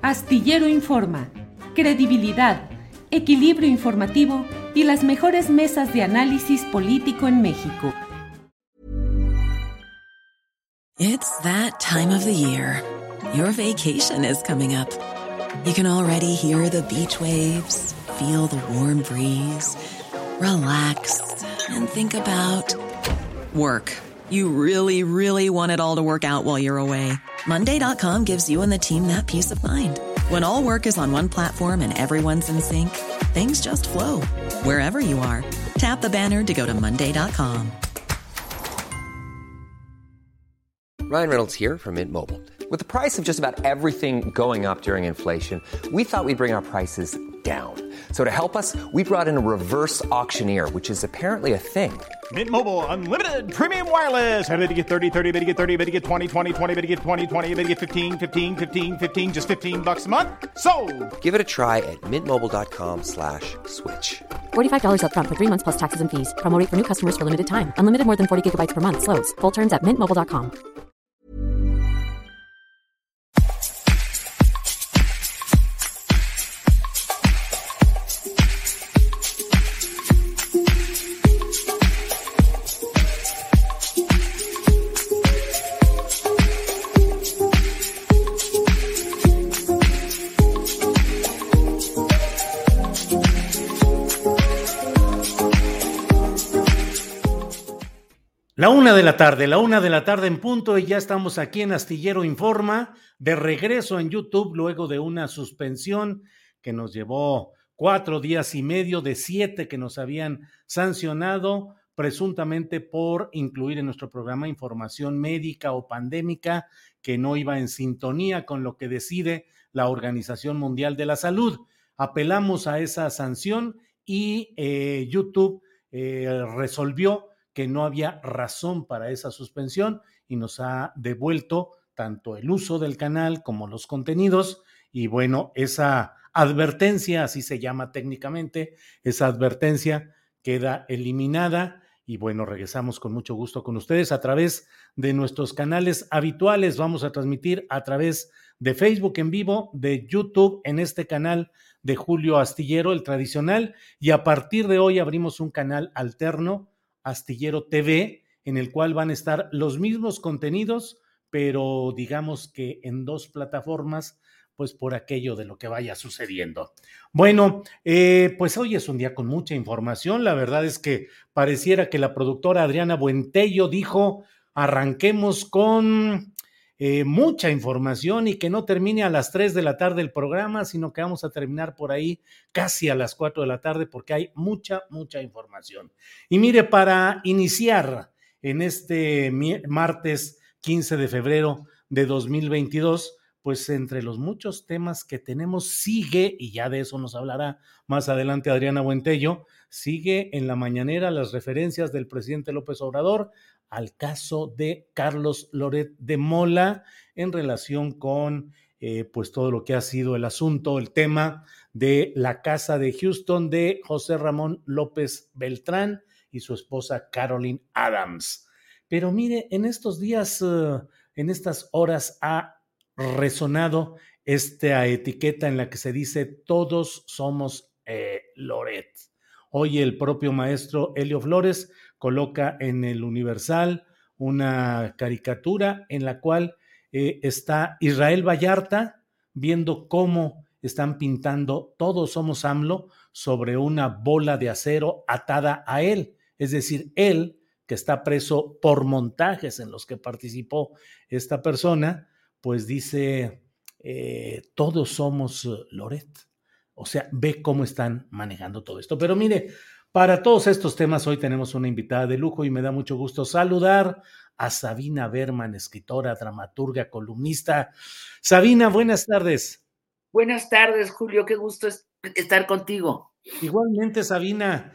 Astillero Informa, credibilidad, equilibrio informativo y las mejores mesas de análisis político en México. It's that time of the year. Your vacation is coming up. You can already hear the beach waves, feel the warm breeze, relax, and think about work. You really, really want it all to work out while you're away. Monday.com gives you and the team that peace of mind. When all work is on one platform and everyone's in sync, things just flow. Wherever you are, tap the banner to go to Monday.com. Ryan Reynolds here from Mint Mobile. With the price of just about everything going up during inflation, we thought we'd bring our prices down. So to help us, we brought in a reverse auctioneer, which is apparently a thing. Mint Mobile Unlimited Premium Wireless. How to get 30, 30, how to get 30, how to get 20, 20, 20, how to get 20, 20, how to get 15, 15, 15, 15, just $15 a month? Sold! Give it a try at mintmobile.com/switch. $45 up front for 3 months plus taxes and fees. Promo rate for new customers for limited time. Unlimited more than 40 gigabytes per month. Slows full terms at mintmobile.com. La una de la tarde en punto, y ya estamos aquí en Astillero Informa, de regreso en YouTube luego de una suspensión que nos llevó 4 días y medio de 7 que nos habían sancionado presuntamente por incluir en nuestro programa información médica o pandémica que no iba en sintonía con lo que decide la Organización Mundial de la Salud. Apelamos a esa sanción y YouTube resolvió que no había razón para esa suspensión y nos ha devuelto tanto el uso del canal como los contenidos. Y bueno, esa advertencia, así se llama técnicamente, esa advertencia queda eliminada. Y bueno, regresamos con mucho gusto con ustedes a través de nuestros canales habituales. Vamos a transmitir a través de Facebook en vivo, de YouTube en este canal de Julio Astillero, el tradicional, y a partir de hoy abrimos un canal alterno, Astillero TV, en el cual van a estar los mismos contenidos, pero digamos que en 2 plataformas, pues por aquello de lo que vaya sucediendo. Bueno, pues hoy es un día con mucha información. La verdad es que pareciera que la productora Adriana Buentello dijo, arranquemos con mucha información y que no termine a las 3 de la tarde el programa, sino que vamos a terminar por ahí casi a las 4 de la tarde porque hay mucha información. Y mire, para iniciar en este martes 15 de febrero de 2022, pues entre los muchos temas que tenemos sigue, y ya de eso nos hablará más adelante Adriana Buentello, sigue en la mañanera las referencias del presidente López Obrador al caso de Carlos Loret de Mola en relación con pues todo lo que ha sido el asunto, el tema de la casa de Houston de José Ramón López Beltrán y su esposa Caroline Adams. Pero mire, en estos días, en estas horas ha resonado esta etiqueta en la que se dice todos somos Loret. Hoy el propio maestro Helio Flores coloca en el Universal una caricatura en la cual está Israel Vallarta viendo cómo están pintando todos somos AMLO sobre una bola de acero atada a él. Es decir, él, que está preso por montajes en los que participó esta persona, pues dice, todos somos Loret. O sea, ve cómo están manejando todo esto. Pero mire, para todos estos temas hoy tenemos una invitada de lujo y me da mucho gusto saludar a Sabina Berman, escritora, dramaturga, columnista. Sabina, buenas tardes. Buenas tardes, Julio, qué gusto estar contigo. Igualmente, Sabina,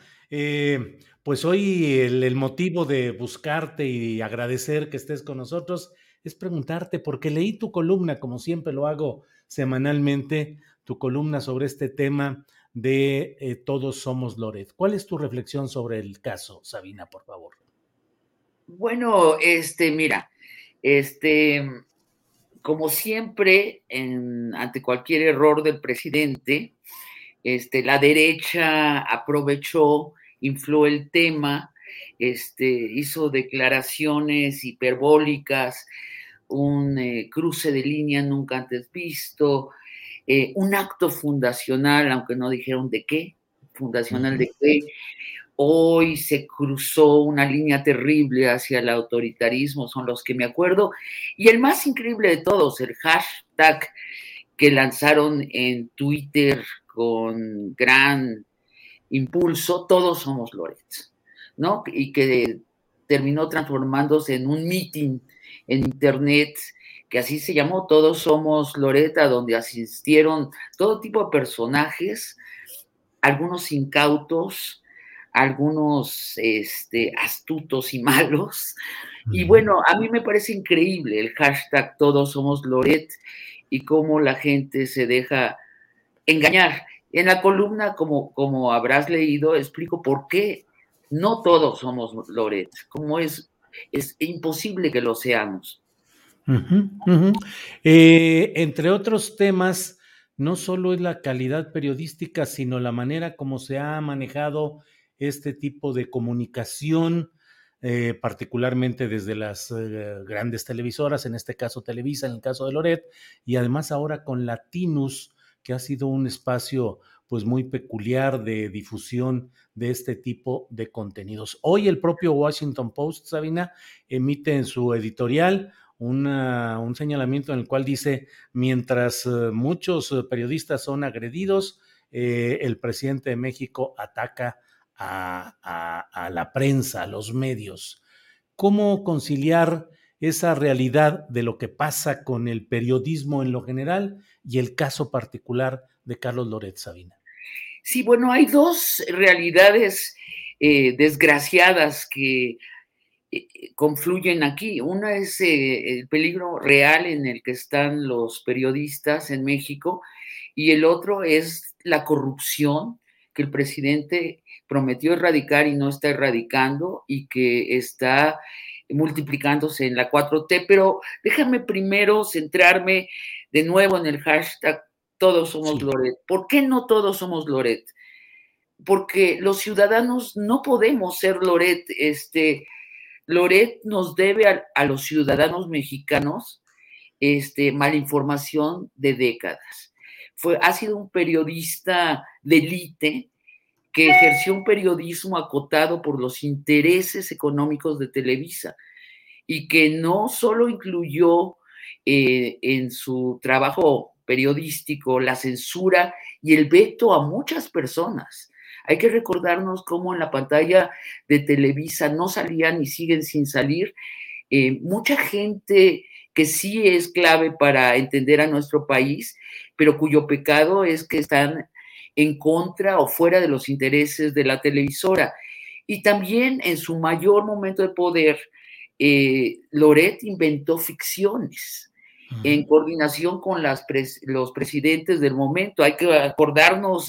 pues hoy el motivo de buscarte y agradecer que estés con nosotros es preguntarte, porque leí tu columna, como siempre lo hago semanalmente, tu columna sobre este tema de Todos Somos Loret. ¿Cuál es tu reflexión sobre el caso, Sabina, por favor? Bueno, mira, como siempre, ante cualquier error del presidente, la derecha aprovechó, infló el tema, hizo declaraciones hiperbólicas, un cruce de línea nunca antes visto, un acto fundacional, aunque no dijeron de qué, fundacional de qué. Hoy se cruzó una línea terrible hacia el autoritarismo, son los que me acuerdo. Y el más increíble de todos, el hashtag que lanzaron en Twitter con gran impulso, todos somos Loret, ¿no? Y que terminó transformándose en un meeting en internet, que así se llamó, Todos Somos Loret, donde asistieron todo tipo de personajes, algunos incautos, algunos astutos y malos. Y bueno, a mí me parece increíble el hashtag Todos Somos Loret y cómo la gente se deja engañar. En la columna, como habrás leído, explico por qué no todos somos Loret, cómo es imposible que lo seamos. Entre otros temas, no solo es la calidad periodística, sino la manera como se ha manejado este tipo de comunicación, particularmente desde las grandes televisoras, en este caso Televisa, en el caso de Loret, y además ahora con Latinus, que ha sido un espacio pues muy peculiar de difusión de este tipo de contenidos. Hoy el propio Washington Post, Sabina, emite en su editorial un señalamiento en el cual dice, mientras muchos periodistas son agredidos, el presidente de México ataca a la prensa, a los medios. ¿Cómo conciliar esa realidad de lo que pasa con el periodismo en lo general y el caso particular de Carlos Loret, Sabina? Sí, bueno, hay dos realidades desgraciadas que confluyen aquí. Una es el peligro real en el que están los periodistas en México y el otro es la corrupción que el presidente prometió erradicar y no está erradicando y que está multiplicándose en la 4T, pero déjame primero centrarme de nuevo en el hashtag Todos Somos Loret. ¿Por qué no todos somos Loret? Porque los ciudadanos no podemos ser Loret. Loret nos debe a los ciudadanos mexicanos malinformación de décadas. Ha sido un periodista de élite que ejerció un periodismo acotado por los intereses económicos de Televisa y que no solo incluyó en su trabajo periodístico la censura y el veto a muchas personas. Hay que recordarnos cómo en la pantalla de Televisa no salían y siguen sin salir mucha gente que sí es clave para entender a nuestro país, pero cuyo pecado es que están en contra o fuera de los intereses de la televisora. Y también en su mayor momento de poder, Loret inventó ficciones en coordinación con los presidentes del momento. Hay que acordarnos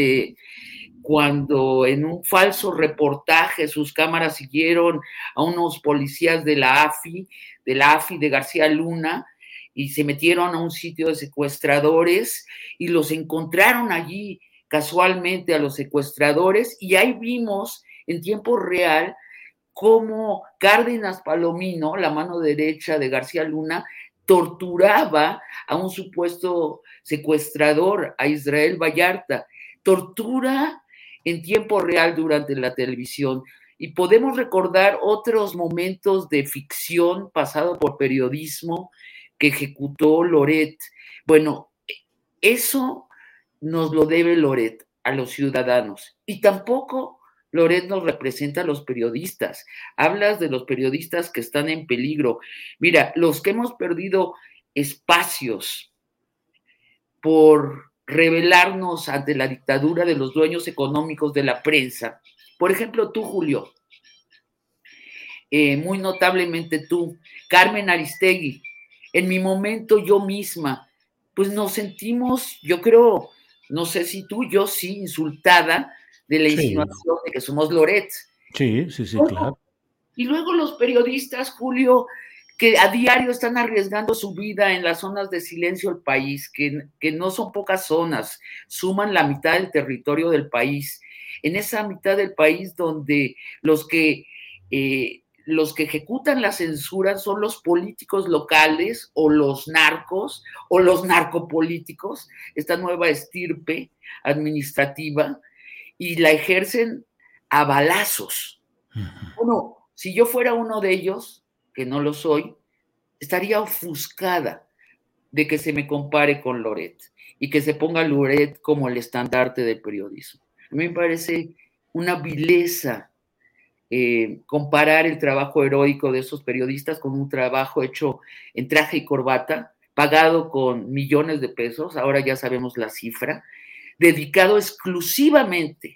cuando en un falso reportaje sus cámaras siguieron a unos policías de la AFI de García Luna, y se metieron a un sitio de secuestradores y los encontraron allí casualmente a los secuestradores, y ahí vimos en tiempo real cómo Cárdenas Palomino, la mano derecha de García Luna, torturaba a un supuesto secuestrador, a Israel Vallarta. Tortura en tiempo real durante la televisión. Y podemos recordar otros momentos de ficción pasado por periodismo que ejecutó Loret. Bueno, eso nos lo debe Loret a los ciudadanos. Y tampoco Loret nos representa a los periodistas. Hablas de los periodistas que están en peligro. Mira, los que hemos perdido espacios por rebelarnos ante la dictadura de los dueños económicos de la prensa. Por ejemplo, tú, Julio, muy notablemente tú, Carmen Aristegui, en mi momento yo misma, pues nos sentimos, yo creo, no sé si tú, yo sí, insultada de la insinuación de que somos Loret. Sí, claro. Y luego los periodistas, Julio, que a diario están arriesgando su vida en las zonas de silencio del país, que no son pocas zonas, suman la mitad del territorio del país. En esa mitad del país donde los que ejecutan la censura son los políticos locales o los narcos o los narcopolíticos, esta nueva estirpe administrativa, y la ejercen a balazos. Bueno, si yo fuera uno de ellos, que no lo soy, estaría ofuscada de que se me compare con Loret y que se ponga Loret como el estandarte del periodismo. A mí me parece una vileza comparar el trabajo heroico de esos periodistas con un trabajo hecho en traje y corbata, pagado con millones de pesos, ahora ya sabemos la cifra, dedicado exclusivamente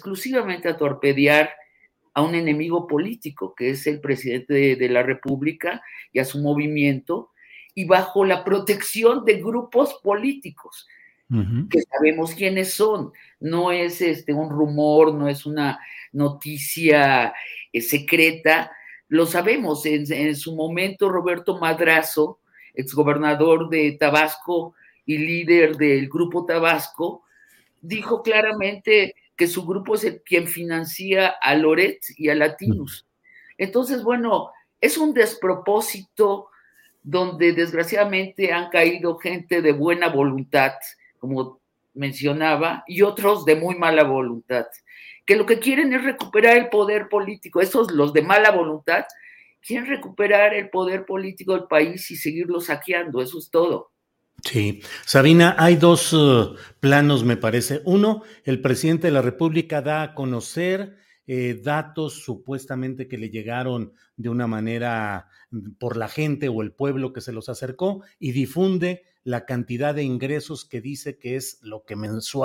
a torpedear a un enemigo político, que es el presidente de la República y a su movimiento, y bajo la protección de grupos políticos, que sabemos quiénes son. No es un rumor, no es una noticia secreta, lo sabemos. En su momento, Roberto Madrazo, exgobernador de Tabasco y líder del Grupo Tabasco, dijo claramente que su grupo es quien financia a Loret y a Latinus. Entonces, bueno, es un despropósito donde desgraciadamente han caído gente de buena voluntad, como mencionaba, y otros de muy mala voluntad, que lo que quieren es recuperar el poder político. Esos, los de mala voluntad, quieren recuperar el poder político del país y seguirlo saqueando, eso es todo. Sí, Sabina, hay dos planos, me parece. Uno, el presidente de la República da a conocer datos supuestamente que le llegaron de una manera por la gente o el pueblo que se los acercó y difunde la cantidad de ingresos que dice que es lo que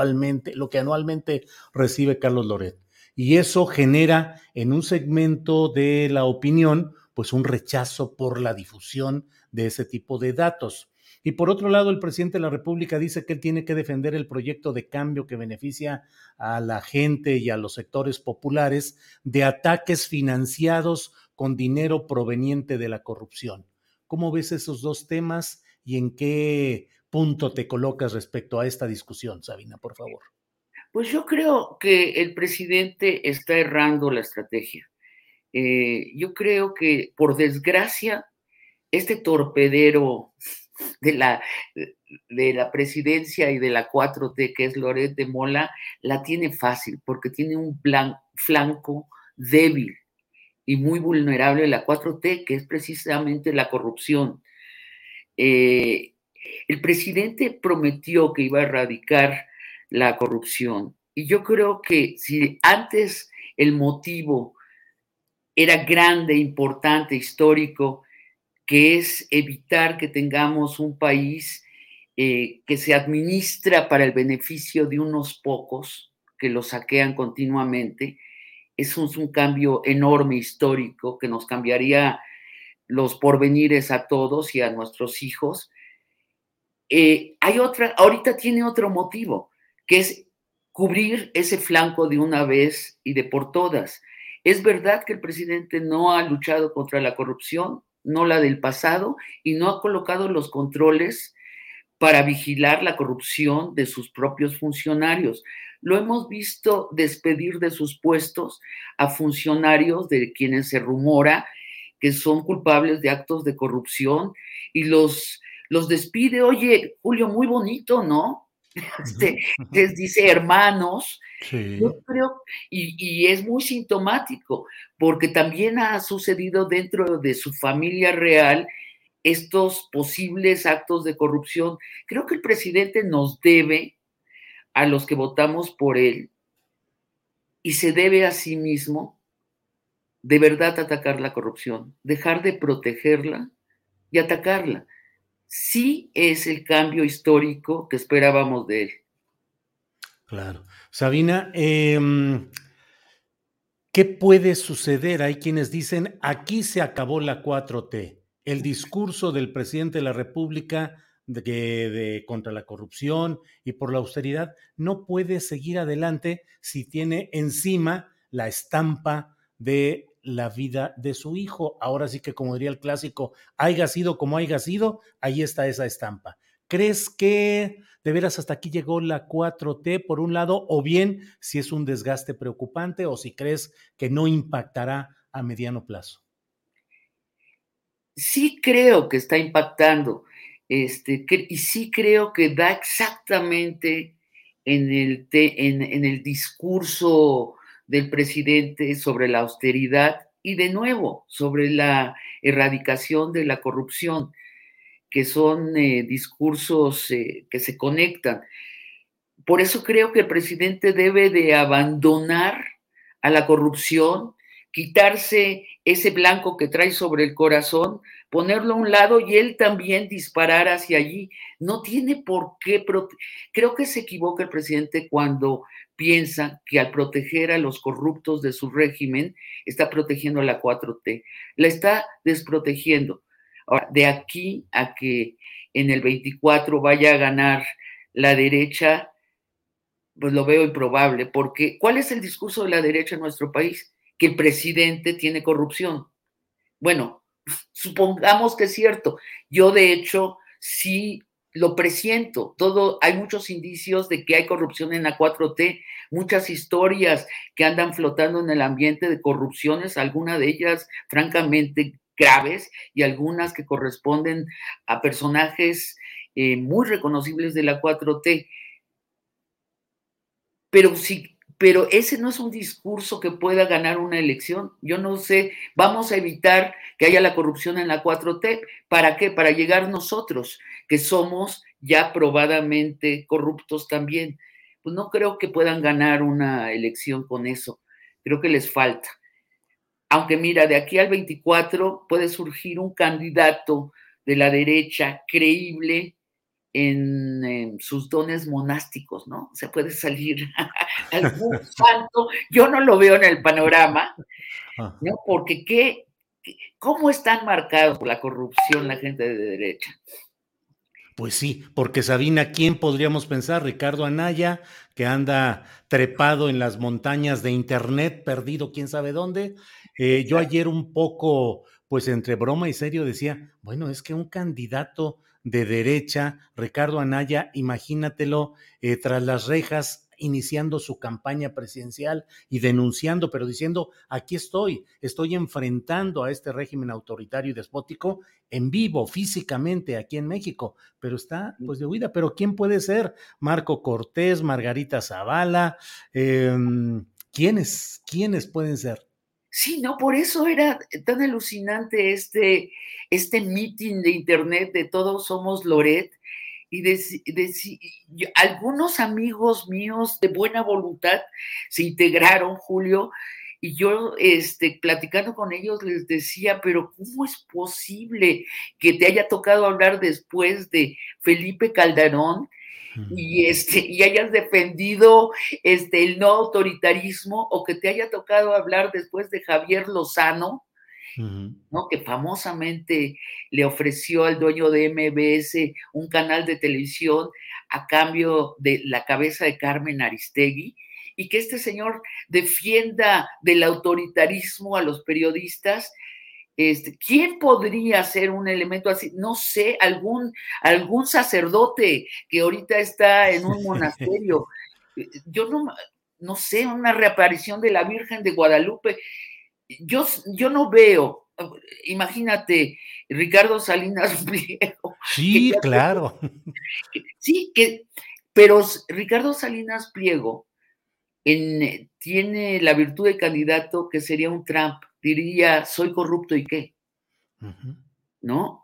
anualmente recibe Carlos Loret. Y eso genera en un segmento de la opinión, pues un rechazo por la difusión de ese tipo de datos. Y por otro lado, el presidente de la República dice que él tiene que defender el proyecto de cambio que beneficia a la gente y a los sectores populares de ataques financiados con dinero proveniente de la corrupción. ¿Cómo ves esos dos temas y en qué punto te colocas respecto a esta discusión, Sabina, por favor? Pues yo creo que el presidente está errando la estrategia. Yo creo que, por desgracia, este torpedero de la presidencia y de la 4T, que es Loret de Mola, la tiene fácil porque tiene un flanco débil y muy vulnerable de la 4T, que es precisamente la corrupción. El presidente prometió que iba a erradicar la corrupción, y yo creo que si antes el motivo era grande, importante, histórico, que es evitar que tengamos un país que se administra para el beneficio de unos pocos que lo saquean continuamente. Eso es un cambio enorme, histórico, que nos cambiaría los porvenires a todos y a nuestros hijos. Ahorita tiene otro motivo, que es cubrir ese flanco de una vez y de por todas. Es verdad que el presidente no ha luchado contra la corrupción, no la del pasado, y no ha colocado los controles para vigilar la corrupción de sus propios funcionarios. Lo hemos visto despedir de sus puestos a funcionarios de quienes se rumora que son culpables de actos de corrupción, y los despide. Oye, Julio, muy bonito, ¿no? Les dice hermanos. Sí. Yo creo, y es muy sintomático, porque también ha sucedido dentro de su familia real estos posibles actos de corrupción. Creo que el presidente nos debe a los que votamos por él, y se debe a sí mismo de verdad atacar la corrupción, dejar de protegerla y atacarla. Sí es el cambio histórico que esperábamos de él. Claro. Sabina, ¿qué puede suceder? Hay quienes dicen, aquí se acabó la 4T. El discurso del presidente de la República contra la corrupción y por la austeridad no puede seguir adelante si tiene encima la estampa de la vida de su hijo. Ahora sí que, como diría el clásico, haya sido como haya sido, ahí está esa estampa. ¿Crees que de veras hasta aquí llegó la 4T por un lado, o bien si es un desgaste preocupante, o si crees que no impactará a mediano plazo? Sí creo que está impactando, y sí creo que da exactamente en el discurso del presidente sobre la austeridad y de nuevo sobre la erradicación de la corrupción, que son discursos que se conectan. Por eso creo que el presidente debe de abandonar a la corrupción, quitarse ese blanco que trae sobre el corazón, ponerlo a un lado y él también disparar hacia allí. No tiene por qué. Creo que se equivoca el presidente cuando piensa que al proteger a los corruptos de su régimen está protegiendo a la 4T. La está desprotegiendo. Ahora, de aquí a que en el 24 vaya a ganar la derecha, pues lo veo improbable, porque ¿cuál es el discurso de la derecha en nuestro país? Que el presidente tiene corrupción. Bueno, supongamos que es cierto. Yo, de hecho, sí lo presiento. Hay muchos indicios de que hay corrupción en la 4T, muchas historias que andan flotando en el ambiente de corrupciones, algunas de ellas francamente graves y algunas que corresponden a personajes muy reconocibles de la 4T. Pero ese no es un discurso que pueda ganar una elección. Yo no sé, vamos a evitar que haya la corrupción en la 4T. ¿Para qué? Para llegar nosotros, que somos ya probadamente corruptos también. Pues no creo que puedan ganar una elección con eso. Creo que les falta. Aunque mira, de aquí al 24 puede surgir un candidato de la derecha creíble, en sus dones monásticos, ¿no? Se puede salir algún santo, yo no lo veo en el panorama, ¿no? Porque ¿cómo están marcados por la corrupción la gente de derecha? Pues sí, porque Sabina, ¿quién podríamos pensar? Ricardo Anaya, que anda trepado en las montañas de internet, perdido quién sabe dónde. Yo ayer un poco, pues entre broma y serio decía, bueno, es que un candidato de derecha, Ricardo Anaya, imagínatelo, tras las rejas, iniciando su campaña presidencial y denunciando, pero diciendo, aquí estoy enfrentando a este régimen autoritario y despótico en vivo, físicamente, aquí en México, pero está pues de huida. Pero ¿quién puede ser? Marco Cortés, Margarita Zavala, ¿quiénes pueden ser? Sí, no, por eso era tan alucinante este meeting de internet de Todos Somos Loret, y algunos amigos míos de buena voluntad se integraron, Julio, y yo platicando con ellos les decía, pero ¿cómo es posible que te haya tocado hablar después de Felipe Calderón y hayas defendido el no autoritarismo, o que te haya tocado hablar después de Javier Lozano, ¿no? Que famosamente le ofreció al dueño de MBS un canal de televisión a cambio de la cabeza de Carmen Aristegui, y que este señor defienda del autoritarismo a los periodistas. ¿Quién podría ser un elemento así? No sé, algún sacerdote que ahorita está en un monasterio. Yo no sé, una reaparición de la Virgen de Guadalupe. Yo no veo, imagínate, Ricardo Salinas Pliego. Sí, claro. Sí, pero Ricardo Salinas Pliego tiene la virtud de candidato que sería un Trump. Diría, soy corrupto y qué, ¿no?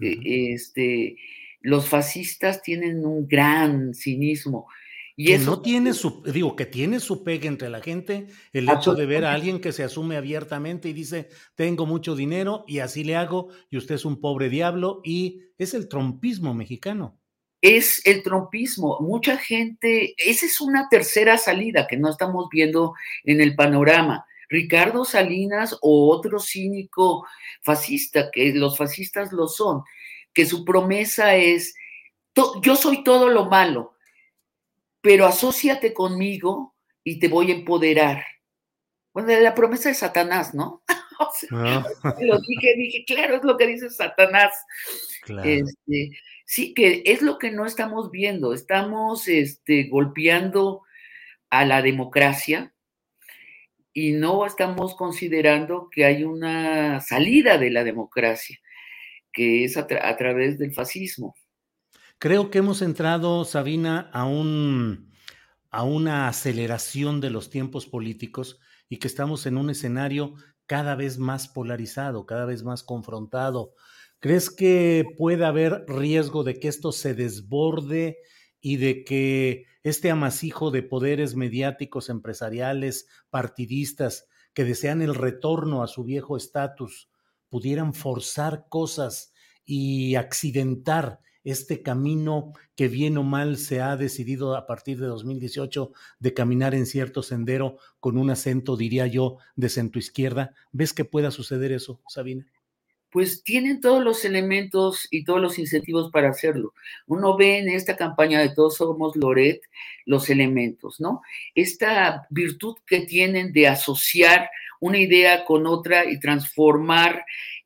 Los fascistas tienen un gran cinismo. Y que eso no tiene que tiene su pegue entre la gente, el hecho de ver a alguien que se asume abiertamente y dice, tengo mucho dinero y así le hago, y usted es un pobre diablo, y es el trumpismo mexicano. Es el trumpismo. Mucha gente, esa es una tercera salida que no estamos viendo en el panorama. Ricardo Salinas o otro cínico fascista, que los fascistas lo son, que su promesa es, yo soy todo lo malo, pero asóciate conmigo y te voy a empoderar. Bueno, la promesa de Satanás, ¿no? O sea, lo dije, claro, es lo que dice Satanás. Claro. Sí, que es lo que no estamos viendo. Estamos golpeando a la democracia y no estamos considerando que hay una salida de la democracia, que es a través del fascismo. Creo que hemos entrado, Sabina, a una aceleración de los tiempos políticos y que estamos en un escenario cada vez más polarizado, cada vez más confrontado. ¿Crees que puede haber riesgo de que esto se desborde y de que este amasijo de poderes mediáticos, empresariales, partidistas, que desean el retorno a su viejo estatus, pudieran forzar cosas y accidentar este camino que bien o mal se ha decidido a partir de 2018 de caminar en cierto sendero con un acento, diría yo, de centroizquierda? ¿Ves que pueda suceder eso, Sabina? Pues tienen todos los elementos y todos los incentivos para hacerlo. Uno ve en esta campaña de Todos Somos Loret los elementos, ¿no? Esta virtud que tienen de asociar una idea con otra y transformar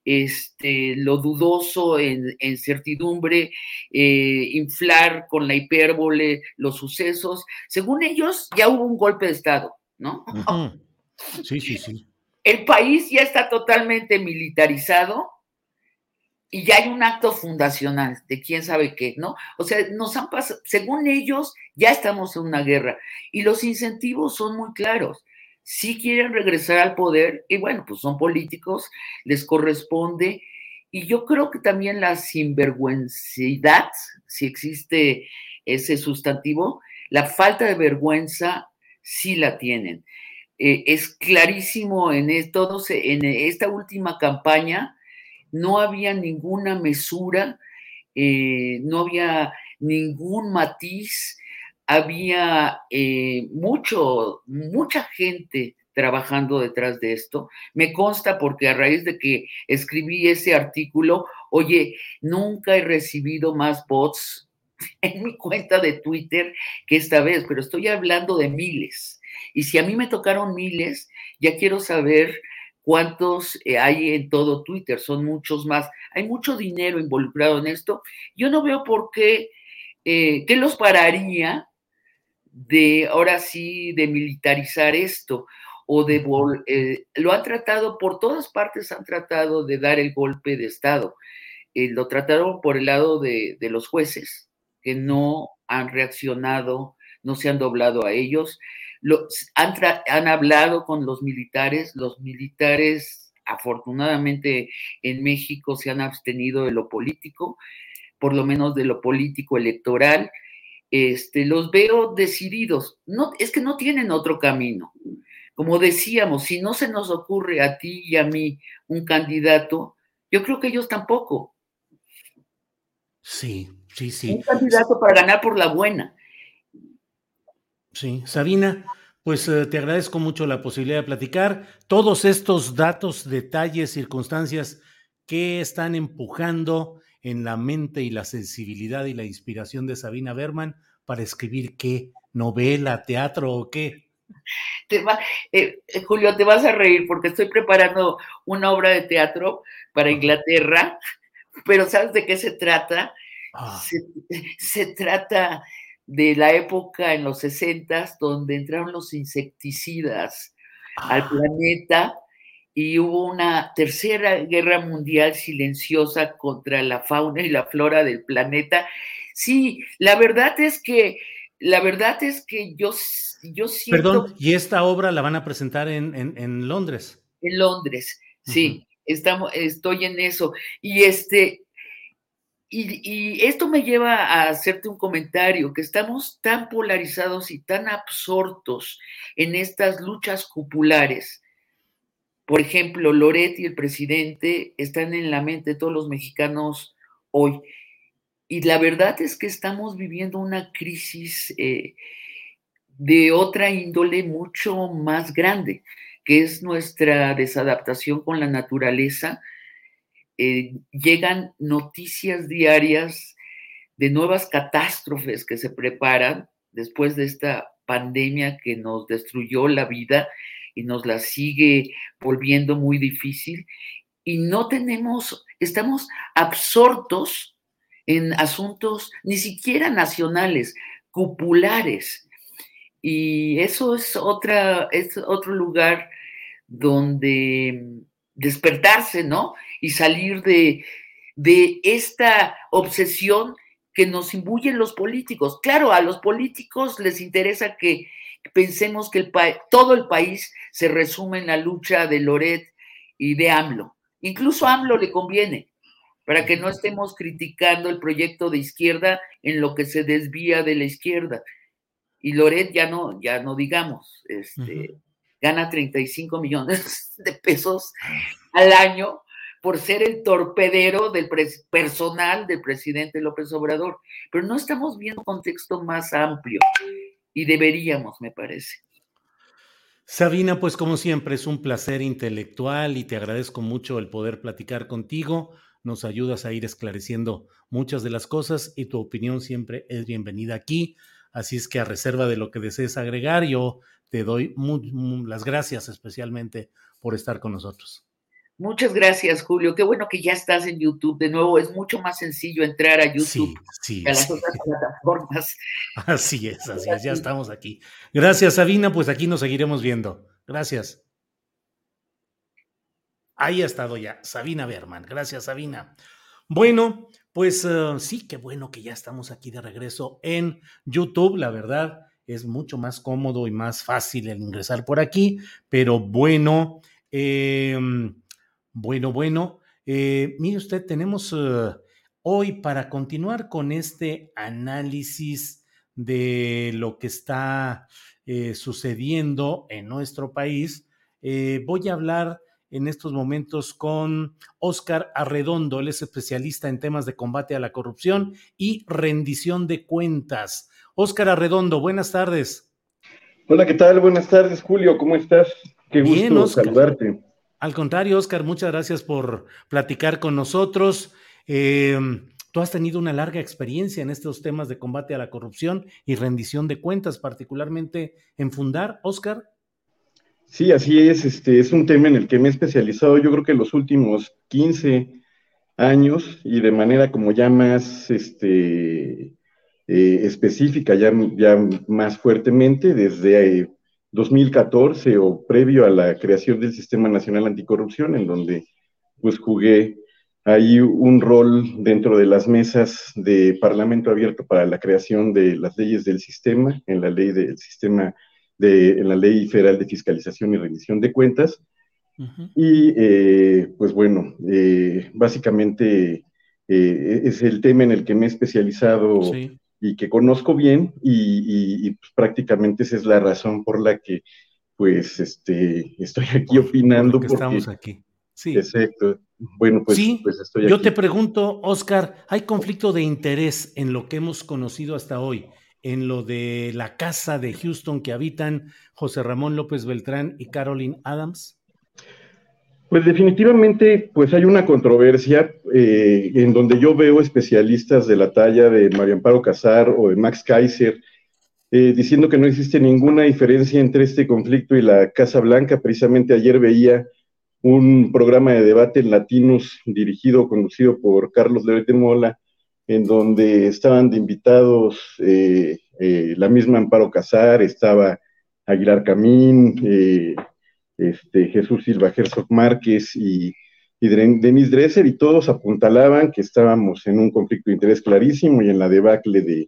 lo dudoso en certidumbre, inflar con la hipérbole los sucesos. Según ellos, ya hubo un golpe de Estado, ¿no? Uh-huh. Sí, sí, sí. El país ya está totalmente militarizado y ya hay un acto fundacional de quién sabe qué, ¿no? O sea, nos han pasado, según ellos, ya estamos en una guerra y los incentivos son muy claros. Si quieren regresar al poder, y bueno, pues son políticos, les corresponde, y yo creo que también la sinvergüencidad, si existe ese sustantivo, la falta de vergüenza sí la tienen. Es clarísimo en esta última campaña, no había ninguna mesura, no había ningún matiz, había mucha gente trabajando detrás de esto. Me consta porque a raíz de que escribí ese artículo, oye, nunca he recibido más bots en mi cuenta de Twitter que esta vez, pero estoy hablando de miles. Y si a mí me tocaron miles, ya quiero saber cuántos hay en todo Twitter, son muchos más. Hay mucho dinero involucrado en esto. Yo no veo por qué los pararía de, ahora sí, de militarizar esto o lo han tratado, por todas partes han tratado de dar el golpe de Estado. Lo trataron por el lado de los jueces, que no han reaccionado, no se han doblado a ellos. Han hablado con los militares afortunadamente en México se han abstenido de lo político, por lo menos de lo político electoral. Los veo decididos, no, es que no tienen otro camino. Como decíamos, si no se nos ocurre a ti y a mí un candidato, yo creo que ellos tampoco. Sí, sí, sí. Un candidato para ganar por la buena. Sí, Sabina, pues te agradezco mucho la posibilidad de platicar todos estos datos, detalles, circunstancias que están empujando en la mente y la sensibilidad y la inspiración de Sabina Berman para escribir qué, novela, teatro o qué. Julio, te vas a reír porque estoy preparando una obra de teatro para Inglaterra, pero ¿sabes de qué se trata? Se trata de la época en los 60s donde entraron los insecticidas al planeta y hubo una tercera guerra mundial silenciosa contra la fauna y la flora del planeta. Sí, la verdad es que yo siento... Perdón, ¿y esta obra la van a presentar en Londres? En Londres, sí, estoy en eso. Y y esto me lleva a hacerte un comentario, que estamos tan polarizados y tan absortos en estas luchas cupulares. Por ejemplo, Loret y el presidente están en la mente de todos los mexicanos hoy. Y la verdad es que estamos viviendo una crisis de otra índole mucho más grande, que es nuestra desadaptación con la naturaleza. Llegan noticias diarias de nuevas catástrofes que se preparan después de esta pandemia que nos destruyó la vida y nos la sigue volviendo muy difícil, y estamos absortos en asuntos ni siquiera nacionales, cupulares, y eso es otro lugar donde despertarse, ¿no? Y salir de esta obsesión que nos imbuyen los políticos. Claro, a los políticos les interesa que pensemos que todo el país se resume en la lucha de Loret y de AMLO. Incluso a AMLO le conviene, para que no estemos criticando el proyecto de izquierda en lo que se desvía de la izquierda. Y Loret ya no digamos, gana 35 millones de pesos al año por ser el torpedero del personal del presidente López Obrador. Pero no estamos viendo un contexto más amplio, y deberíamos, me parece. Sabina, pues como siempre es un placer intelectual y te agradezco mucho el poder platicar contigo. Nos ayudas a ir esclareciendo muchas de las cosas y tu opinión siempre es bienvenida aquí. Así es que a reserva de lo que desees agregar, yo te doy las gracias especialmente por estar con nosotros. Muchas gracias, Julio. Qué bueno que ya estás en YouTube. De nuevo, es mucho más sencillo entrar a YouTube que a las otras plataformas. Así es, ya estamos aquí. Gracias, Sabina, pues aquí nos seguiremos viendo. Gracias. Ahí ha estado ya, Sabina Berman. Gracias, Sabina. Bueno, pues sí, qué bueno que ya estamos aquí de regreso en YouTube. La verdad, es mucho más cómodo y más fácil el ingresar por aquí, pero bueno, mire usted, tenemos hoy para continuar con este análisis de lo que está sucediendo en nuestro país. Voy a hablar en estos momentos con Óscar Arredondo. Él es especialista en temas de combate a la corrupción y rendición de cuentas. Óscar Arredondo, buenas tardes. Hola, ¿qué tal? Buenas tardes, Julio, ¿cómo estás? Qué Bien, gusto Óscar. saludarte. Al contrario, Óscar, muchas gracias por platicar con nosotros. Tú has tenido una larga experiencia en estos temas de combate a la corrupción y rendición de cuentas, particularmente en Fundar, Óscar. Sí, así es, es un tema en el que me he especializado yo creo que en los últimos 15 años y de manera como ya más específica, ya más fuertemente desde 2014 o previo a la creación del Sistema Nacional Anticorrupción, en donde pues jugué ahí un rol dentro de las mesas de Parlamento Abierto para la creación de las leyes del sistema, en la ley del sistema en la Ley Federal de Fiscalización y Rendición de Cuentas. Uh-huh. Y pues bueno, básicamente es el tema en el que me he especializado, sí, y que conozco bien, y pues prácticamente esa es la razón por la que pues estoy aquí opinando. Porque estamos aquí. Sí. Exacto. Bueno, pues, sí, pues estoy aquí. Yo te pregunto, Óscar, ¿hay conflicto de interés en lo que hemos conocido hasta hoy? En lo de la casa de Houston que habitan José Ramón López Beltrán y Caroline Adams? Pues definitivamente, pues hay una controversia en donde yo veo especialistas de la talla de María Amparo Casar o de Max Kaiser diciendo que no existe ninguna diferencia entre este conflicto y la Casa Blanca. Precisamente ayer veía un programa de debate en Latinos conducido por Carlos Loret de Mola, en donde estaban de invitados la misma Amparo Casar, estaba Aguilar Camín, Jesús Silva Herzog Márquez y Denise Dresser, y todos apuntalaban que estábamos en un conflicto de interés clarísimo y en la debacle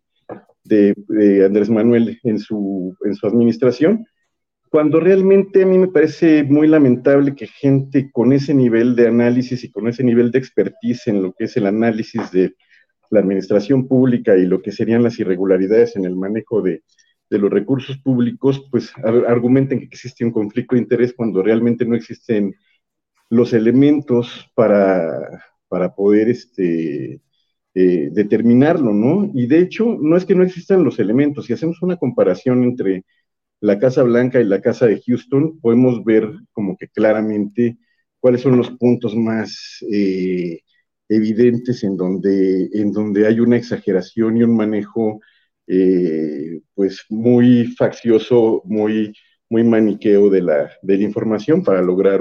de Andrés Manuel en su administración, cuando realmente a mí me parece muy lamentable que gente con ese nivel de análisis y con ese nivel de expertise en lo que es el análisis de la administración pública y lo que serían las irregularidades en el manejo de los recursos públicos, pues argumenten que existe un conflicto de interés cuando realmente no existen los elementos para poder determinarlo, ¿no? Y de hecho, no es que no existan los elementos. Si hacemos una comparación entre la Casa Blanca y la Casa de Houston, podemos ver como que claramente cuáles son los puntos más evidentes en donde hay una exageración y un manejo pues muy faccioso, muy muy maniqueo de la información para lograr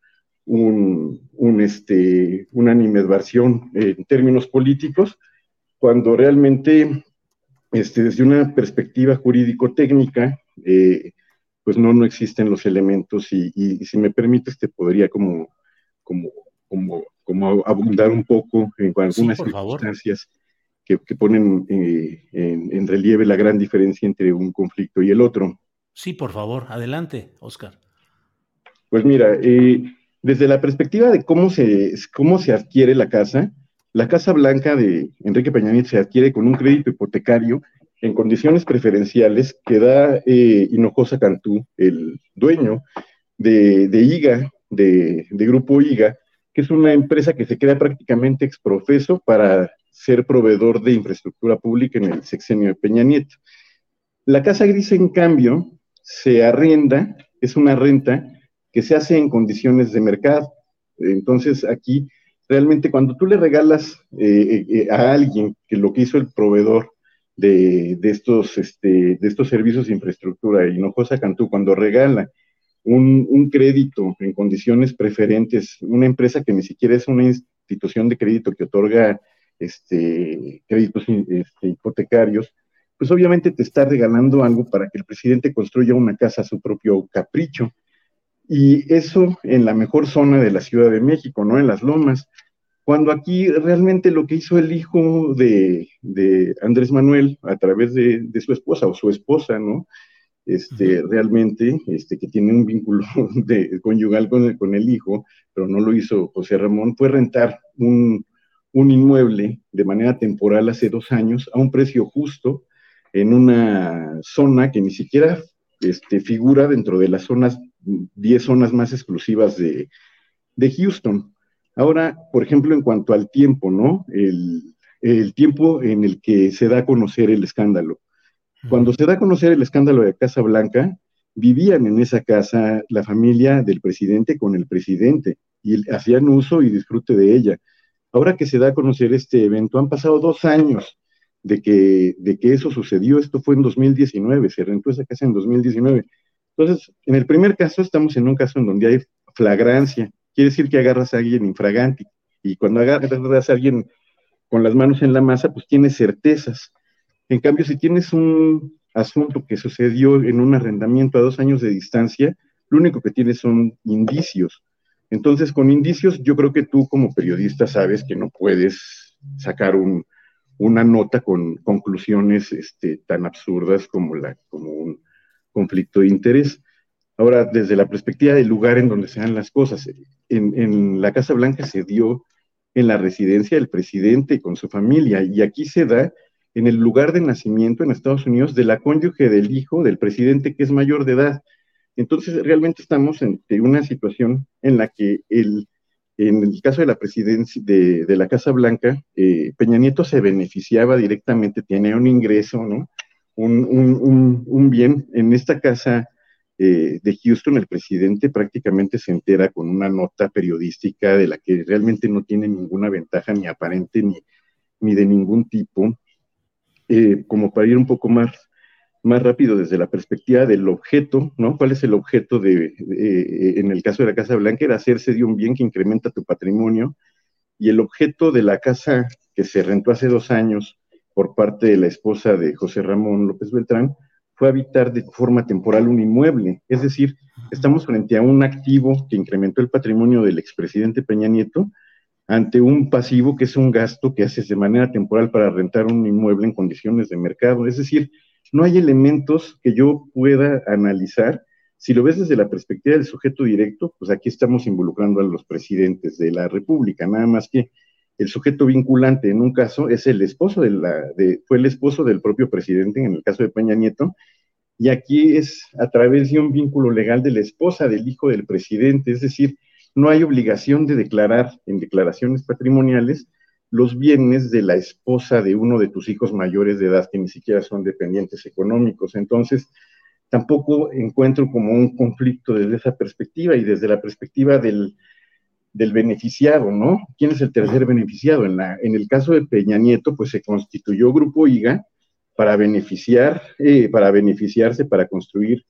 una animadversión en términos políticos, cuando realmente, desde una perspectiva jurídico-técnica, pues no existen los elementos, y si me permites, te podría como abundar un poco en algunas circunstancias que ponen en relieve la gran diferencia entre un conflicto y el otro. Sí, por favor, adelante, Oscar. Pues mira, desde la perspectiva de cómo se adquiere la Casa Blanca de Enrique Peña Nieto se adquiere con un crédito hipotecario en condiciones preferenciales que da Hinojosa Cantú, el dueño de IGA, de Grupo IGA, que es una empresa que se crea prácticamente ex profeso para ser proveedor de infraestructura pública en el sexenio de Peña Nieto. La Casa Gris, en cambio, se arrienda, es una renta que se hace en condiciones de mercado. Entonces, aquí, realmente, cuando tú le regalas a alguien que lo que hizo el proveedor de estos servicios de infraestructura, Hinojosa Cantú, cuando regala un crédito en condiciones preferentes, una empresa que ni siquiera es una institución de crédito que otorga créditos hipotecarios, pues obviamente te está regalando algo para que el presidente construya una casa a su propio capricho. Y eso en la mejor zona de la Ciudad de México, ¿no? En Las Lomas. Cuando aquí realmente lo que hizo el hijo de Andrés Manuel a través de su esposa, o su esposa, ¿no? Realmente, que tiene un vínculo conyugal con el hijo, pero no lo hizo José Ramón, fue rentar un inmueble de manera temporal hace 2 años a un precio justo en una zona que ni siquiera figura dentro de las 10 zonas más exclusivas de Houston. Ahora, por ejemplo, en cuanto al tiempo, ¿no? El tiempo en el que se da a conocer el escándalo. Cuando se da a conocer el escándalo de Casa Blanca, vivían en esa casa la familia del presidente con el presidente y hacían uso y disfrute de ella. Ahora que se da a conocer este evento, han pasado 2 años de que eso sucedió. Esto fue en 2019, se rentó esa casa en 2019. Entonces, en el primer caso, estamos en un caso en donde hay flagrancia. Quiere decir que agarras a alguien infraganti, y cuando agarras a alguien con las manos en la masa, pues tienes certezas. En cambio, si tienes un asunto que sucedió en un arrendamiento a 2 años de distancia, lo único que tienes son indicios. Entonces, con indicios, yo creo que tú como periodista sabes que no puedes sacar una nota con conclusiones tan absurdas como un conflicto de interés. Ahora, desde la perspectiva del lugar en donde se dan las cosas, en la Casa Blanca se dio en la residencia del presidente con su familia, y aquí se da en el lugar de nacimiento en Estados Unidos de la cónyuge del hijo del presidente, que es mayor de edad. Entonces, realmente estamos en una situación en la que en el caso de la presidencia de la Casa Blanca, Peña Nieto se beneficiaba directamente, tenía un ingreso, ¿no? Un bien. En esta casa de Houston, el presidente prácticamente se entera con una nota periodística de la que realmente no tiene ninguna ventaja ni aparente ni de ningún tipo, como para ir un poco más rápido desde la perspectiva del objeto, ¿no? ¿Cuál es el objeto en el caso de la Casa Blanca? Era hacerse de un bien que incrementa tu patrimonio, y el objeto de la casa que se rentó hace 2 años por parte de la esposa de José Ramón López Beltrán fue habitar de forma temporal un inmueble. Es decir, estamos frente a un activo que incrementó el patrimonio del expresidente Peña Nieto ante un pasivo que es un gasto que haces de manera temporal para rentar un inmueble en condiciones de mercado. Es decir, no hay elementos que yo pueda analizar. Si lo ves desde la perspectiva del sujeto directo, pues aquí estamos involucrando a los presidentes de la República, nada más que el sujeto vinculante en un caso es el esposo fue el esposo del propio presidente en el caso de Peña Nieto, y aquí es a través de un vínculo legal de la esposa del hijo del presidente. Es decir, no hay obligación de declarar en declaraciones patrimoniales los bienes de la esposa de uno de tus hijos mayores de edad que ni siquiera son dependientes económicos. Entonces, tampoco encuentro como un conflicto desde esa perspectiva y desde la perspectiva del beneficiado, ¿no? ¿Quién es el tercer beneficiado? En el caso de Peña Nieto, pues se constituyó Grupo IGA para beneficiarse, para construir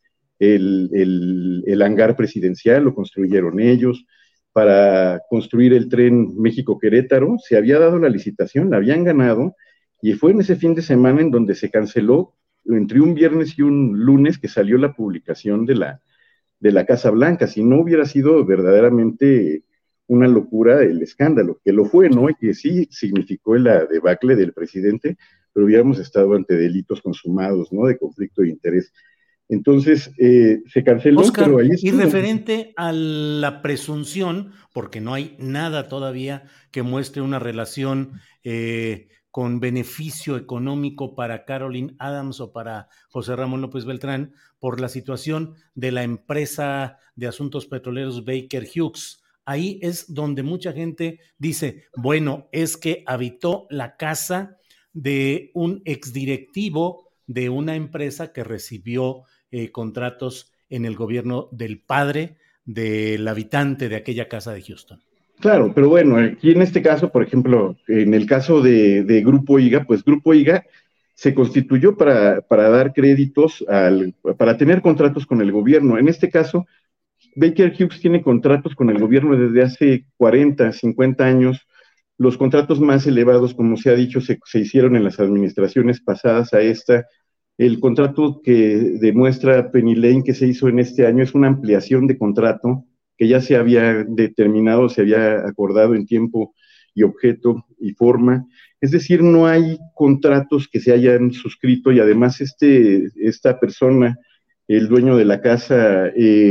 el hangar presidencial, lo construyeron ellos. Para construir el tren México-Querétaro, se había dado la licitación, la habían ganado, y fue en ese fin de semana en donde se canceló, entre un viernes y un lunes, que salió la publicación de la Casa Blanca. Si no hubiera sido verdaderamente una locura el escándalo, que lo fue, ¿no? Y que sí significó la debacle del presidente, pero hubiéramos estado ante delitos consumados, ¿no? De conflicto de interés. Entonces, se canceló, Oscar, pero ahí y estuvo. referente a la presunción, porque no hay nada todavía que muestre una relación con beneficio económico para Caroline Adams o para José Ramón López Beltrán, por la situación de la empresa de asuntos petroleros Baker Hughes. Ahí es donde mucha gente dice, bueno, es que habitó la casa de un exdirectivo de una empresa que recibió contratos en el gobierno del padre del habitante de aquella casa de Houston. Claro, pero bueno, aquí en este caso, por ejemplo, en el caso de Grupo IGA, pues Grupo IGA se constituyó para dar créditos, para tener contratos con el gobierno. En este caso, Baker Hughes tiene contratos con el gobierno desde hace 40, 50 años. Los contratos más elevados, como se ha dicho, se hicieron en las administraciones pasadas a esta. El contrato que demuestra Penny Lane que se hizo en este año es una ampliación de contrato que ya se había determinado, se había acordado en tiempo y objeto y forma. Es decir, no hay contratos que se hayan suscrito, y además esta persona, el dueño de la casa,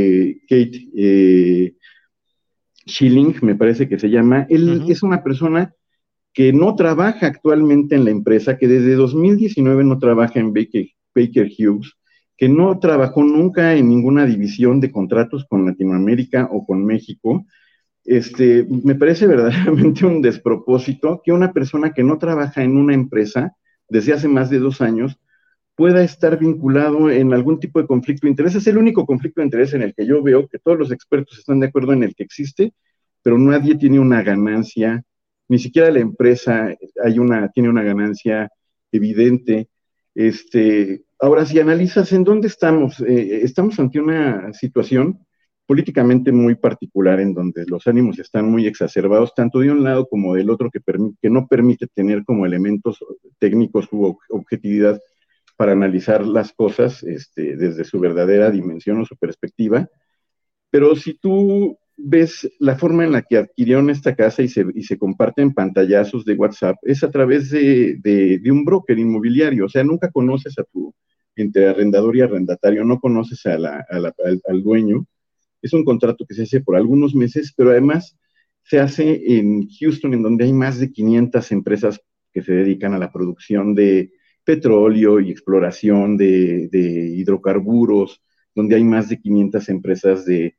Kate Schilling, me parece que se llama, él es una persona que no trabaja actualmente en la empresa, que desde 2019 no trabaja en Baker Hughes, que no trabajó nunca en ninguna división de contratos con Latinoamérica o con México. Me parece verdaderamente un despropósito que una persona que no trabaja en una empresa desde hace más de 2 años pueda estar vinculado en algún tipo de conflicto de interés. Es el único conflicto de interés en el que yo veo que todos los expertos están de acuerdo en el que existe, pero nadie tiene una ganancia, ni siquiera la empresa tiene una ganancia evidente. Ahora, si analizas en dónde estamos, estamos ante una situación políticamente muy particular en donde los ánimos están muy exacerbados, tanto de un lado como del otro, que no permite tener como elementos técnicos u objetividad para analizar las cosas desde su verdadera dimensión o su perspectiva. Pero si tú ves la forma en la que adquirieron esta casa y se comparten pantallazos de WhatsApp, es a través de un broker inmobiliario. O sea, nunca conoces entre arrendador y arrendatario, no conoces al dueño. Es un contrato que se hace por algunos meses, pero además se hace en Houston, en donde hay más de 500 empresas que se dedican a la producción de petróleo y exploración de hidrocarburos, donde hay más de 500 empresas de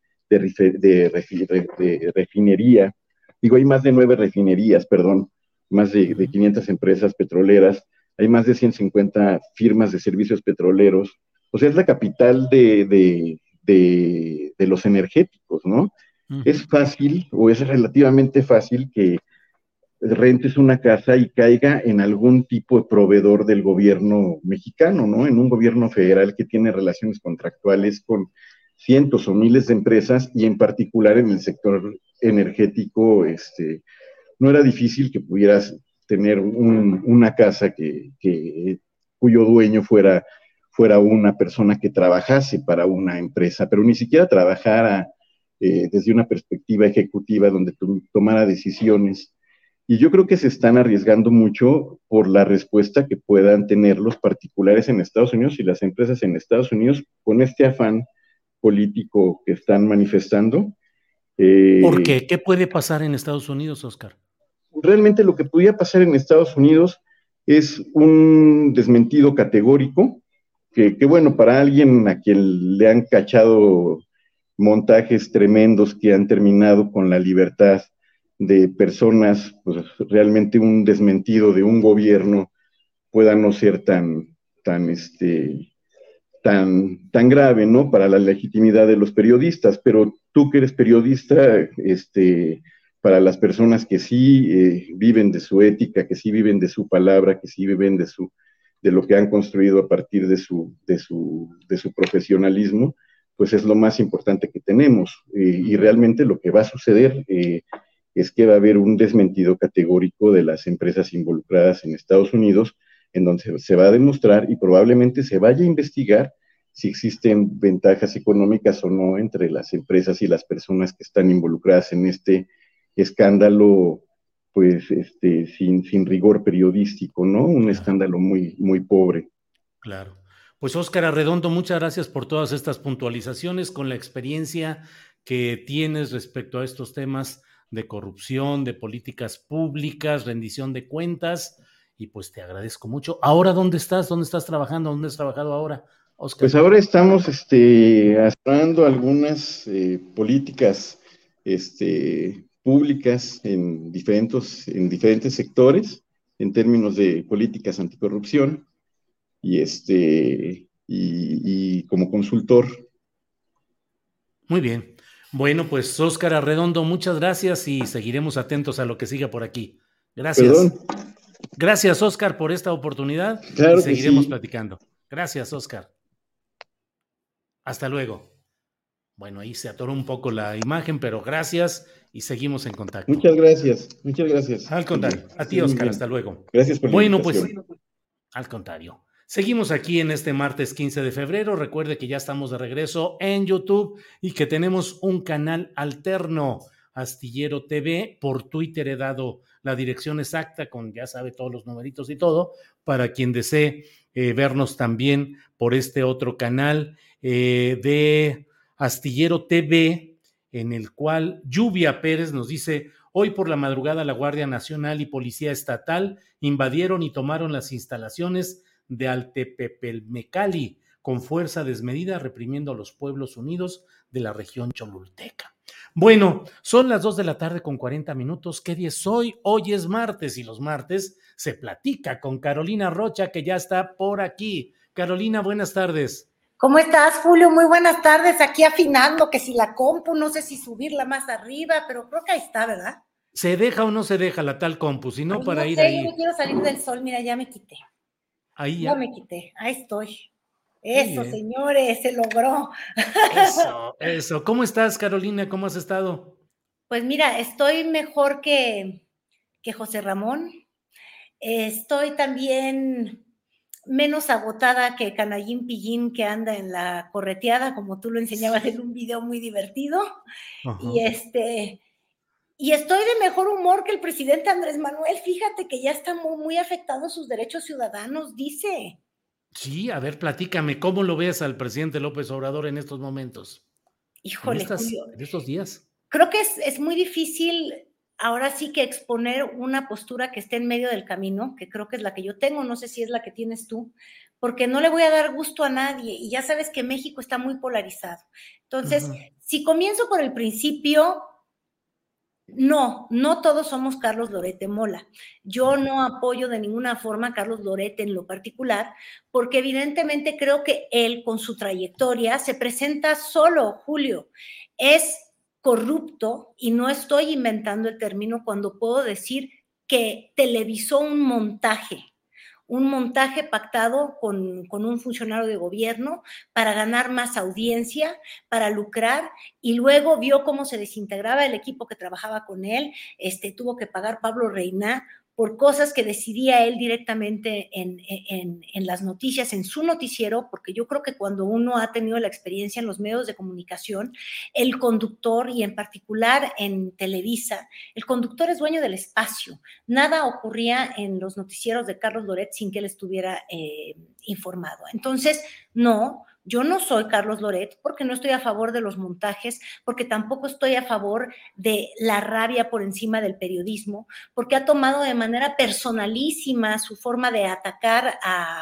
refinería. Digo, hay más de 9 refinerías, perdón, más de 500 empresas petroleras, hay más de 150 firmas de servicios petroleros. O sea, es la capital de los energéticos, ¿no? Es fácil, o es relativamente fácil, que rentes una casa y caiga en algún tipo de proveedor del gobierno mexicano, ¿no? En un gobierno federal que tiene relaciones contractuales con cientos o miles de empresas, y en particular en el sector energético, no era difícil que pudieras tener una casa cuyo dueño fuera una persona que trabajase para una empresa, pero ni siquiera trabajara desde una perspectiva ejecutiva donde tomara decisiones. Y yo creo que se están arriesgando mucho por la respuesta que puedan tener los particulares en Estados Unidos y las empresas en Estados Unidos con este afán político que están manifestando. ¿Por qué? ¿Qué puede pasar en Estados Unidos, Oscar? Realmente lo que podría pasar en Estados Unidos es un desmentido categórico, que bueno, para alguien a quien le han cachado montajes tremendos que han terminado con la libertad de personas, pues realmente un desmentido de un gobierno pueda no ser tan grave, ¿no? Para la legitimidad de los periodistas. Pero tú que eres periodista, para las personas que sí viven de su ética, que sí viven de su palabra, que sí viven de lo que han construido a partir de su profesionalismo, pues es lo más importante que tenemos. Y realmente lo que va a suceder es que va a haber un desmentido categórico de las empresas involucradas en Estados Unidos, en donde se va a demostrar y probablemente se vaya a investigar si existen ventajas económicas o no entre las empresas y las personas que están involucradas en este escándalo, pues sin rigor periodístico, ¿no? Un escándalo muy, muy pobre. Claro. Pues Óscar Arredondo, muchas gracias por todas estas puntualizaciones con la experiencia que tienes respecto a estos temas de corrupción, de políticas públicas, rendición de cuentas, y pues te agradezco mucho. ¿Ahora dónde estás? ¿Dónde estás trabajando? ¿Dónde has trabajado ahora, Óscar? Pues ahora estamos aspirando algunas políticas públicas en diferentes sectores, en términos de políticas anticorrupción, y como consultor. Muy bien. Bueno, pues Óscar Arredondo, muchas gracias y seguiremos atentos a lo que siga por aquí. Gracias. Perdón. Gracias, Óscar, por esta oportunidad. Claro, y seguiremos sí. platicando. Gracias, Óscar. Hasta luego. Bueno, ahí se atoró un poco la imagen, pero gracias y seguimos en contacto. Muchas gracias, muchas gracias. Al contrario. A ti, Óscar, hasta luego. Gracias por la invitación. Pues, al contrario. Seguimos aquí en este martes 15 de febrero. Recuerde que ya estamos de regreso en YouTube y que tenemos un canal alterno, Astillero TV. Por Twitter he dado la dirección exacta con, ya sabe, todos los numeritos y todo, para quien desee vernos también por este otro canal de Astillero TV, en el cual Lluvia Pérez nos dice: hoy por la madrugada la Guardia Nacional y Policía Estatal invadieron y tomaron las instalaciones de Altepepelmecali con fuerza desmedida, reprimiendo a los pueblos unidos de la región cholulteca. Bueno, son las 2:40 p.m. ¿Qué día es hoy? Hoy es martes y los martes se platica con Carolina Rocha, que ya está por aquí. Carolina, buenas tardes. ¿Cómo estás, Julio? Muy buenas tardes. Aquí afinando que si la compu, no sé si subirla más arriba, pero creo que ahí está, ¿verdad? ¿Se deja o no se deja la tal compu? Si no, para no ir sé, ahí. Yo no quiero salir del sol, mira, ya me quité. Ahí ya. Ya me quité, ahí estoy. Eso, señores, se logró. Eso. ¿Cómo estás, Carolina? ¿Cómo has estado? Pues mira, estoy mejor que José Ramón. Estoy también menos agotada que Canallín Pillín, que anda en la correteada, como tú lo enseñabas en un video muy divertido. Uh-huh. Y estoy de mejor humor que el presidente Andrés Manuel. Fíjate que ya están muy afectados sus derechos ciudadanos, dice. Sí, a ver, platícame, ¿cómo lo ves al presidente López Obrador en estos momentos? Híjole, Julio, en estos días. Creo que es muy difícil ahora sí que exponer una postura que esté en medio del camino, que creo que es la que yo tengo, no sé si es la que tienes tú, porque no le voy a dar gusto a nadie, y ya sabes que México está muy polarizado. Entonces, si comienzo por el principio, no todos somos Carlos Loret de Mola. Yo no apoyo de ninguna forma a Carlos Loret en lo particular, porque evidentemente creo que él, con su trayectoria, se presenta solo, Julio. Es corrupto, y no estoy inventando el término cuando puedo decir que televisó un montaje pactado con un funcionario de gobierno para ganar más audiencia, para lucrar, y luego vio cómo se desintegraba el equipo que trabajaba con él. Tuvo que pagar Pablo Reina por cosas que decidía él directamente en las noticias, en su noticiero, porque yo creo que cuando uno ha tenido la experiencia en los medios de comunicación, el conductor, y en particular en Televisa, el conductor es dueño del espacio. Nada ocurría en los noticieros de Carlos Loret sin que él estuviera informado. Entonces, yo no soy Carlos Loret, porque no estoy a favor de los montajes, porque tampoco estoy a favor de la rabia por encima del periodismo, porque ha tomado de manera personalísima su forma de atacar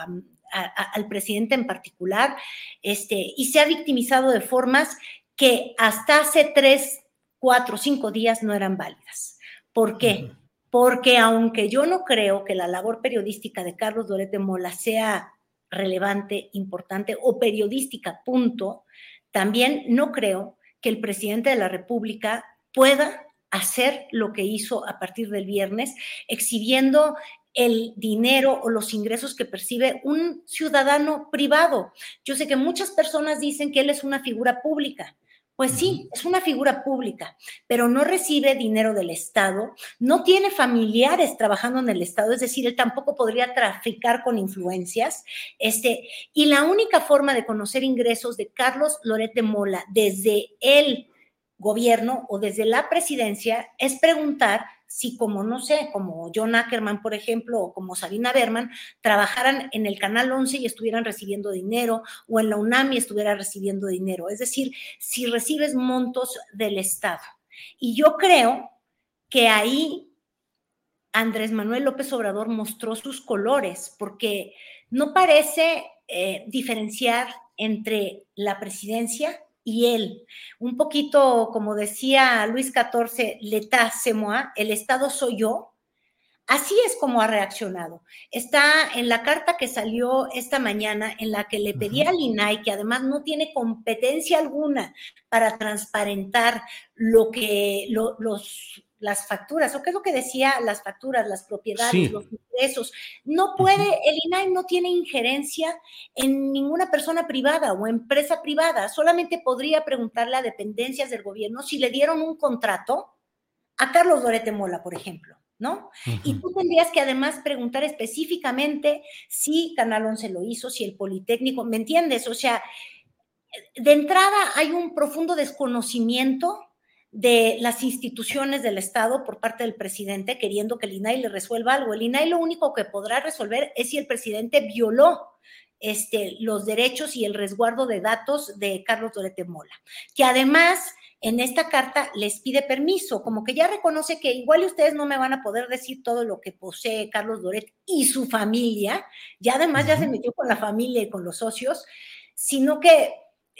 al presidente en particular, y se ha victimizado de formas que hasta hace 3, 4, 5 días no eran válidas. ¿Por qué? Porque aunque yo no creo que la labor periodística de Carlos Loret de Mola sea relevante, importante o periodística, punto, también no creo que el presidente de la República pueda hacer lo que hizo a partir del viernes, exhibiendo el dinero o los ingresos que percibe un ciudadano privado. Yo sé que muchas personas dicen que él es una figura pública. Pues sí, es una figura pública, pero no recibe dinero del Estado, no tiene familiares trabajando en el Estado, es decir, él tampoco podría traficar con influencias, y la única forma de conocer ingresos de Carlos Loret de Mola desde el gobierno o desde la presidencia es preguntar si, como no sé, como John Ackerman, por ejemplo, o como Sabina Berman, trabajaran en el Canal 11 y estuvieran recibiendo dinero, o en la UNAM y estuviera recibiendo dinero. Es decir, si recibes montos del Estado. Y yo creo que ahí Andrés Manuel López Obrador mostró sus colores, porque no parece diferenciar entre la presidencia y él. Un poquito, como decía Luis XIV, l'état c'est moi, el Estado soy yo. Así es como ha reaccionado. Está en la carta que salió esta mañana, en la que le pedía al INAI, que además no tiene competencia alguna para transparentar las facturas, o qué es lo que decía, las facturas, las propiedades, sí, los ingresos. No puede, el INAI no tiene injerencia en ninguna persona privada o empresa privada, solamente podría preguntarle a dependencias del gobierno si le dieron un contrato a Carlos Loret de Mola, por ejemplo, ¿no? Y tú tendrías que además preguntar específicamente si Canal 11 lo hizo, si el Politécnico, ¿me entiendes? O sea, de entrada hay un profundo desconocimiento de las instituciones del Estado por parte del presidente, queriendo que el INAI le resuelva algo. El INAI lo único que podrá resolver es si el presidente violó los derechos y el resguardo de datos de Carlos Loret de Mola, que además en esta carta les pide permiso, como que ya reconoce que igual ustedes no me van a poder decir todo lo que posee Carlos Loret y su familia, ya además ya se metió con la familia y con los socios, sino que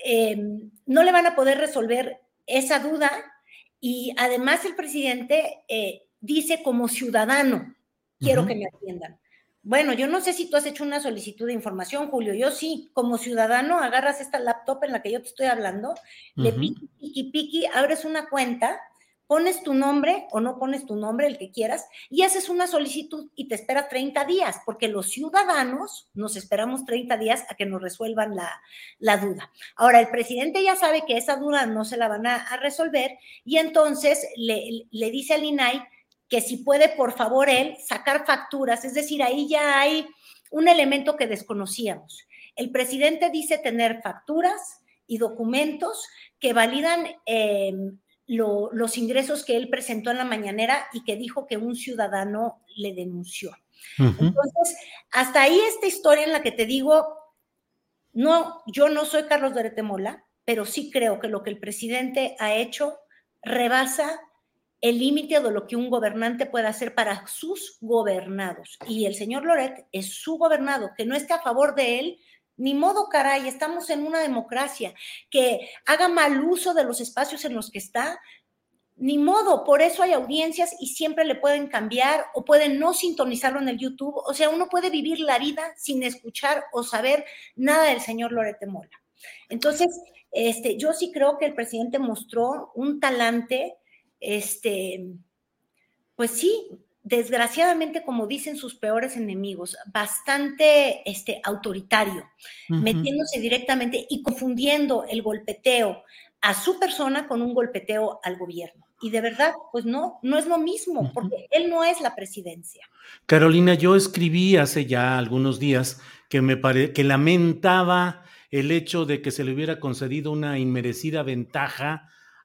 no le van a poder resolver esa duda. Y además el presidente dice como ciudadano, quiero que me atiendan. Bueno, yo no sé si tú has hecho una solicitud de información, Julio, yo sí, como ciudadano agarras esta laptop en la que yo te estoy hablando, le piqui, abres una cuenta, pones tu nombre o no pones tu nombre, el que quieras, y haces una solicitud y te esperas 30 días, porque los ciudadanos nos esperamos 30 días a que nos resuelvan la duda. Ahora, el presidente ya sabe que esa duda no se la van a resolver y entonces le dice al INAI que si puede, por favor, él sacar facturas, es decir, ahí ya hay un elemento que desconocíamos. El presidente dice tener facturas y documentos que validan los ingresos que él presentó en la mañanera y que dijo que un ciudadano le denunció. Entonces, hasta ahí esta historia en la que te digo, no, yo no soy Carlos Loret de Mola, pero sí creo que lo que el presidente ha hecho rebasa el límite de lo que un gobernante puede hacer para sus gobernados. Y el señor Loret es su gobernado, que no esté a favor de él, ni modo, caray, estamos en una democracia, que haga mal uso de los espacios en los que está, ni modo, por eso hay audiencias y siempre le pueden cambiar o pueden no sintonizarlo en el YouTube, o sea, uno puede vivir la vida sin escuchar o saber nada del señor Loret de Mola. Entonces, yo sí creo que el presidente mostró un talante, pues sí, desgraciadamente, como dicen sus peores enemigos, bastante autoritario, metiéndose directamente y confundiendo el golpeteo a su persona con un golpeteo al gobierno. Y de verdad, pues no es lo mismo, porque él no es la presidencia. Carolina, yo escribí hace ya algunos días que lamentaba el hecho de que se le hubiera concedido una inmerecida ventaja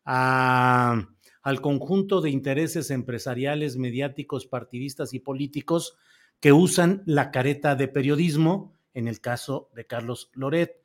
al conjunto de intereses empresariales, mediáticos, partidistas y políticos que usan la careta de periodismo, en el caso de Carlos Loret.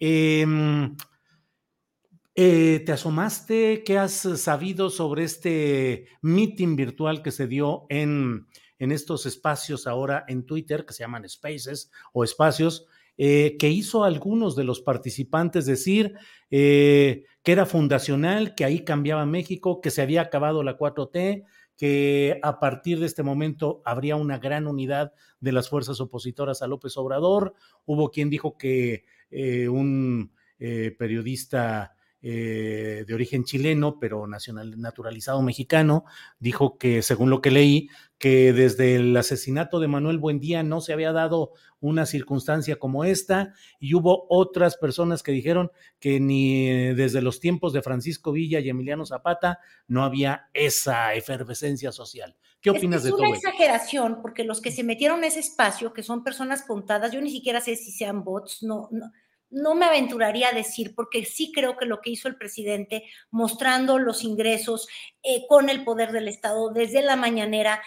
¿Te asomaste? ¿Qué has sabido sobre este meeting virtual que se dio en estos espacios ahora en Twitter, que se llaman Spaces o espacios, que hizo a algunos de los participantes decir que era fundacional, que ahí cambiaba México, que se había acabado la 4T, que a partir de este momento habría una gran unidad de las fuerzas opositoras a López Obrador? Hubo quien dijo que un periodista de origen chileno, pero naturalizado mexicano, dijo que, según lo que leí, que desde el asesinato de Manuel Buendía no se había dado una circunstancia como esta, y hubo otras personas que dijeron que ni desde los tiempos de Francisco Villa y Emiliano Zapata no había esa efervescencia social. ¿Qué opinas de todo Es una ello? exageración, porque los que se metieron a ese espacio, que son personas contadas, yo ni siquiera sé si sean bots, no me aventuraría a decir, porque sí creo que lo que hizo el presidente, mostrando los ingresos con el poder del Estado desde la mañanera,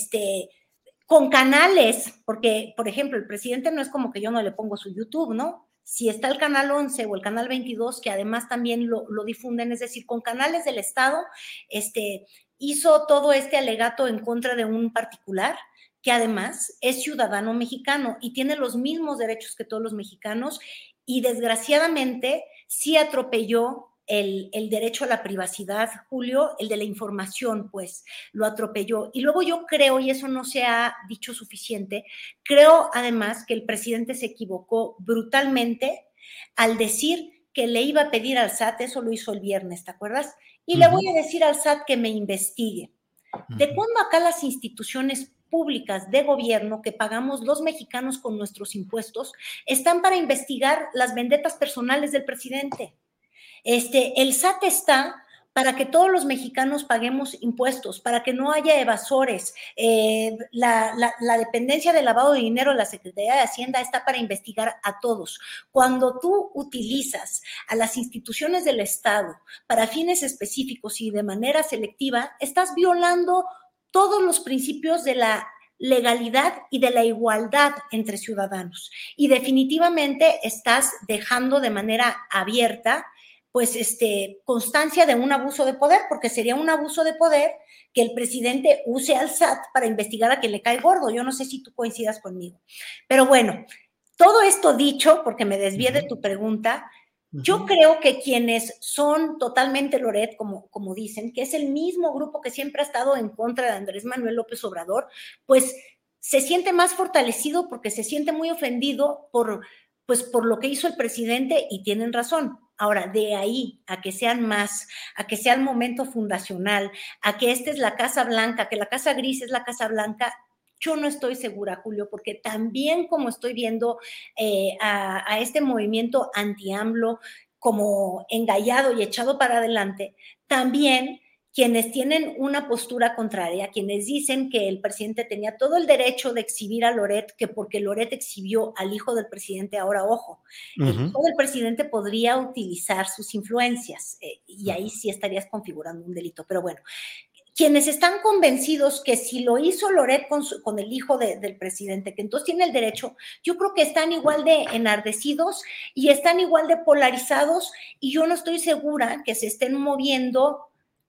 con canales, porque, por ejemplo, el presidente no es como que yo no le pongo su YouTube, ¿no? Si está el canal 11 o el canal 22, que además también lo difunden, es decir, con canales del Estado, hizo todo este alegato en contra de un particular que además es ciudadano mexicano y tiene los mismos derechos que todos los mexicanos, y desgraciadamente sí atropelló el derecho a la privacidad, Julio, el de la información, pues lo atropelló. Y luego yo creo, y eso no se ha dicho suficiente, creo además que el presidente se equivocó brutalmente al decir que le iba a pedir al SAT, eso lo hizo el viernes, ¿te acuerdas? Y le voy a decir al SAT que me investigue. ¿De cuándo acá las instituciones públicas de gobierno que pagamos los mexicanos con nuestros impuestos están para investigar las vendetas personales del presidente? El SAT está para que todos los mexicanos paguemos impuestos, para que no haya evasores. La dependencia de lavado de dinero de la Secretaría de Hacienda está para investigar a todos. Cuando tú utilizas a las instituciones del Estado para fines específicos y de manera selectiva, estás violando todos los principios de la legalidad y de la igualdad entre ciudadanos. Y definitivamente estás dejando de manera abierta pues constancia de un abuso de poder, porque sería un abuso de poder que el presidente use al SAT para investigar a quien le cae gordo. Yo no sé si tú coincidas conmigo. Pero bueno, todo esto dicho, porque me desvié de tu pregunta, yo creo que quienes son totalmente Loret, como dicen, que es el mismo grupo que siempre ha estado en contra de Andrés Manuel López Obrador, pues se siente más fortalecido porque se siente muy ofendido por lo que hizo el presidente, y tienen razón. Ahora, de ahí a que sean más, a que sea el momento fundacional, a que esta es la Casa Blanca, que la Casa Gris es la Casa Blanca, yo no estoy segura, Julio, porque también como estoy viendo a este movimiento anti-AMLO como engallado y echado para adelante, también quienes tienen una postura contraria, quienes dicen que el presidente tenía todo el derecho de exhibir a Loret, que porque Loret exhibió al hijo del presidente, ahora ojo, el hijo del presidente podría utilizar sus influencias y ahí sí estarías configurando un delito, pero bueno. Quienes están convencidos que si lo hizo Loret con el hijo del presidente, que entonces tiene el derecho, yo creo que están igual de enardecidos y están igual de polarizados, y yo no estoy segura que se estén moviendo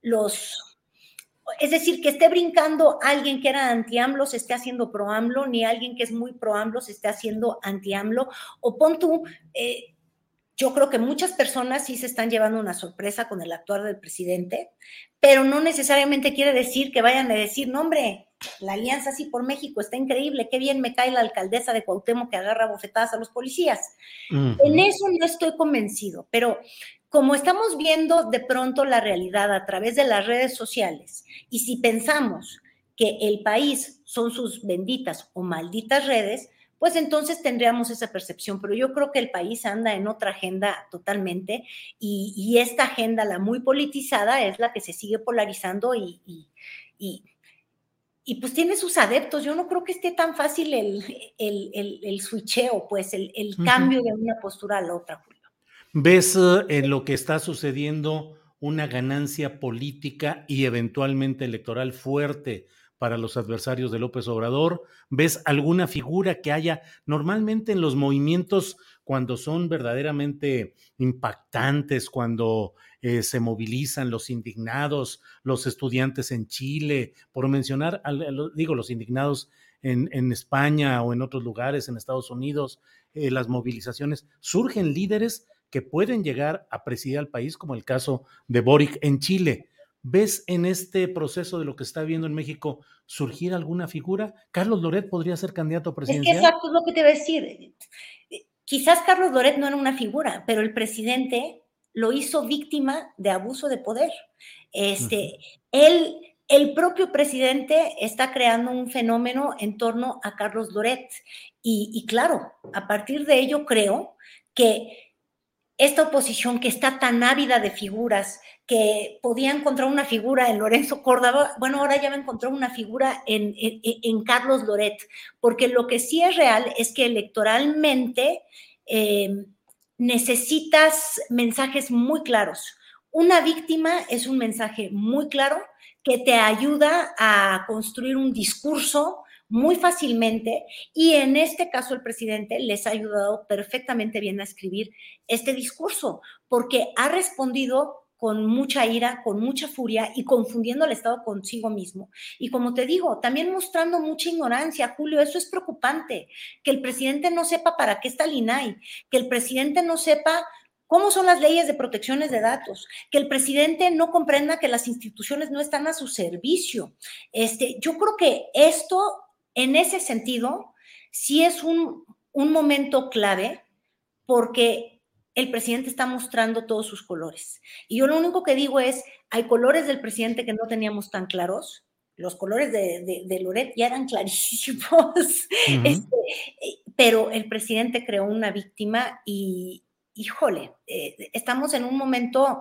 es decir, que esté brincando alguien que era anti-AMLO se esté haciendo pro-AMLO, ni alguien que es muy pro-AMLO se esté haciendo anti-AMLO, o pon tú, yo creo que muchas personas sí se están llevando una sorpresa con el actuar del presidente, pero no necesariamente quiere decir que vayan a decir, no hombre, la Alianza Sí por México está increíble, qué bien me cae la alcaldesa de Cuauhtémoc que agarra bofetadas a los policías. En eso no estoy convencido, pero como estamos viendo de pronto la realidad a través de las redes sociales, y si pensamos que el país son sus benditas o malditas redes, pues entonces tendríamos esa percepción, pero yo creo que el país anda en otra agenda totalmente, y esta agenda, la muy politizada, es la que se sigue polarizando y pues tiene sus adeptos. Yo no creo que esté tan fácil el switcheo, pues el cambio de una postura a la otra, Julio. ¿Ves en lo que está sucediendo una ganancia política y eventualmente electoral fuerte para los adversarios de López Obrador? ¿Ves alguna figura que haya normalmente en los movimientos cuando son verdaderamente impactantes, cuando se movilizan los indignados, los estudiantes en Chile, por mencionar, los indignados en España o en otros lugares, en Estados Unidos, las movilizaciones, surgen líderes que pueden llegar a presidir al país, como el caso de Boric en Chile? ¿Ves en este proceso de lo que está viendo en México surgir alguna figura? ¿Carlos Loret podría ser candidato presidencial? Es que exacto es lo que te voy a decir. Quizás Carlos Loret no era una figura, pero el presidente lo hizo víctima de abuso de poder. El propio presidente está creando un fenómeno en torno a Carlos Loret. Y claro, a partir de ello creo que esta oposición que está tan ávida de figuras, que podía encontrar una figura en Lorenzo Córdoba, bueno, ahora ya va a encontrar una figura en Carlos Loret, porque lo que sí es real es que electoralmente necesitas mensajes muy claros. Una víctima es un mensaje muy claro que te ayuda a construir un discurso muy fácilmente, y en este caso el presidente les ha ayudado perfectamente bien a escribir este discurso, porque ha respondido con mucha ira, con mucha furia y confundiendo al Estado consigo mismo. Y como te digo, también mostrando mucha ignorancia, Julio, eso es preocupante, que el presidente no sepa para qué está el INAI, que el presidente no sepa cómo son las leyes de protecciones de datos, que el presidente no comprenda que las instituciones no están a su servicio. Yo creo que esto, en ese sentido, sí es un momento clave, porque el presidente está mostrando todos sus colores. Y yo lo único que digo es, hay colores del presidente que no teníamos tan claros. Los colores de Loret ya eran clarísimos. Pero el presidente creó una víctima y, híjole, estamos en un momento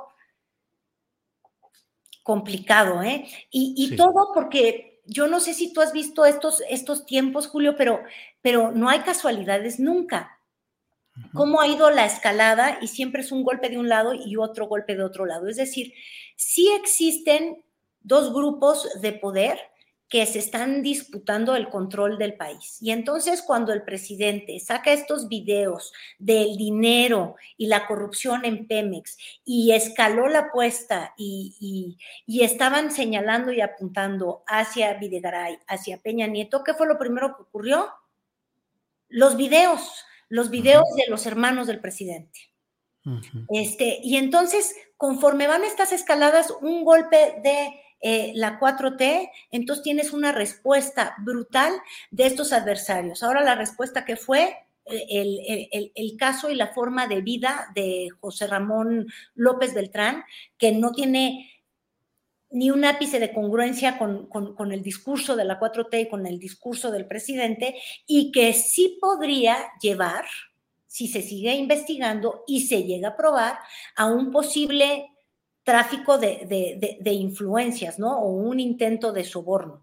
complicado, ¿eh? Y sí. Todo porque yo no sé si tú has visto estos tiempos, Julio, pero no hay casualidades nunca. Cómo ha ido la escalada, y siempre es un golpe de un lado y otro golpe de otro lado. Es decir, sí existen dos grupos de poder que se están disputando el control del país. Y entonces, cuando el presidente saca estos videos del dinero y la corrupción en Pemex y escaló la apuesta y estaban señalando y apuntando hacia Videgaray, hacia Peña Nieto, ¿qué fue lo primero que ocurrió? Los videos de los hermanos del presidente. Y entonces, conforme van estas escaladas, un golpe de la 4T, entonces tienes una respuesta brutal de estos adversarios. Ahora la respuesta que fue el caso y la forma de vida de José Ramón López Beltrán, que no tiene ni un ápice de congruencia con el discurso de la 4T y con el discurso del presidente, y que sí podría llevar, si se sigue investigando y se llega a probar, a un posible tráfico de influencias, ¿no? O un intento de soborno.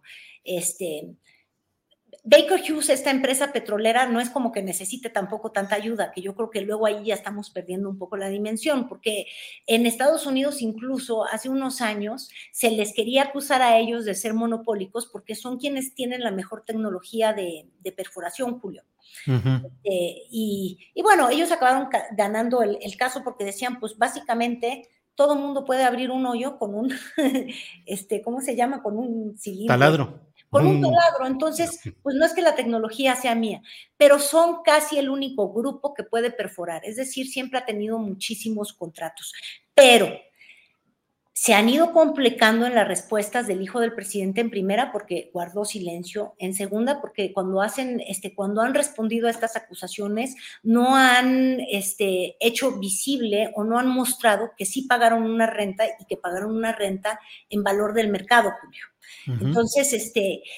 Baker Hughes, esta empresa petrolera, no es como que necesite tampoco tanta ayuda, que yo creo que luego ahí ya estamos perdiendo un poco la dimensión, porque en Estados Unidos incluso hace unos años se les quería acusar a ellos de ser monopólicos porque son quienes tienen la mejor tecnología de perforación, Julio. Y bueno, ellos acabaron ganando el caso porque decían, pues básicamente todo mundo puede abrir un hoyo con un, ¿cómo se llama? Con un cilindro. Taladro. Con un taladro. Entonces, pues no es que la tecnología sea mía, pero son casi el único grupo que puede perforar. Es decir, siempre ha tenido muchísimos contratos. Pero se han ido complicando en las respuestas del hijo del presidente, en primera porque guardó silencio, en segunda porque cuando han respondido a estas acusaciones no han hecho visible o no han mostrado que sí pagaron una renta y que pagaron una renta en valor del mercado, Julio. Entonces,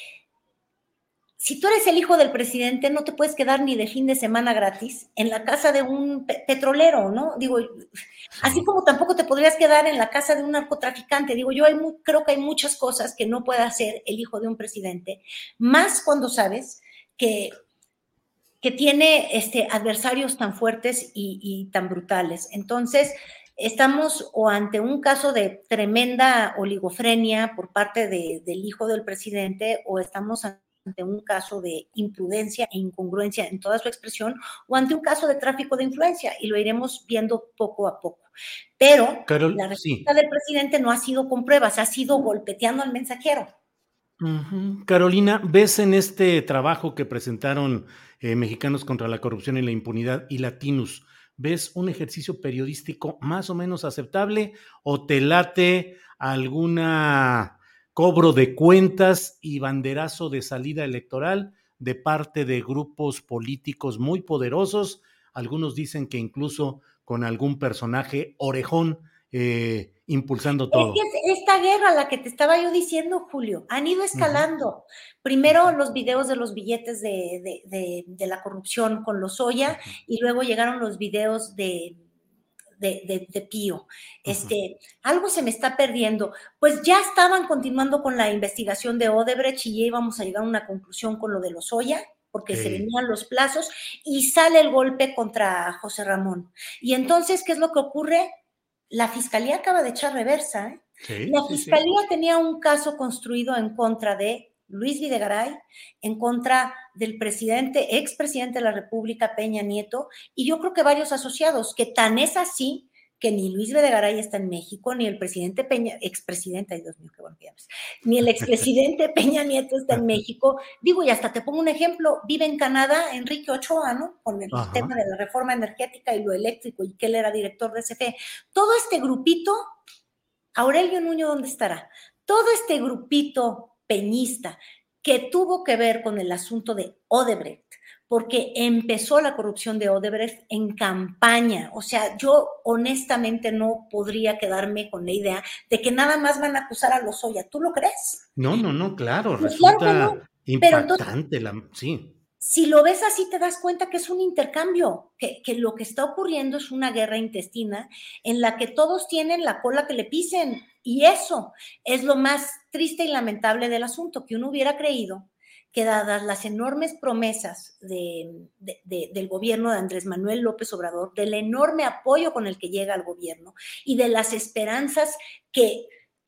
si tú eres el hijo del presidente, no te puedes quedar ni de fin de semana gratis en la casa de un petrolero, ¿no? Digo, así como tampoco te podrías quedar en la casa de un narcotraficante. Digo, yo creo que hay muchas cosas que no puede hacer el hijo de un presidente, más cuando sabes que tiene adversarios tan fuertes y tan brutales. Entonces, estamos o ante un caso de tremenda oligofrenia por parte del hijo del presidente, o estamos ante un caso de imprudencia e incongruencia en toda su expresión, o ante un caso de tráfico de influencia, y lo iremos viendo poco a poco. Pero la respuesta del presidente no ha sido con pruebas, ha sido golpeteando al mensajero. Carolina, ¿ves en este trabajo que presentaron Mexicanos contra la Corrupción y la Impunidad y Latinus, ves un ejercicio periodístico más o menos aceptable, o te late alguna cobro de cuentas y banderazo de salida electoral de parte de grupos políticos muy poderosos? Algunos dicen que incluso con algún personaje orejón impulsando todo. Es que esta guerra, la que te estaba yo diciendo, Julio, han ido escalando. Primero los videos de los billetes de la corrupción con Lozoya, y luego llegaron los videos de Pío. Algo se me está perdiendo. Pues ya estaban continuando con la investigación de Odebrecht y ya íbamos a llegar a una conclusión con lo de Lozoya, porque se venían los plazos, y sale el golpe contra José Ramón. Y entonces, ¿qué es lo que ocurre? La fiscalía acaba de echar reversa, ¿eh? Sí, La fiscalía tenía un caso construido en contra de Luis Videgaray, en contra del expresidente de la República, Peña Nieto, y yo creo que varios asociados, que tan es así que ni Luis Videgaray está en México, ni el presidente expresidente, ay Dios mío, qué bueno que llamas, ni el expresidente Peña Nieto está en México. Digo, y hasta te pongo un ejemplo, vive en Canadá Enrique Ochoa, ¿no? Con el tema de la reforma energética y lo eléctrico, y que él era director de CFE. Todo este grupito, Aurelio Nuño, ¿dónde estará? Todo este grupito peñista que tuvo que ver con el asunto de Odebrecht, porque empezó la corrupción de Odebrecht en campaña. O sea, yo honestamente no podría quedarme con la idea de que nada más van a acusar a Lozoya. ¿Tú lo crees? No, claro, Pues resulta claro que no. impactante. Sí. Si lo ves así, te das cuenta que es un intercambio, que lo que está ocurriendo es una guerra intestina en la que todos tienen la cola que le pisen. Y eso es lo más triste y lamentable del asunto, que uno hubiera creído que, dadas las enormes promesas del gobierno de Andrés Manuel López Obrador, del enorme apoyo con el que llega al gobierno y de las esperanzas que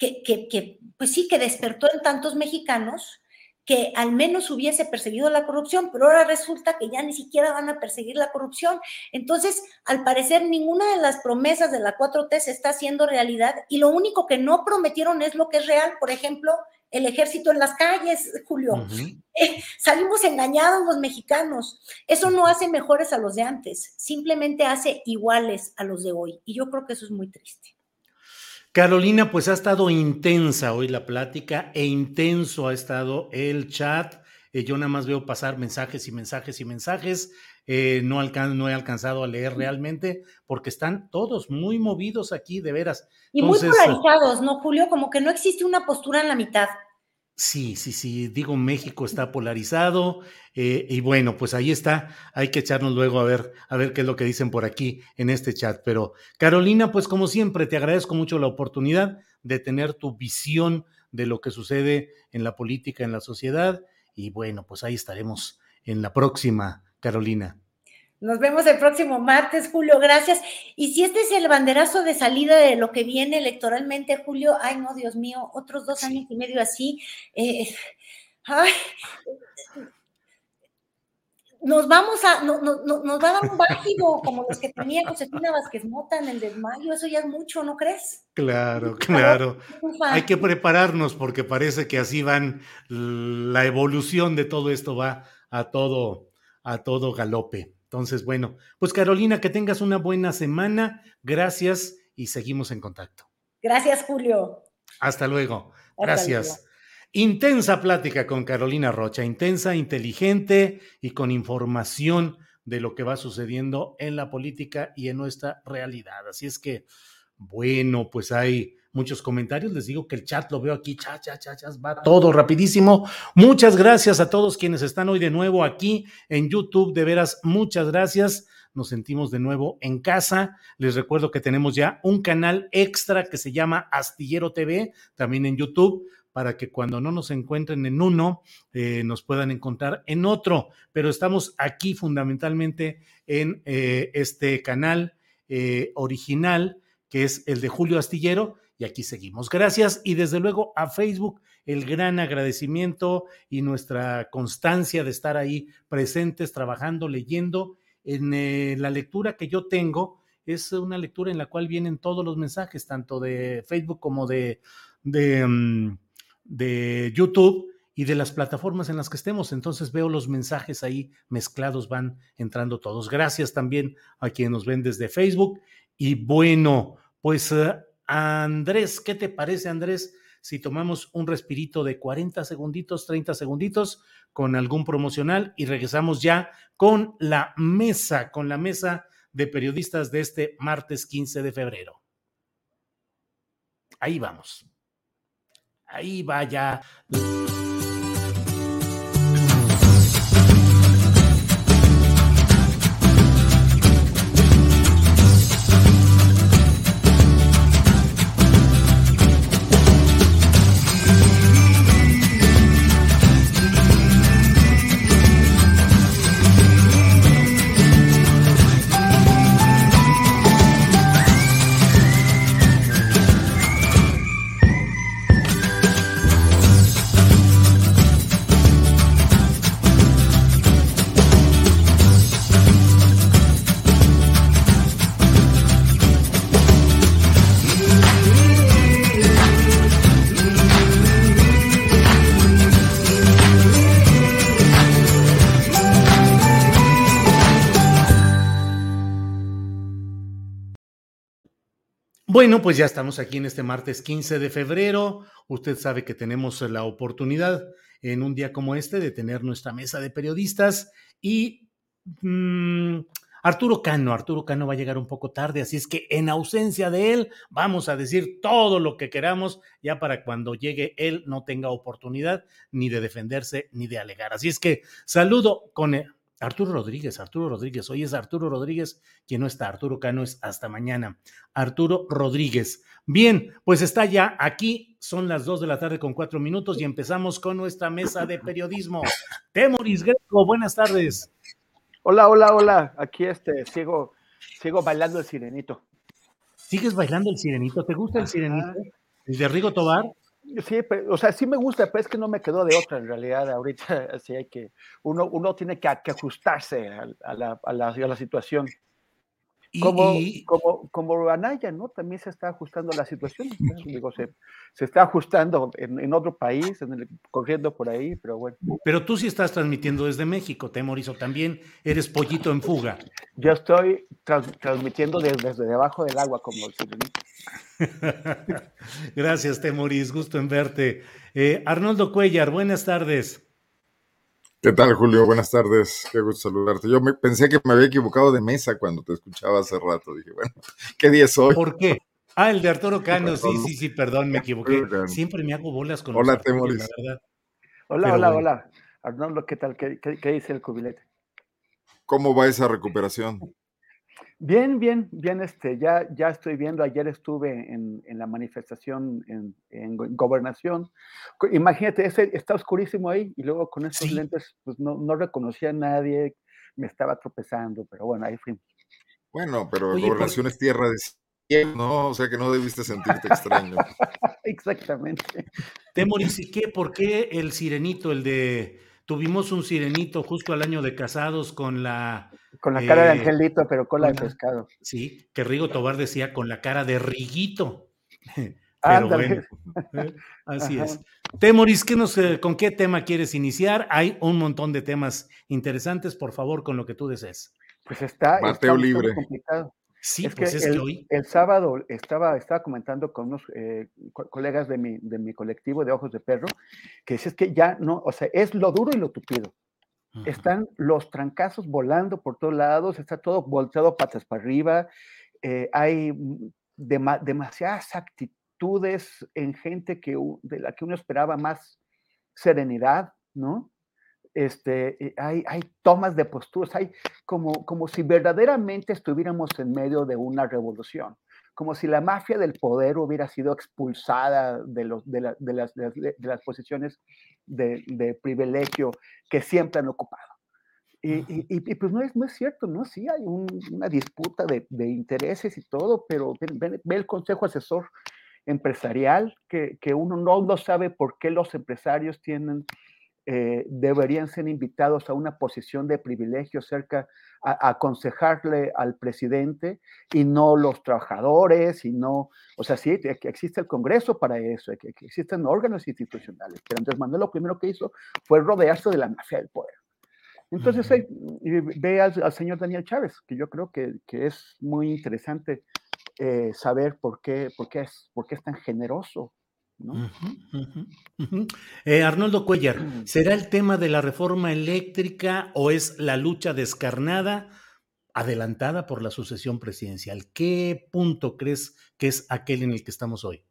pues sí, que despertó en tantos mexicanos, que al menos hubiese perseguido la corrupción, pero ahora resulta que ya ni siquiera van a perseguir la corrupción. Entonces, al parecer, ninguna de las promesas de la 4T se está haciendo realidad, y lo único que no prometieron es lo que es real. Por ejemplo, el ejército en las calles, Julio. Salimos engañados los mexicanos. Eso no hace mejores a los de antes, simplemente hace iguales a los de hoy, y yo creo que eso es muy triste. Carolina, pues ha estado intensa hoy la plática e intenso ha estado el chat. Yo nada más veo pasar mensajes y mensajes y mensajes. No he alcanzado a leer realmente porque están todos muy movidos aquí, de veras. Y entonces, muy polarizados, ¿no, Julio? Como que no existe una postura en la mitad. Sí. Digo, México está polarizado y bueno, pues ahí está. Hay que echarnos luego a ver qué es lo que dicen por aquí en este chat. Pero Carolina, pues como siempre, te agradezco mucho la oportunidad de tener tu visión de lo que sucede en la política, en la sociedad. Y bueno, pues ahí estaremos en la próxima, Carolina. Nos vemos el próximo martes, Julio, gracias. Y si este es el banderazo de salida de lo que viene electoralmente, Julio, ay no, Dios mío, otros 2 años y medio así, nos va a dar un vértigo como los que tenía Josefina Vázquez Mota en el desmayo. Eso ya es mucho, ¿no crees? Claro. Hay que prepararnos porque parece que así van, la evolución de todo esto va a todo galope. Entonces, bueno, pues Carolina, que tengas una buena semana. Gracias y seguimos en contacto. Gracias, Julio. Hasta luego. Gracias. Hasta luego. Intensa plática con Carolina Rocha, intensa, inteligente y con información de lo que va sucediendo en la política y en nuestra realidad. Así es que, bueno, pues hay muchos comentarios. Les digo que el chat lo veo aquí, va todo rapidísimo. Muchas gracias a todos quienes están hoy de nuevo aquí en YouTube. De veras, muchas gracias. Nos sentimos de nuevo en casa. Les recuerdo que tenemos ya un canal extra que se llama Astillero TV, también en YouTube, para que cuando no nos encuentren en uno, nos puedan encontrar en otro. Pero estamos aquí fundamentalmente en este canal original, que es el de Julio Astillero, y aquí seguimos. Gracias, y desde luego a Facebook, el gran agradecimiento y nuestra constancia de estar ahí presentes, trabajando, leyendo. En la lectura que yo tengo, es una lectura en la cual vienen todos los mensajes, tanto de Facebook como de YouTube y de las plataformas en las que estemos. Entonces veo los mensajes ahí mezclados, van entrando todos. Gracias también a quienes nos ven desde Facebook. Y bueno, pues Andrés, ¿qué te parece, Andrés, si tomamos un respirito de 40 segunditos, 30 segunditos con algún promocional y regresamos ya con la mesa de periodistas de este martes 15 de febrero. Ahí vamos. Ahí va ya. Bueno, pues ya estamos aquí en este martes 15 de febrero. Usted sabe que tenemos la oportunidad en un día como este de tener nuestra mesa de periodistas y Arturo Cano va a llegar un poco tarde, así es que en ausencia de él vamos a decir todo lo que queramos ya para cuando llegue él no tenga oportunidad ni de defenderse ni de alegar. Así es que saludo con Arturo Rodríguez, hoy es Arturo Rodríguez quien no está, Arturo Cano es hasta mañana. Arturo Rodríguez. Bien, pues está ya aquí, son las 2:04 y empezamos con nuestra mesa de periodismo. Temoris Greco, buenas tardes. Hola, aquí sigo bailando el sirenito. ¿Sigues bailando el sirenito? ¿Te gusta el sirenito? ¿El de Rigo Tobar? Sí, o sea, sí me gusta, pero es que no me quedó de otra en realidad. Ahorita así hay que, uno tiene que ajustarse a la situación. Como Anaya, ¿no? También se está ajustando a la situación. Digo, se está ajustando en otro país, corriendo por ahí, pero bueno. Pero tú sí estás transmitiendo desde México, Temoris, o también eres pollito en fuga. Yo estoy transmitiendo desde debajo del agua, como el sirenito. Gracias, Temoris, gusto en verte. Arnoldo Cuellar, buenas tardes. ¿Qué tal, Julio? Buenas tardes, qué gusto saludarte. Yo pensé que me había equivocado de mesa cuando te escuchaba hace rato. Dije, bueno, ¿qué día es hoy? ¿Por qué? El de Arturo Cano, sí, perdón, me equivoqué. Siempre me hago bolas con Hola, los Temoris. la verdad. Hola. Arnoldo, ¿qué tal? ¿Qué dice el cubilete? ¿Cómo va esa recuperación? Bien, ya estoy viendo, ayer estuve en la manifestación en Gobernación. Imagínate, está oscurísimo ahí y luego con estos lentes pues no reconocía a nadie, me estaba tropezando, pero bueno, ahí fui. Bueno, pero Gobernación es tierra de cielo, ¿no? O sea que no debiste sentirte extraño. Exactamente. Temoris, ¿y qué? ¿Por qué el sirenito, tuvimos un sirenito justo al año de casados con la cara de angelito, pero cola de pescado. Sí, que Rigo Tobar decía con la cara de Riguito. Pero bueno, así es. Temoris, ¿con qué tema quieres iniciar? Hay un montón de temas interesantes, por favor, con lo que tú desees. Pues está libre. Complicado. Sí, es pues que que hoy... El sábado estaba comentando con unos colegas de mi colectivo de Ojos de Perro, que es que ya no, o sea, es lo duro y lo tupido. Están los trancazos volando por todos lados, está todo volteado patas para arriba, hay demasiadas actitudes en gente de la que uno esperaba más serenidad, ¿no? Hay tomas de posturas, hay como si verdaderamente estuviéramos en medio de una revolución, como si la mafia del poder hubiera sido expulsada de las posiciones de privilegio que siempre han ocupado. Y pues no es cierto, ¿no? Sí hay una disputa de intereses y todo, pero ve el Consejo Asesor Empresarial, que uno no sabe por qué los empresarios deberían ser invitados a una posición de privilegio a aconsejarle al presidente y no los trabajadores, o sea, sí, que existe el Congreso para eso, que existen órganos institucionales, pero Andrés Manuel lo primero que hizo fue rodearse de la mafia del poder. Entonces, ve al señor Daniel Chávez, que yo creo que es muy interesante saber por qué es tan generoso, ¿no? Arnoldo Cuellar, ¿será el tema de la reforma eléctrica o es la lucha descarnada adelantada por la sucesión presidencial. ¿Qué punto crees que es aquel en el que estamos hoy?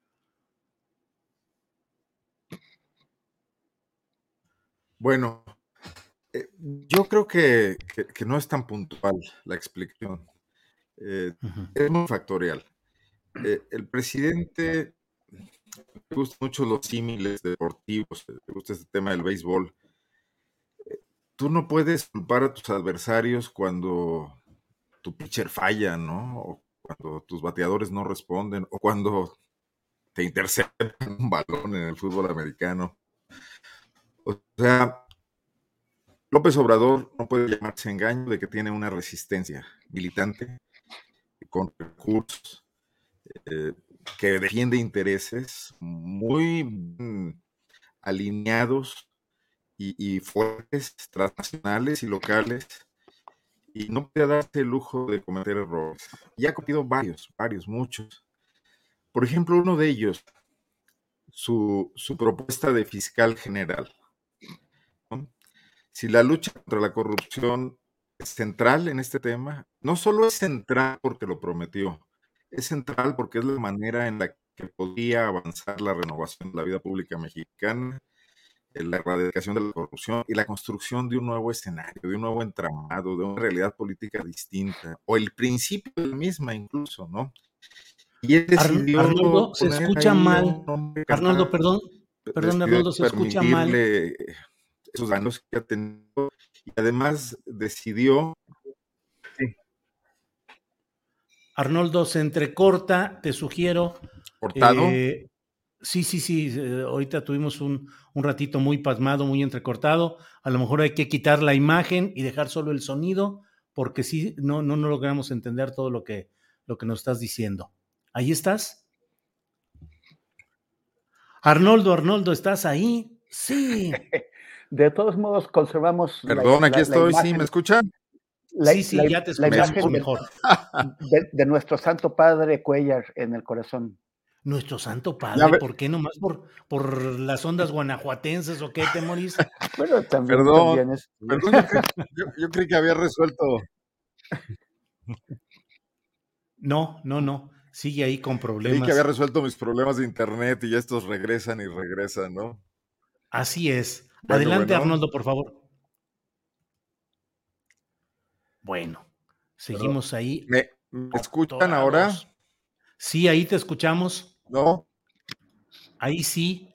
Bueno, yo creo que no es tan puntual la explicación. Es muy factorial. El presidente, me gustan mucho los símiles deportivos, me gusta este tema del béisbol. Tú no puedes culpar a tus adversarios cuando tu pitcher falla, ¿no? O cuando tus bateadores no responden, o cuando te interceptan un balón en el fútbol americano. O sea, López Obrador no puede llamarse engaño de que tiene una resistencia militante con recursos, que defiende intereses muy alineados y fuertes, transnacionales y locales, y no puede darse el lujo de cometer errores. Y ha cometido varios, muchos. Por ejemplo, uno de ellos, su propuesta de fiscal general, ¿no? Si la lucha contra la corrupción es central en este tema, no solo es central porque lo prometió, es central porque es la manera en la que podía avanzar la renovación de la vida pública mexicana, la erradicación de la corrupción y la construcción de un nuevo escenario, de un nuevo entramado, de una realidad política distinta, o el principio de la misma incluso, ¿no? Y él decidió Arnoldo, se escucha mal. Arnoldo, perdón, Arnoldo, se escucha mal. Esos daños que ha tenido, y además decidió... Sí. Arnoldo, se entrecorta, te sugiero... ¿Cortado? Sí, ahorita tuvimos un ratito muy pasmado, muy entrecortado. A lo mejor hay que quitar la imagen y dejar solo el sonido, porque sí, no logramos entender todo lo que nos estás diciendo. ¿Ahí estás? Arnoldo, ¿estás ahí? Sí. De todos modos, conservamos... Perdón, aquí estoy, imagen, ¿sí me escuchan? Sí, ya te escuchamos mejor. De nuestro Santo Padre Cuéllar en el corazón. Nuestro Santo Padre, ¿por qué nomás por las ondas guanajuatenses o qué, Temoris? Bueno, también, perdón, yo creí que había resuelto. No, sigue ahí con problemas. Creí que había resuelto mis problemas de internet y ya estos regresan, ¿no? Así es. Adelante, Arnoldo, por favor. Bueno, seguimos ahí. ¿Me escuchan ahora? Sí, ahí te escuchamos. ¿No? Ahí sí.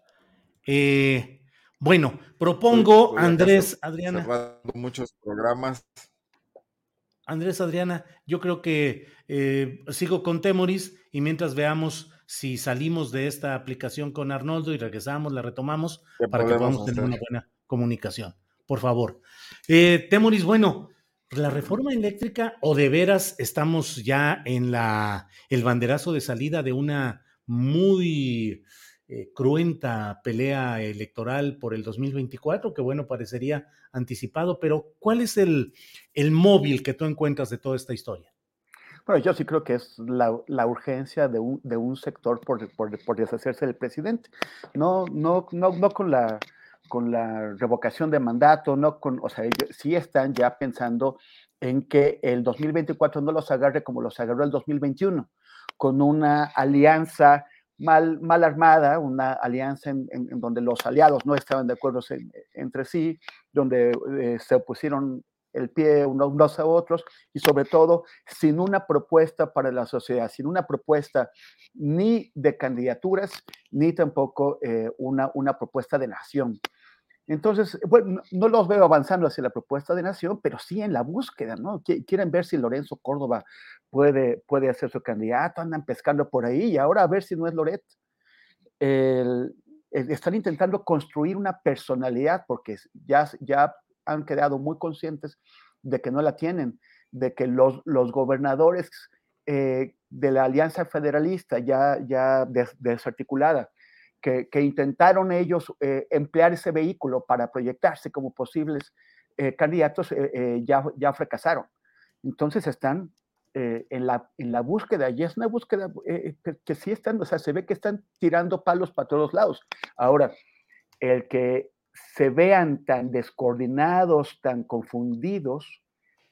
Bueno, propongo, Andrés, Adriana. Cerrando muchos programas. Andrés, Adriana, yo creo que sigo con Temoris y mientras veamos si salimos de esta aplicación con Arnoldo y regresamos, la retomamos para que podamos tener una buena comunicación. Por favor. Temoris, bueno, la reforma eléctrica, o de veras estamos ya en el banderazo de salida de una muy cruenta pelea electoral por el 2024, que bueno, parecería anticipado, pero ¿cuál es el móvil que tú encuentras de toda esta historia? Bueno, yo sí creo que es la urgencia de un sector por deshacerse del presidente. No con la revocación de mandato, o sea, ellos sí están ya pensando en que el 2024 no los agarre como los agarró el 2021, con una alianza mal armada, una alianza en donde los aliados no estaban de acuerdo entre sí, donde se opusieron el pie unos a otros, y sobre todo sin una propuesta para la sociedad, sin una propuesta ni de candidaturas, ni tampoco una propuesta de nación. Entonces, bueno, no los veo avanzando hacia la propuesta de nación, pero sí en la búsqueda, ¿no? Quieren ver si Lorenzo Córdoba puede hacer su candidato, andan pescando por ahí, y ahora a ver si no es Loret. Están intentando construir una personalidad, porque ya han quedado muy conscientes de que no la tienen, de que los gobernadores de la Alianza Federalista ya desarticulada, que intentaron ellos emplear ese vehículo para proyectarse como posibles candidatos, ya fracasaron. Entonces están en la búsqueda, y es una búsqueda que sí están, o sea, se ve que están tirando palos para todos lados. Ahora, el que se vean tan descoordinados, tan confundidos,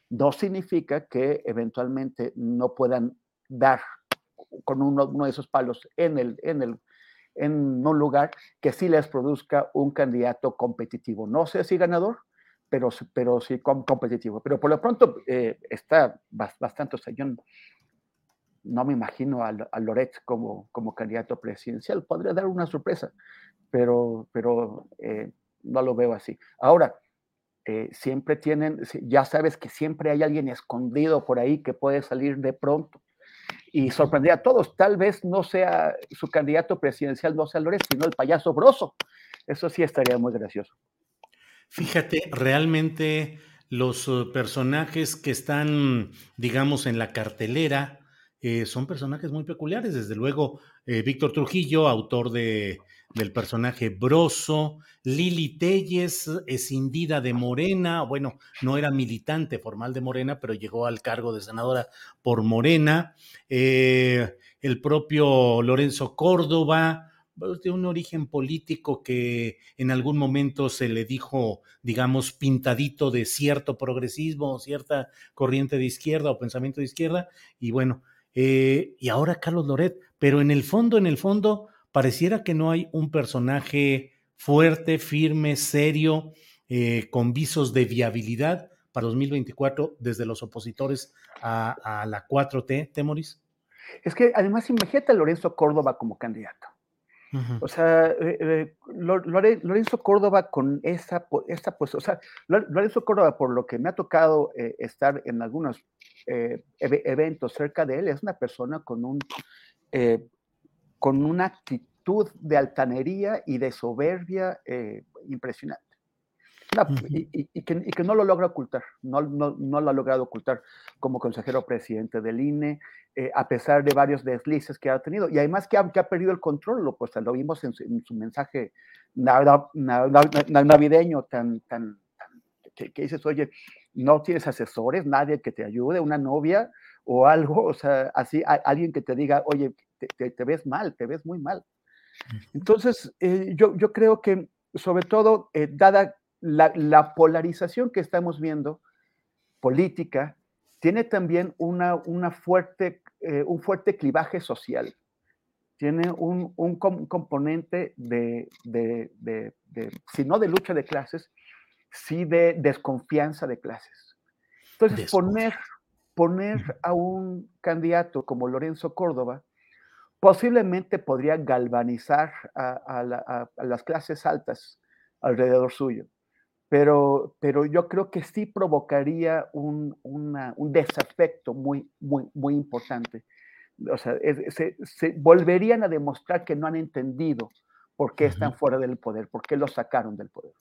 no significa que eventualmente no puedan dar con uno de esos palos en un lugar que sí les produzca un candidato competitivo. No sé si ganador, pero sí competitivo. Pero por lo pronto está bastante, o sea, yo no me imagino a Loret como candidato presidencial. Podría dar una sorpresa, pero no lo veo así. Ahora, siempre ya sabes que siempre hay alguien escondido por ahí que puede salir de pronto y sorprender a todos. Tal vez no sea su candidato presidencial, no sea Loret, sino el payaso Broso. Eso sí estaría muy gracioso. Fíjate, realmente los personajes que están, digamos, en la cartelera son personajes muy peculiares. Desde luego, Víctor Trujillo, autor del personaje Broso, Lili Téllez, escindida de Morena, bueno, no era militante formal de Morena, pero llegó al cargo de senadora por Morena, el propio Lorenzo Córdoba, de un origen político que en algún momento se le dijo, digamos, pintadito de cierto progresismo, cierta corriente de izquierda o pensamiento de izquierda, y bueno, y ahora Carlos Loret, pero en el fondo, pareciera que no hay un personaje fuerte, firme, serio, con visos de viabilidad para 2024 desde los opositores a la 4T, ¿Temoris? Es que además imagínate a Lorenzo Córdoba como candidato. O sea, Lorenzo Córdoba con pues, o sea, Lorenzo Córdoba, por lo que me ha tocado estar en algunos eventos cerca de él, es una persona con una actitud de altanería y de soberbia impresionante. Y que no lo logra ocultar, no lo ha logrado ocultar como consejero presidente del INE, a pesar de varios deslices que ha tenido, y además que ha perdido el control, pues lo vimos en su mensaje navideño que dices, oye, no tienes asesores, nadie que te ayude, una novia o algo, o sea, así, alguien que te diga, oye, te ves mal, te ves muy mal. Entonces, yo creo que, sobre todo, dada la polarización que estamos viendo, política, tiene también un fuerte clivaje social. Tiene un componente si no de lucha de clases, sí de desconfianza de clases. Entonces, poner a un candidato como Lorenzo Córdoba posiblemente podría galvanizar a las clases altas alrededor suyo. Pero yo creo que sí provocaría un desafecto muy, muy, muy importante. O sea, se volverían a demostrar que no han entendido por qué están fuera del poder, por qué los sacaron del poder.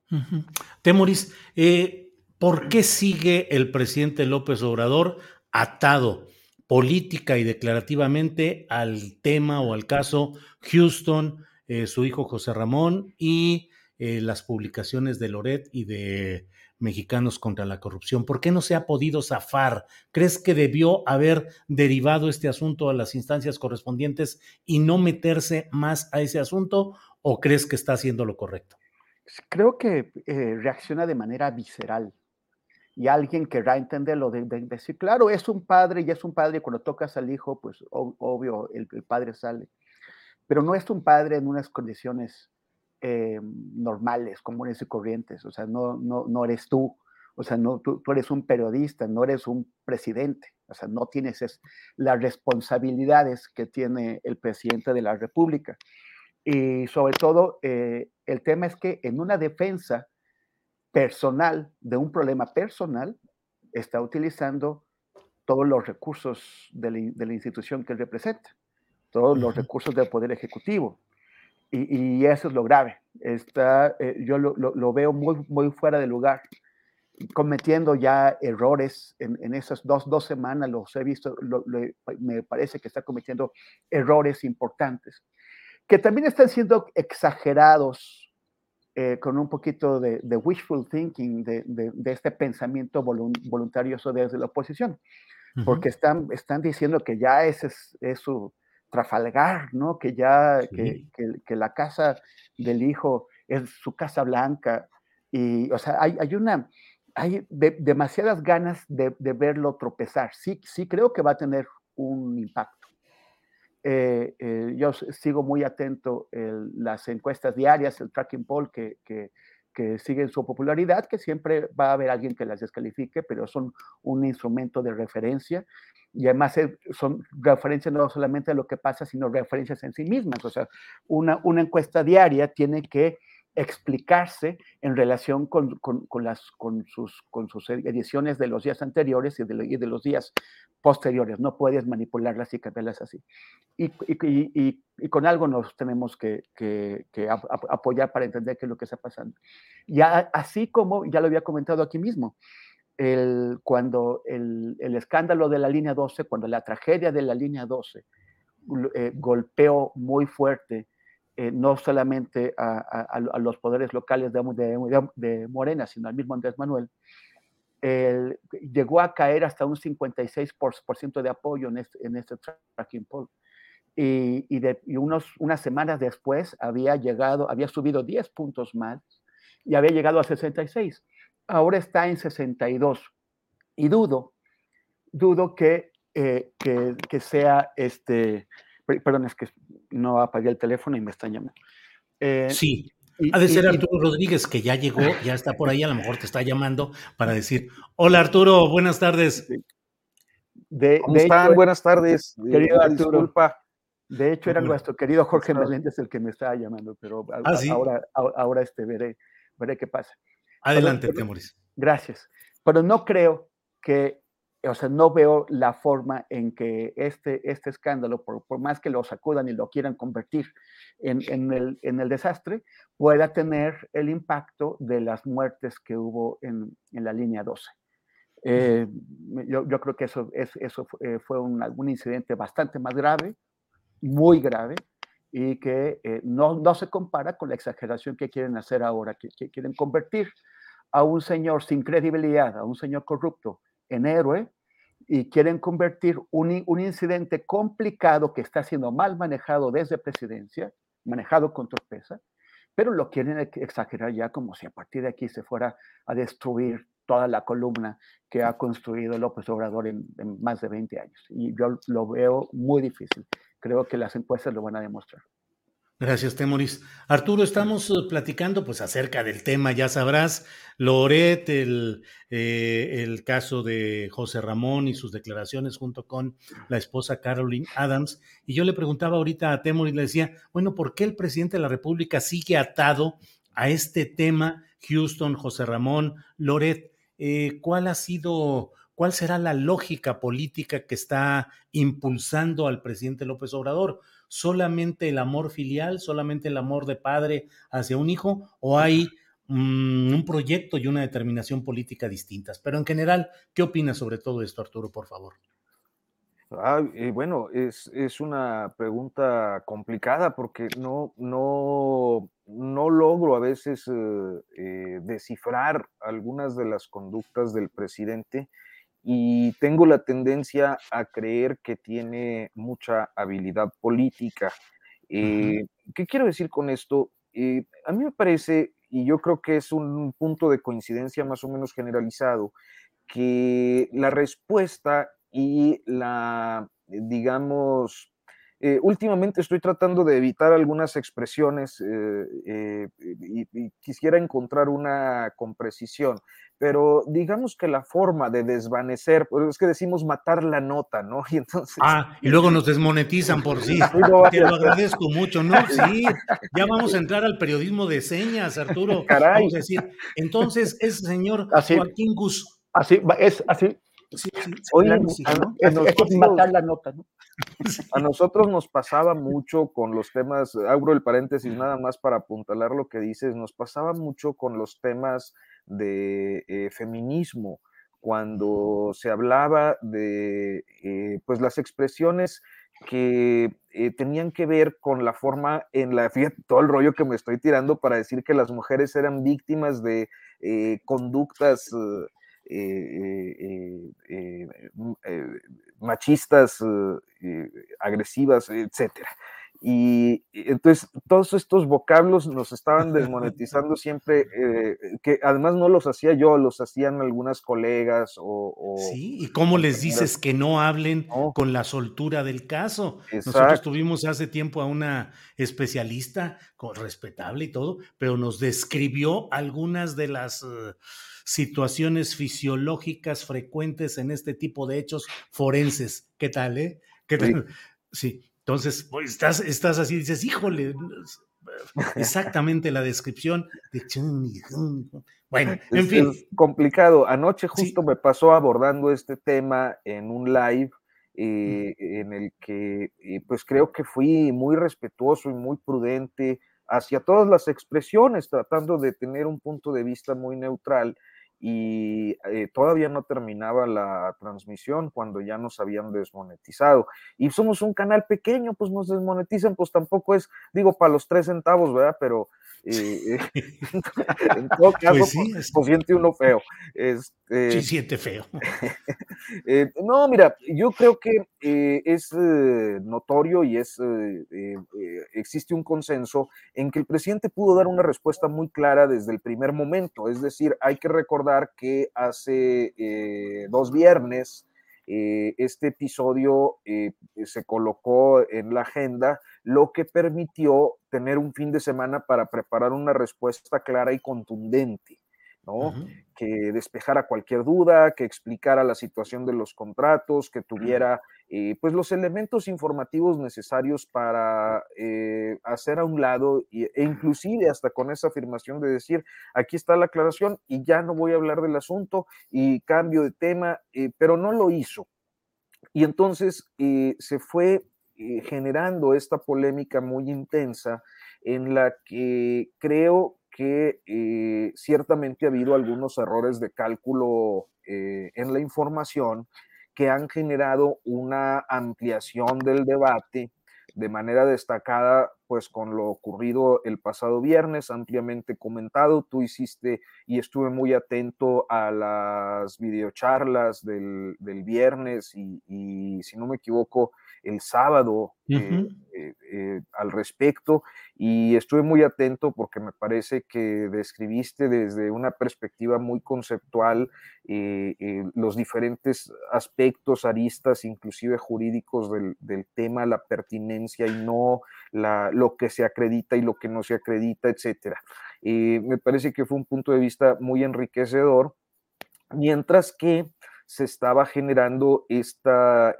Temoris, ¿por qué sigue el presidente López Obrador atado política y declarativamente al tema o al caso Houston, su hijo José Ramón y las publicaciones de Loret y de Mexicanos contra la Corrupción? ¿Por qué no se ha podido zafar? ¿Crees que debió haber derivado este asunto a las instancias correspondientes y no meterse más a ese asunto? ¿O crees que está haciendo lo correcto? Creo que reacciona de manera visceral y alguien querrá entenderlo, de decir, claro, es un padre y es un padre, cuando tocas al hijo, pues obvio, el padre sale, pero no es un padre en unas condiciones normales, comunes y corrientes, o sea, no eres tú, o sea, tú eres un periodista, no eres un presidente, o sea, no tienes las responsabilidades que tiene el presidente de la República. Y sobre todo, el tema es que en una defensa personal de un problema personal, está utilizando todos los recursos de la institución que él representa, todos los recursos del Poder Ejecutivo. Y eso es lo grave. Yo lo veo muy, muy fuera de lugar, cometiendo ya errores en esas dos semanas, los he visto, me parece que está cometiendo errores importantes, que también están siendo exagerados con un poquito de wishful thinking, de este pensamiento voluntario desde la oposición, porque están diciendo que ya ese es su Trafalgar, ¿no? Que ya que la casa del hijo es su Casa Blanca, y o sea, hay una hay demasiadas ganas de verlo tropezar. Sí creo que va a tener un impacto. Yo sigo muy atento las encuestas diarias, el tracking poll que siguen su popularidad, que siempre va a haber alguien que las descalifique, pero son un instrumento de referencia, y además son referencias no solamente a lo que pasa, sino referencias en sí mismas. O sea, una encuesta diaria tiene que explicarse en relación con sus ediciones de los días anteriores y de los días posteriores. No puedes manipularlas y cambiarlas así. Y con algo nos tenemos que apoyar para entender qué es lo que está pasando. Ya, así como ya lo había comentado aquí mismo, cuando el escándalo de la línea 12, cuando la tragedia de la línea 12 golpeó muy fuerte, no solamente a los poderes locales de Morena, sino al mismo Andrés Manuel, llegó a caer hasta un 56% de apoyo en este tracking poll. Y unas semanas después había subido 10 puntos más y había llegado a 66. Ahora está en 62. Y dudo que sea perdón, es que no apagué el teléfono y me están llamando. Sí, ha de ser Arturo Rodríguez, que ya llegó, ya está por ahí, a lo mejor te está llamando para decir, hola Arturo, buenas tardes. ¿Cómo están? Buenas tardes. Querido Arturo, disculpa. De hecho, era nuestro querido Jorge Meléndez el que me estaba llamando, pero ¿sí? ahora veré qué pasa. Adelante, Temoris. Gracias. Pero no creo no veo la forma en que este escándalo, por más que lo sacudan y lo quieran convertir en el desastre, pueda tener el impacto de las muertes que hubo en la línea 12. Yo creo que eso fue un incidente bastante más grave, muy grave, y que no se compara con la exageración que quieren hacer ahora, que quieren convertir a un señor sin credibilidad, a un señor corrupto, en héroe, y quieren convertir un incidente complicado que está siendo mal manejado desde presidencia, manejado con torpeza, pero lo quieren exagerar ya como si a partir de aquí se fuera a destruir toda la columna que ha construido López Obrador en más de 20 años. Y yo lo veo muy difícil. Creo que las encuestas lo van a demostrar. Gracias, Temoris. Arturo, estamos platicando pues acerca del tema, ya sabrás, Loret, el caso de José Ramón y sus declaraciones junto con la esposa Caroline Adams, y yo le preguntaba ahorita a Temoris, le decía, bueno, ¿por qué el presidente de la República sigue atado a este tema, Houston, José Ramón, Loret? ¿Cuál será la lógica política que está impulsando al presidente López Obrador? ¿Solamente el amor filial, solamente el amor de padre hacia un hijo, o hay un proyecto y una determinación política distintas? Pero en general, ¿qué opinas sobre todo esto, Arturo, por favor? Bueno, es una pregunta complicada porque no logro a veces descifrar algunas de las conductas del presidente, y tengo la tendencia a creer que tiene mucha habilidad política. ¿Qué quiero decir con esto? A mí me parece, y yo creo que es un punto de coincidencia más o menos generalizado, que la respuesta y digamos, últimamente estoy tratando de evitar algunas expresiones y quisiera encontrar una con precisión, pero digamos que la forma de desvanecer, pues es que decimos matar la nota, ¿no? Y entonces... y luego nos desmonetizan por sí. Te lo agradezco mucho, ¿no? Sí, ya vamos a entrar al periodismo de señas, Arturo. Caray. Vamos a decir, entonces, ese señor Joaquín Gus. Así, es así. Sí. Oye, ¿no? Es matar la nota, ¿no? A nosotros nos pasaba mucho con los temas, abro el paréntesis nada más para apuntalar lo que dices, nos pasaba mucho con los temas de feminismo, cuando se hablaba de pues las expresiones que tenían que ver con la forma fíjate todo el rollo que me estoy tirando para decir que las mujeres eran víctimas de conductas machistas, agresivas, etcétera. Y entonces todos estos vocablos nos estaban desmonetizando siempre, que además no los hacía yo, los hacían algunas colegas Sí, ¿y cómo les dices que no hablen No. con la soltura del caso? Nosotros Exacto. tuvimos hace tiempo a una especialista, respetable y todo, pero nos describió algunas de las situaciones fisiológicas frecuentes en este tipo de hechos forenses. ¿Qué tal, ¿Qué tal? Sí, entonces pues, estás así, dices, híjole, exactamente la descripción de... Bueno, en fin. Es complicado. Anoche justo Sí. me pasó abordando este tema en un live en el que pues creo que fui muy respetuoso y muy prudente hacia todas las expresiones, tratando de tener un punto de vista muy neutral, y todavía no terminaba la transmisión cuando ya nos habían desmonetizado. Y somos un canal pequeño, pues nos desmonetizan, pues tampoco es, digo, para los 3 centavos, ¿verdad? Pero en todo caso, Pues sí, pues siente uno feo. Sí, siente feo. No, mira, yo creo que es notorio y existe un consenso en que el presidente pudo dar una respuesta muy clara desde el primer momento. Es decir, hay que recordar que hace 2 viernes este episodio se colocó en la agenda, lo que permitió tener un fin de semana para preparar una respuesta clara y contundente, ¿no? Que despejara cualquier duda, que explicara la situación de los contratos, que tuviera pues los elementos informativos necesarios para hacer a un lado e inclusive hasta con esa afirmación de decir, aquí está la aclaración y ya no voy a hablar del asunto y cambio de tema, pero no lo hizo. Y entonces se fue generando esta polémica muy intensa en la que creo que ciertamente ha habido algunos errores de cálculo en la información que han generado una ampliación del debate de manera destacada, pues con lo ocurrido el pasado viernes, ampliamente comentado. Tú hiciste y estuve muy atento a las videocharlas del viernes y si no me equivoco, el sábado al respecto, y estuve muy atento porque me parece que describiste desde una perspectiva muy conceptual los diferentes aspectos, aristas, inclusive jurídicos del tema, la pertinencia y no lo que se acredita y lo que no se acredita, etcétera. Me parece que fue un punto de vista muy enriquecedor, mientras que se estaba generando esta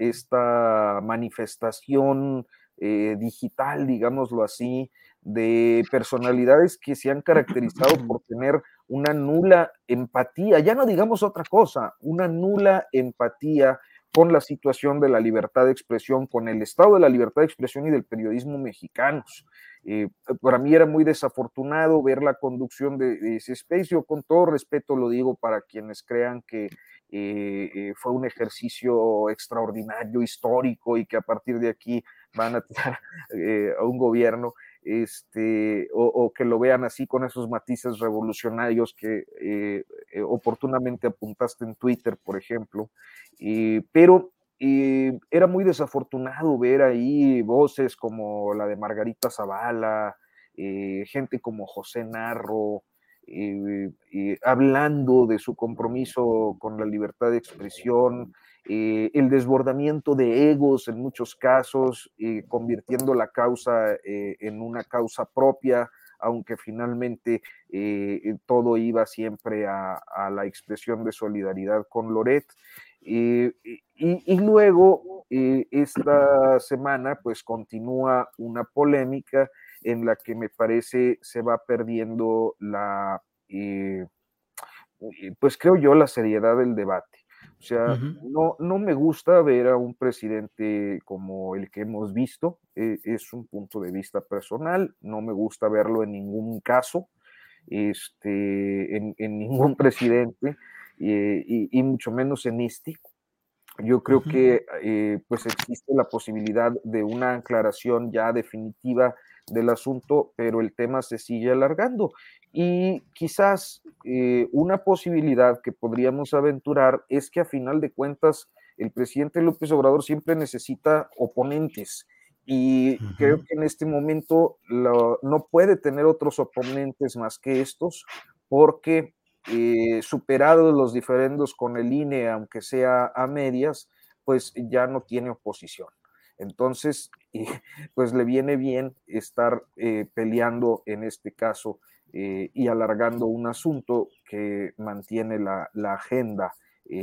manifestación digital, digámoslo así, de personalidades que se han caracterizado por tener una nula empatía, ya no digamos otra cosa, una nula empatía con la situación de la libertad de expresión, con el estado de la libertad de expresión y del periodismo mexicanos. Para mí era muy desafortunado ver la conducción de ese espacio, con todo respeto lo digo para quienes crean que fue un ejercicio extraordinario, histórico, y que a partir de aquí van a tirar a un gobierno, o que lo vean así con esos matices revolucionarios que oportunamente apuntaste en Twitter, por ejemplo, pero era muy desafortunado ver ahí voces como la de Margarita Zavala, gente como José Narro, hablando de su compromiso con la libertad de expresión, el desbordamiento de egos en muchos casos, convirtiendo la causa en una causa propia, aunque finalmente todo iba siempre a la expresión de solidaridad con Loret. Y luego, esta semana, pues continúa una polémica en la que me parece se va perdiendo pues creo yo, la seriedad del debate. O sea, no me gusta ver a un presidente como el que hemos visto, es un punto de vista personal, no me gusta verlo en ningún caso, en ningún presidente, y mucho menos en este. Yo creo que pues existe la posibilidad de una aclaración ya definitiva del asunto, pero el tema se sigue alargando. Y quizás una posibilidad que podríamos aventurar es que a final de cuentas el presidente López Obrador siempre necesita oponentes, y creo que en este momento no puede tener otros oponentes más que estos, porque superados los diferendos con el INE, aunque sea a medias, pues ya no tiene oposición. Entonces, pues le viene bien estar peleando en este caso y alargando un asunto que mantiene la agenda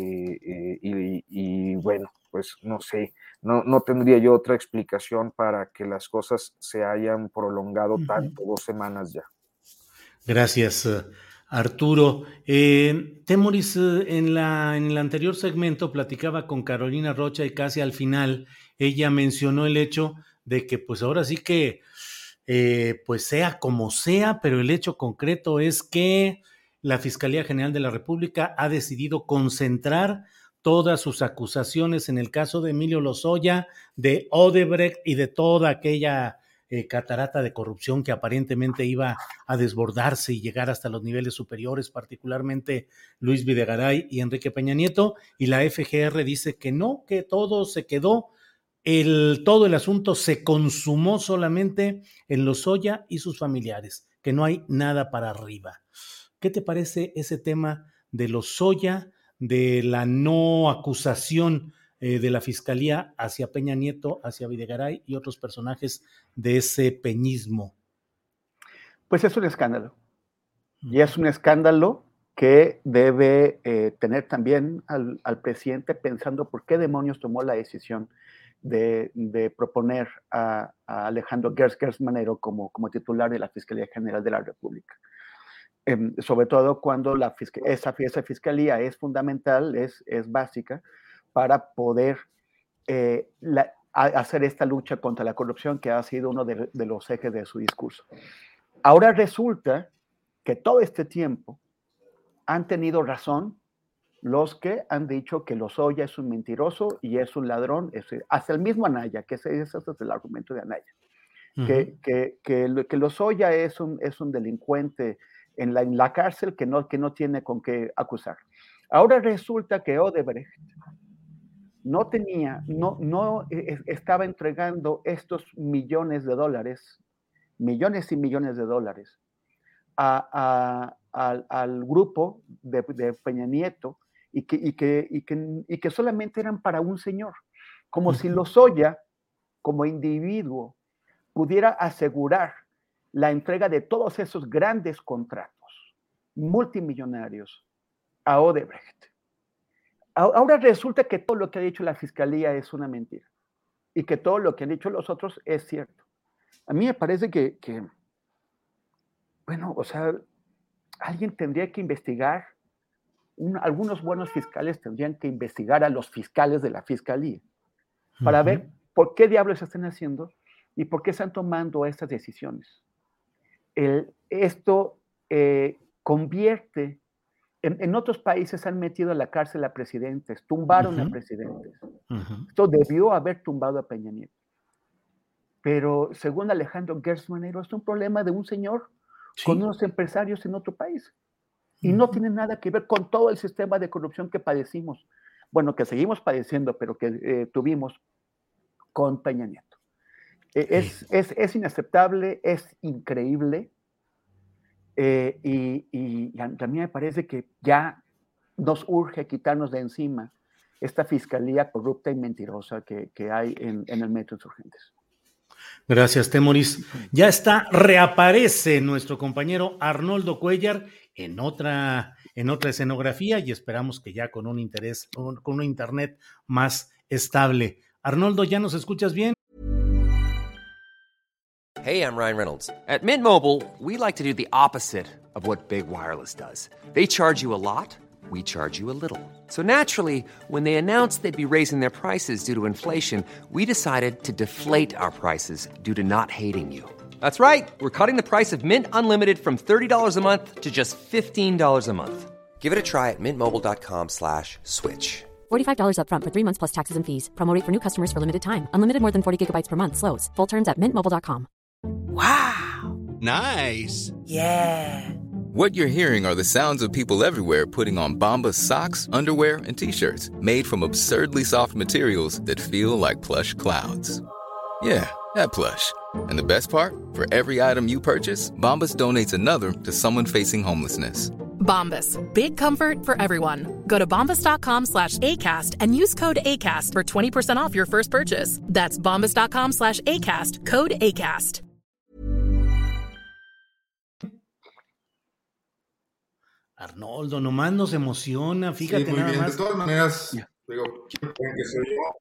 y bueno, pues no sé, no tendría yo otra explicación para que las cosas se hayan prolongado tanto, 2 semanas ya. Gracias, Arturo. Temoris, en el anterior segmento platicaba con Carolina Rocha y casi al final ella mencionó el hecho de que pues ahora sí que pues sea como sea, pero el hecho concreto es que la Fiscalía General de la República ha decidido concentrar todas sus acusaciones en el caso de Emilio Lozoya, de Odebrecht y de toda aquella catarata de corrupción que aparentemente iba a desbordarse y llegar hasta los niveles superiores, particularmente Luis Videgaray y Enrique Peña Nieto, y la FGR dice que no, que todo se quedó, todo el asunto se consumó solamente en Lozoya y sus familiares, que no hay nada para arriba. ¿Qué te parece ese tema de Lozoya, de la no acusación de la Fiscalía hacia Peña Nieto, hacia Videgaray y otros personajes de ese peñismo? Pues es un escándalo. Y es un escándalo que debe tener también al presidente pensando por qué demonios tomó la decisión de proponer a Alejandro Gertz Manero como titular de la Fiscalía General de la República. Sobre todo cuando esa fiscalía es fundamental, es básica para poder hacer esta lucha contra la corrupción que ha sido uno de los ejes de su discurso. Ahora resulta que todo este tiempo han tenido razón los que han dicho que Lozoya es un mentiroso y es un ladrón, hasta el mismo Anaya, que ese es el argumento de Anaya, que Lozoya es un delincuente en la cárcel que no tiene con qué acusar. Ahora resulta que Odebrecht no estaba entregando estos millones y millones de dólares al grupo de Peña Nieto y que solamente eran para un señor, como si Lozoya, como individuo, pudiera asegurar la entrega de todos esos grandes contratos multimillonarios a Odebrecht. Ahora resulta que todo lo que ha dicho la Fiscalía es una mentira y que todo lo que han dicho los otros es cierto. A mí me parece que bueno, o sea, alguien tendría que investigar, algunos buenos fiscales tendrían que investigar a los fiscales de la Fiscalía para ver por qué diablos están haciendo y por qué están tomando estas decisiones. Esto convierte, en otros países han metido a la cárcel a presidentes, tumbaron a presidentes. Esto debió haber tumbado a Peña Nieto. Pero según Alejandro Gertz Manero, es un problema de un señor con unos empresarios en otro país. Y no tiene nada que ver con todo el sistema de corrupción que padecimos. Bueno, que seguimos padeciendo, pero que tuvimos con Peña Nieto. Es inaceptable, es increíble. Y a mí me parece que ya nos urge quitarnos de encima esta fiscalía corrupta y mentirosa que hay en el Metro Insurgentes. Gracias, Temoris. Ya reaparece nuestro compañero Arnoldo Cuellar en otra escenografía y esperamos que ya con un internet más estable. Arnoldo, ¿ya nos escuchas bien? Hey, I'm Ryan Reynolds. At Mint Mobile, we like to do the opposite of what Big Wireless does. They charge you a lot, we charge you a little. So naturally, when they announced they'd be raising their prices due to inflation, we decided to deflate our prices due to not hating you. That's right. We're cutting the price of Mint Unlimited from $30 a month to just $15 a month. Give it a try at mintmobile.com/switch. $45 up front for 3 months plus taxes and fees. Promo rate for new customers for limited time. Unlimited more than 40 gigabytes per month. Slows full terms at mintmobile.com. Wow. Nice. Yeah. What you're hearing are the sounds of people everywhere putting on Bombas socks, underwear, and T-shirts made from absurdly soft materials that feel like plush clouds. Yeah, that plush. And the best part? For every item you purchase, Bombas donates another to someone facing homelessness. Bombas. Big comfort for everyone. Go to bombas.com/ACAST and use code ACAST for 20% off your first purchase. That's bombas.com/ACAST. Code ACAST. Arnoldo, nomás nos emociona, fíjate, sí, muy nada bien. más. De todas maneras, digo, ¿quién creen que soy yo?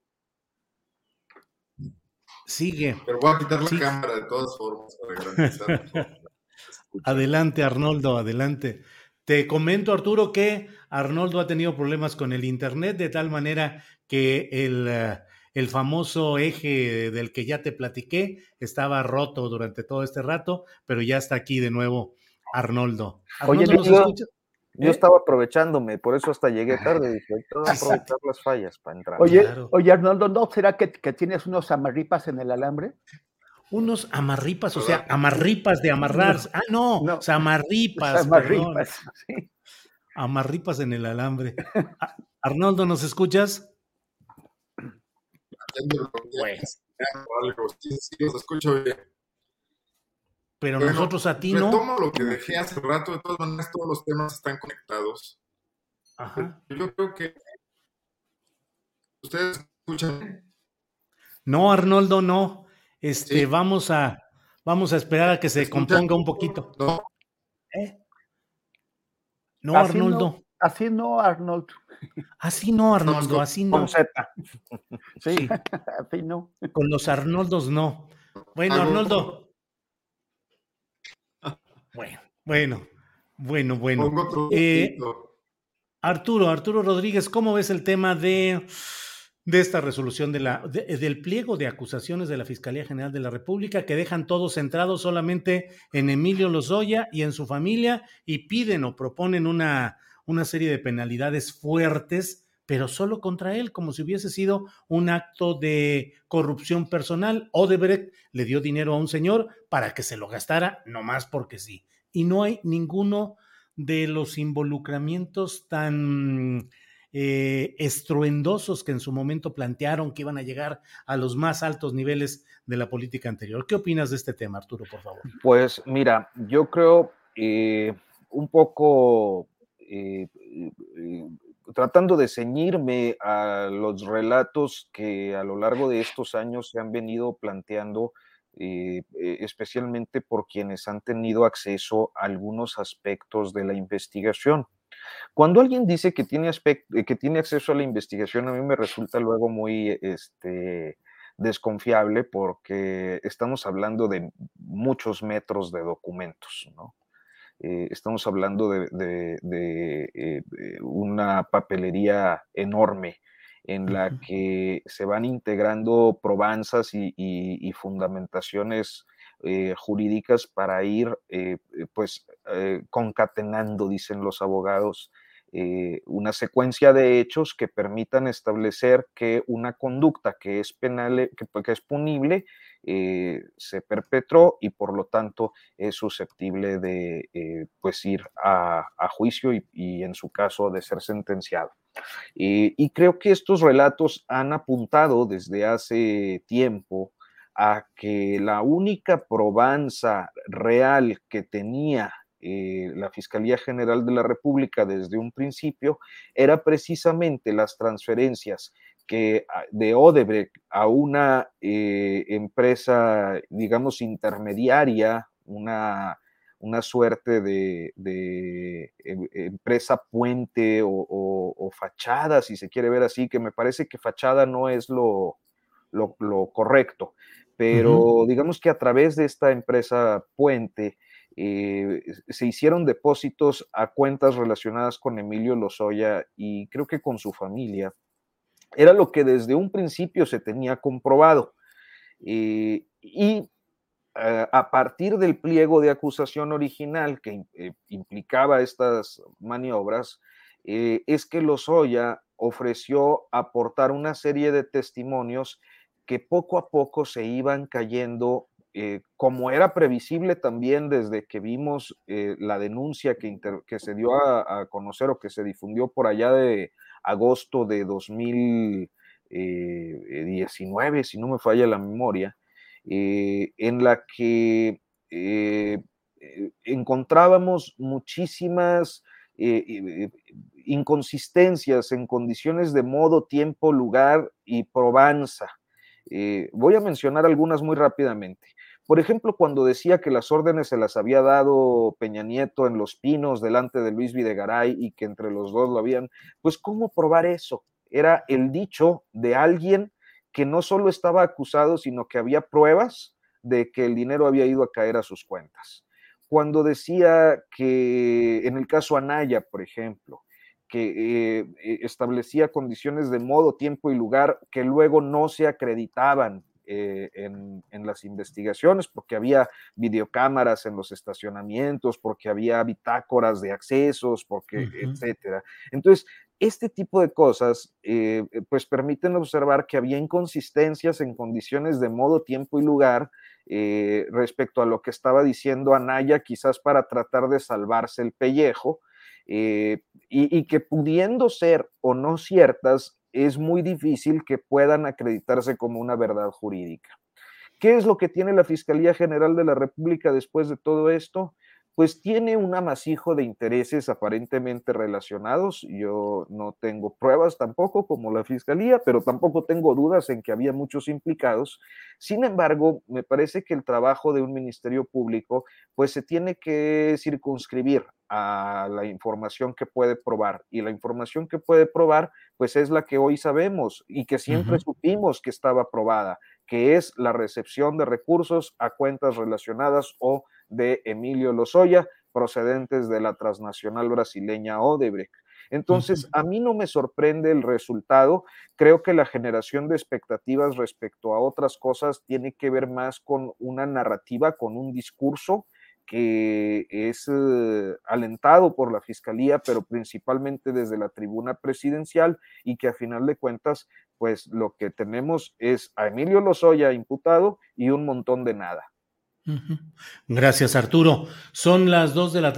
Sigue. Pero voy a quitar la cámara de todas formas para garantizar. Adelante, Arnoldo, adelante. Te comento, Arturo, que Arnoldo ha tenido problemas con el internet, de tal manera que el famoso eje del que ya te platiqué estaba roto durante todo este rato, pero ya está aquí de nuevo Arnoldo. Oye, ¿Nos escuchas? Yo estaba aprovechándome, por eso hasta llegué tarde. Dije, hay que aprovechar las fallas para entrar. Oye, oye, Arnoldo, ¿no será que tienes unos amarripas en el alambre? Unos amarripas, o sea, amarripas de amarrarse. No, samarripas. Amarripas, sí. Amarripas en el alambre. Arnoldo, ¿nos escuchas? Sí, los escucho bien. Pero bueno, nosotros a ti no. Retomo lo que dejé hace rato, de todas maneras todos los temas están conectados. Ajá. Yo creo que ustedes escuchan. No, Arnoldo, no. Sí. Vamos a esperar a que se componga un poquito. No. No, así Arnoldo. No, así no, Arnoldo. Así no, Arnoldo, así no. Con Z. Sí, así no. Con los Arnoldos no. Bueno, Arnoldo. Bueno. Arturo Rodríguez, ¿cómo ves el tema de esta resolución del pliego de acusaciones de la Fiscalía General de la República, que dejan todo centrado solamente en Emilio Lozoya y en su familia, y piden o proponen una serie de penalidades fuertes, pero solo contra él, como si hubiese sido un acto de corrupción personal? Odebrecht le dio dinero a un señor para que se lo gastara, nomás porque sí. Y no hay ninguno de los involucramientos tan estruendosos que en su momento plantearon que iban a llegar a los más altos niveles de la política anterior. ¿Qué opinas de este tema, Arturo, por favor? Pues mira, yo creo un poco tratando de ceñirme a los relatos que a lo largo de estos años se han venido planteando, especialmente por quienes han tenido acceso a algunos aspectos de la investigación. Cuando alguien dice que tiene acceso a la investigación, a mí me resulta luego muy desconfiable, porque estamos hablando de muchos metros de documentos, ¿no? Estamos hablando de una papelería enorme en la que se van integrando probanzas y fundamentaciones jurídicas para ir concatenando, dicen los abogados, una secuencia de hechos que permitan establecer que una conducta que es penal, que es punible, se perpetró y por lo tanto es susceptible de ir a juicio y en su caso de ser sentenciado. Y creo que estos relatos han apuntado desde hace tiempo a que la única probanza real que tenía la Fiscalía General de la República desde un principio era precisamente las transferencias de Odebrecht a una empresa, digamos, intermediaria, una suerte de empresa puente o fachada, si se quiere ver así, que me parece que fachada no es lo correcto, pero digamos que a través de esta empresa puente se hicieron depósitos a cuentas relacionadas con Emilio Lozoya y creo que con su familia. Era lo que desde un principio se tenía comprobado. A partir del pliego de acusación original que implicaba estas maniobras, es que Lozoya ofreció aportar una serie de testimonios que poco a poco se iban cayendo, como era previsible también desde que vimos la denuncia que se dio a conocer o que se difundió por allá de agosto de 2019, si no me falla la memoria, en la que encontrábamos muchísimas inconsistencias en condiciones de modo, tiempo, lugar y probanza. Voy a mencionar algunas muy rápidamente. Por ejemplo, cuando decía que las órdenes se las había dado Peña Nieto en Los Pinos delante de Luis Videgaray y que entre los dos lo habían, pues ¿cómo probar eso? Era el dicho de alguien que no solo estaba acusado, sino que había pruebas de que el dinero había ido a caer a sus cuentas. Cuando decía que en el caso Anaya, por ejemplo, que establecía condiciones de modo, tiempo y lugar que luego no se acreditaban en las investigaciones, porque había videocámaras en los estacionamientos, porque había bitácoras de accesos, porque etcétera. Entonces, este tipo de cosas pues permiten observar que había inconsistencias en condiciones de modo, tiempo y lugar respecto a lo que estaba diciendo Anaya, quizás para tratar de salvarse el pellejo, y que pudiendo ser o no ciertas, es muy difícil que puedan acreditarse como una verdad jurídica. ¿Qué es lo que tiene la Fiscalía General de la República después de todo esto? Pues tiene un amasijo de intereses aparentemente relacionados. Yo no tengo pruebas tampoco como la Fiscalía, pero tampoco tengo dudas en que había muchos implicados. Sin embargo, me parece que el trabajo de un ministerio público pues se tiene que circunscribir a la información que puede probar, y la información que puede probar pues es la que hoy sabemos y que siempre supimos que estaba probada, que es la recepción de recursos a cuentas relacionadas o de Emilio Lozoya, procedentes de la transnacional brasileña Odebrecht. Entonces, a mí no me sorprende el resultado. Creo que la generación de expectativas respecto a otras cosas tiene que ver más con una narrativa, con un discurso que es alentado por la Fiscalía, pero principalmente desde la tribuna presidencial, y que a final de cuentas, pues lo que tenemos es a Emilio Lozoya imputado y un montón de nada. Gracias, Arturo. Son las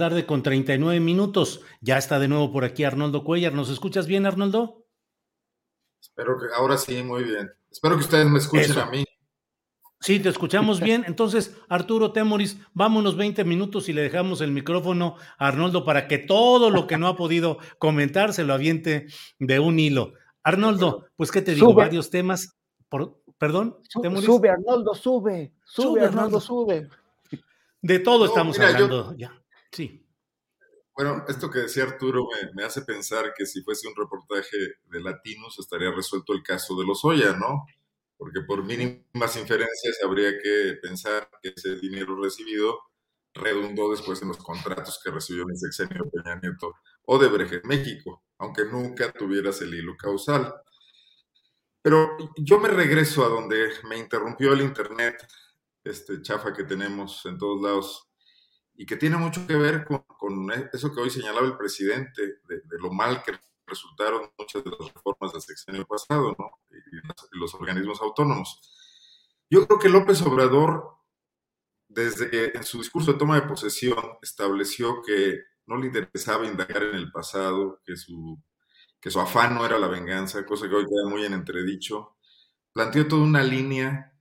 2:39 p.m. Ya está de nuevo por aquí Arnoldo Cuellar. ¿Nos escuchas bien, Arnoldo? Espero que ahora sí, muy bien. Espero que ustedes me escuchen a mí. Sí, te escuchamos bien. Entonces, Arturo Temoris, vámonos 20 minutos y le dejamos el micrófono a Arnoldo para que todo lo que no ha podido comentar se lo aviente de un hilo. Arnoldo, pues, ¿qué te digo? Varios temas. ¿Perdón? Sube, Arnoldo, sube. Sube, Arnoldo, sube. De todo estamos hablando ya. Sí. Bueno, esto que decía Arturo me hace pensar que si fuese un reportaje de Latinos estaría resuelto el caso de Lozoya, ¿no? Porque por mínimas inferencias habría que pensar que ese dinero recibido redundó después en los contratos que recibió en el sexenio de Peña Nieto Odebrecht en México, aunque nunca tuvieras el hilo causal. Pero yo me regreso a donde me interrumpió el internet, chafa que tenemos en todos lados, y que tiene mucho que ver con eso que hoy señalaba el presidente, de lo mal que resultaron muchas de las reformas del sexenio pasado, ¿no? Y los organismos autónomos. Yo creo que López Obrador, desde que en su discurso de toma de posesión estableció que no le interesaba indagar en el pasado, que su afán no era la venganza, cosa que hoy queda muy en entredicho, planteó toda una línea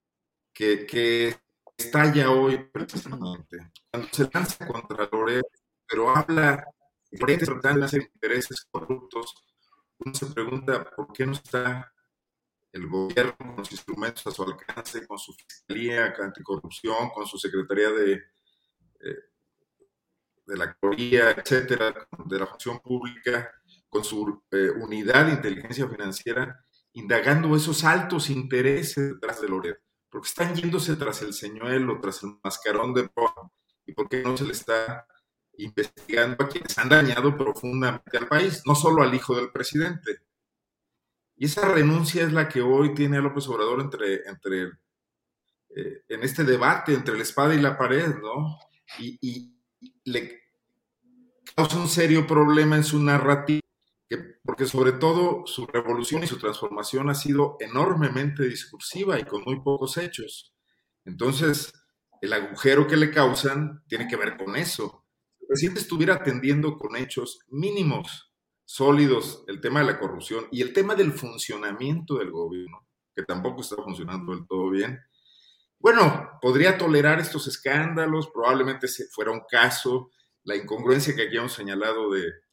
que estalla hoy precisamente. Cuando se lanza contra Loret, pero habla de intereses corruptos, uno se pregunta por qué no está el gobierno con los instrumentos a su alcance, con su fiscalía anticorrupción, con su secretaría de la Corría, etcétera, de la función pública, con su unidad de inteligencia financiera, indagando esos altos intereses detrás de Loret, porque están yéndose tras el señuelo, tras el mascarón de proa, y por qué no se le está investigando a quienes han dañado profundamente al país, no solo al hijo del presidente. Y esa renuncia es la que hoy tiene a López Obrador en este debate entre la espada y la pared, ¿no? Y le causa un serio problema en su narrativa, porque sobre todo su revolución y su transformación ha sido enormemente discursiva y con muy pocos hechos. Entonces, el agujero que le causan tiene que ver con eso. Si el presidente estuviera atendiendo con hechos mínimos, sólidos, el tema de la corrupción y el tema del funcionamiento del gobierno, que tampoco está funcionando del todo bien, Bueno, podría tolerar estos escándalos, probablemente fuera un caso, la incongruencia que aquí hemos señalado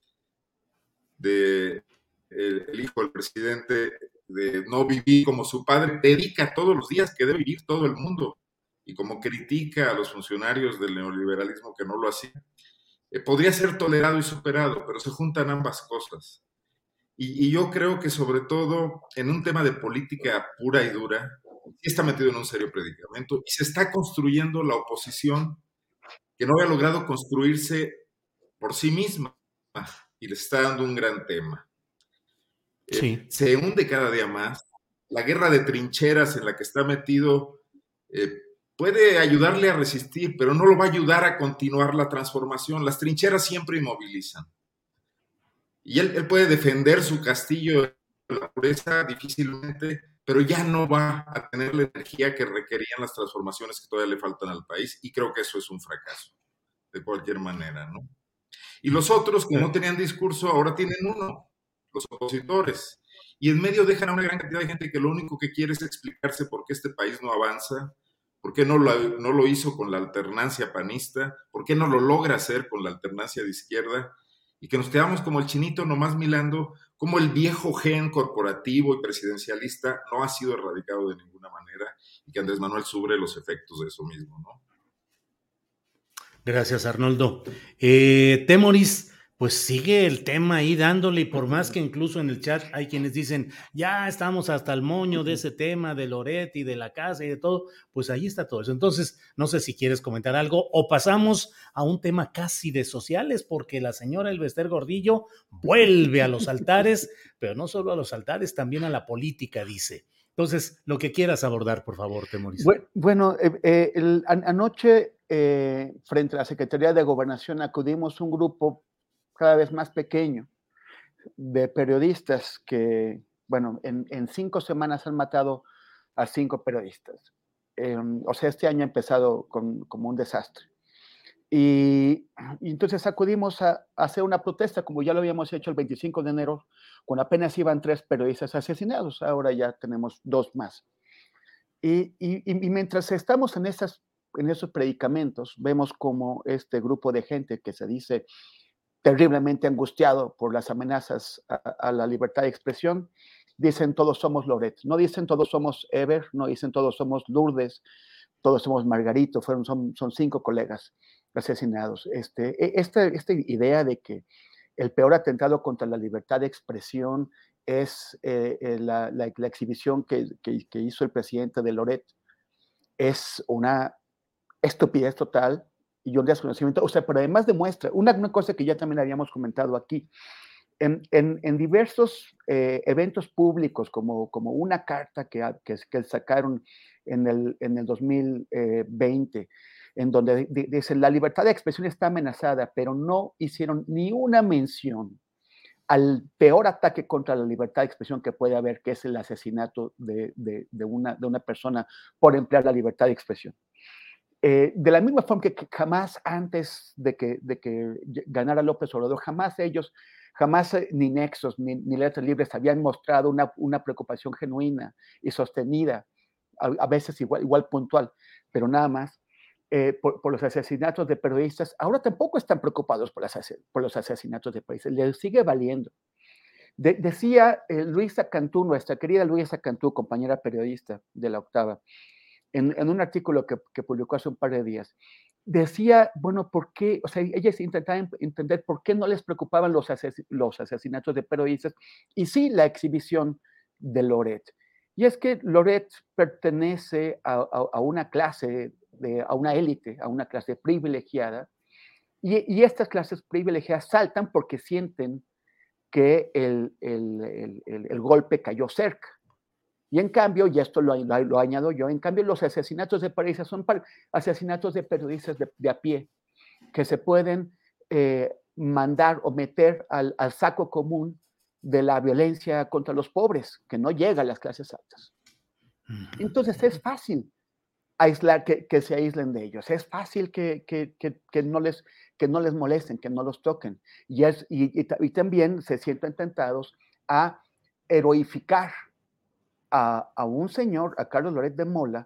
de el hijo del presidente, de no vivir como su padre, dedica todos los días que debe vivir todo el mundo, y como critica a los funcionarios del neoliberalismo que no lo hacían, podría ser tolerado y superado, pero se juntan ambas cosas. Y yo creo que sobre todo en un tema de política pura y dura, sí está metido en un serio predicamento y se está construyendo la oposición que no había logrado construirse por sí misma y le está dando un gran tema. Sí. Se hunde cada día más. La guerra de trincheras en la que está metido puede ayudarle a resistir, pero no lo va a ayudar a continuar la transformación. Las trincheras siempre inmovilizan. Y él puede defender su castillo de la pureza difícilmente, pero ya no va a tener la energía que requerían las transformaciones que todavía le faltan al país, y creo que eso es un fracaso, de cualquier manera, ¿no? Y los otros que no tenían discurso ahora tienen uno, los opositores, y en medio dejan a una gran cantidad de gente que lo único que quiere es explicarse por qué este país no avanza, por qué no lo hizo con la alternancia panista, por qué no lo logra hacer con la alternancia de izquierda, y que nos quedamos como el chinito nomás mirando cómo el viejo gen corporativo y presidencialista no ha sido erradicado de ninguna manera, y que Andrés Manuel sufre los efectos de eso mismo, ¿no? Gracias, Arnoldo. Temoris, pues sigue el tema ahí dándole, y por más que incluso en el chat hay quienes dicen, ya estamos hasta el moño de ese tema de Loret y de la casa y de todo, pues ahí está todo eso. Entonces, no sé si quieres comentar algo o pasamos a un tema casi de sociales, porque la señora Elbester Gordillo vuelve a los altares, pero no solo a los altares, también a la política, dice. Entonces, lo que quieras abordar, por favor, Temoris. Bueno, anoche frente a la Secretaría de Gobernación acudimos un grupo cada vez más pequeño de periodistas que, bueno, en 5 semanas han matado a 5 periodistas. O sea, este año ha empezado como un desastre. Y entonces acudimos a hacer una protesta, como ya lo habíamos hecho el 25 de enero, cuando apenas iban 3 periodistas asesinados. Ahora ya tenemos 2 más. Y mientras estamos en esos predicamentos, vemos como este grupo de gente que se dice terriblemente angustiado por las amenazas a la libertad de expresión, dicen todos somos Loret, no dicen todos somos Eber, no dicen todos somos Lourdes, todos somos Margarito, son 5 colegas asesinados. Esta idea de que el peor atentado contra la libertad de expresión es la exhibición que hizo el presidente de Loret, es una estupidez total y un desconocimiento. O sea, pero además demuestra una cosa que ya también habíamos comentado aquí. En diversos eventos públicos, como una carta que sacaron en el 2020, en donde dicen la libertad de expresión está amenazada, pero no hicieron ni una mención al peor ataque contra la libertad de expresión que puede haber, que es el asesinato de una persona por emplear la libertad de expresión. De la misma forma que jamás antes de que ganara López Obrador, jamás ni Nexos ni Letras Libres habían mostrado una preocupación genuina y sostenida, a veces igual puntual, pero nada más, por los asesinatos de periodistas. Ahora tampoco están preocupados por los asesinatos de periodistas, les sigue valiendo. Decía Luisa Cantú, nuestra querida Luisa Cantú, compañera periodista de La Octava, en un artículo que publicó hace un par de días, decía, bueno, ¿por qué? O sea, ellas intentaban entender por qué no les preocupaban los asesinatos de periodistas, y sí la exhibición de Loret. Y es que Loret pertenece a una clase, a una élite, a una clase privilegiada, y estas clases privilegiadas saltan porque sienten que el golpe cayó cerca. Y en cambio, y esto lo añado yo, en cambio los asesinatos de periodistas son asesinatos de periodistas de a pie, que se pueden mandar o meter al saco común de la violencia contra los pobres, que no llega a las clases altas. Entonces es fácil aislar, que se aíslen de ellos, es fácil que no les molesten, que no los toquen. Y también se sienten tentados a heroificar a un señor, a Carlos Loret de Mola,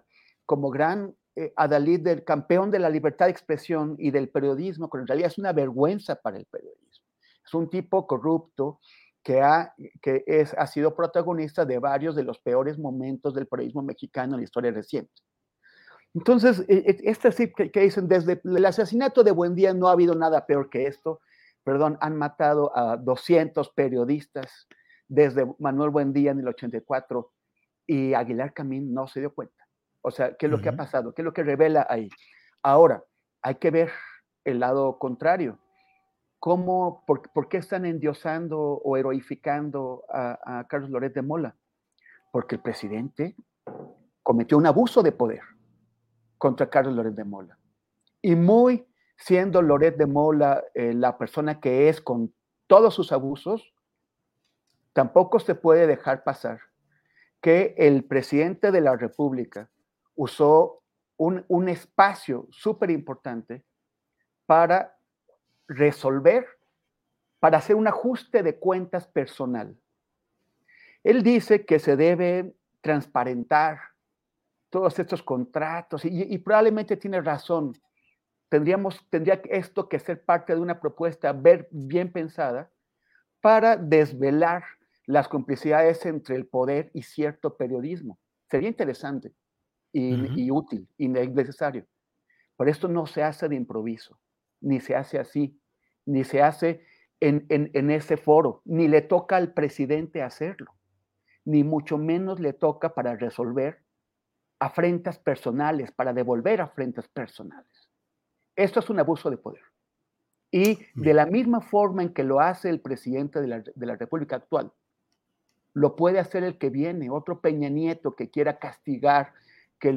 como gran adalid del campeón de la libertad de expresión y del periodismo, cuando en realidad es una vergüenza para el periodismo. Es un tipo corrupto que ha sido protagonista de varios de los peores momentos del periodismo mexicano en la historia reciente. Entonces, sí que dicen, desde el asesinato de Buendía no ha habido nada peor que esto. Perdón, han matado a 200 periodistas desde Manuel Buendía en el 84 y Aguilar Camín no se dio cuenta. O sea, ¿qué es lo que ha pasado? ¿Qué es lo que revela ahí? Ahora, hay que ver el lado contrario. ¿Por qué están endiosando o heroificando a Carlos Loret de Mola? Porque el presidente cometió un abuso de poder contra Carlos Loret de Mola. Y siendo Loret de Mola la persona que es con todos sus abusos, tampoco se puede dejar pasar que el presidente de la República usó un espacio súper importante para resolver, para hacer un ajuste de cuentas personal. Él dice que se debe transparentar todos estos contratos y probablemente tiene razón. Tendría esto que ser parte de una propuesta bien pensada para desvelar las complicidades entre el poder y cierto periodismo. Sería interesante y útil y necesario. Pero esto no se hace de improviso, ni se hace así, ni se hace en ese foro, ni le toca al presidente hacerlo, ni mucho menos le toca para resolver afrentas personales, para devolver afrentas personales. Esto es un abuso de poder. Y de la misma forma en que lo hace el presidente de la República actual, lo puede hacer el que viene, otro Peña Nieto que quiera castigar, que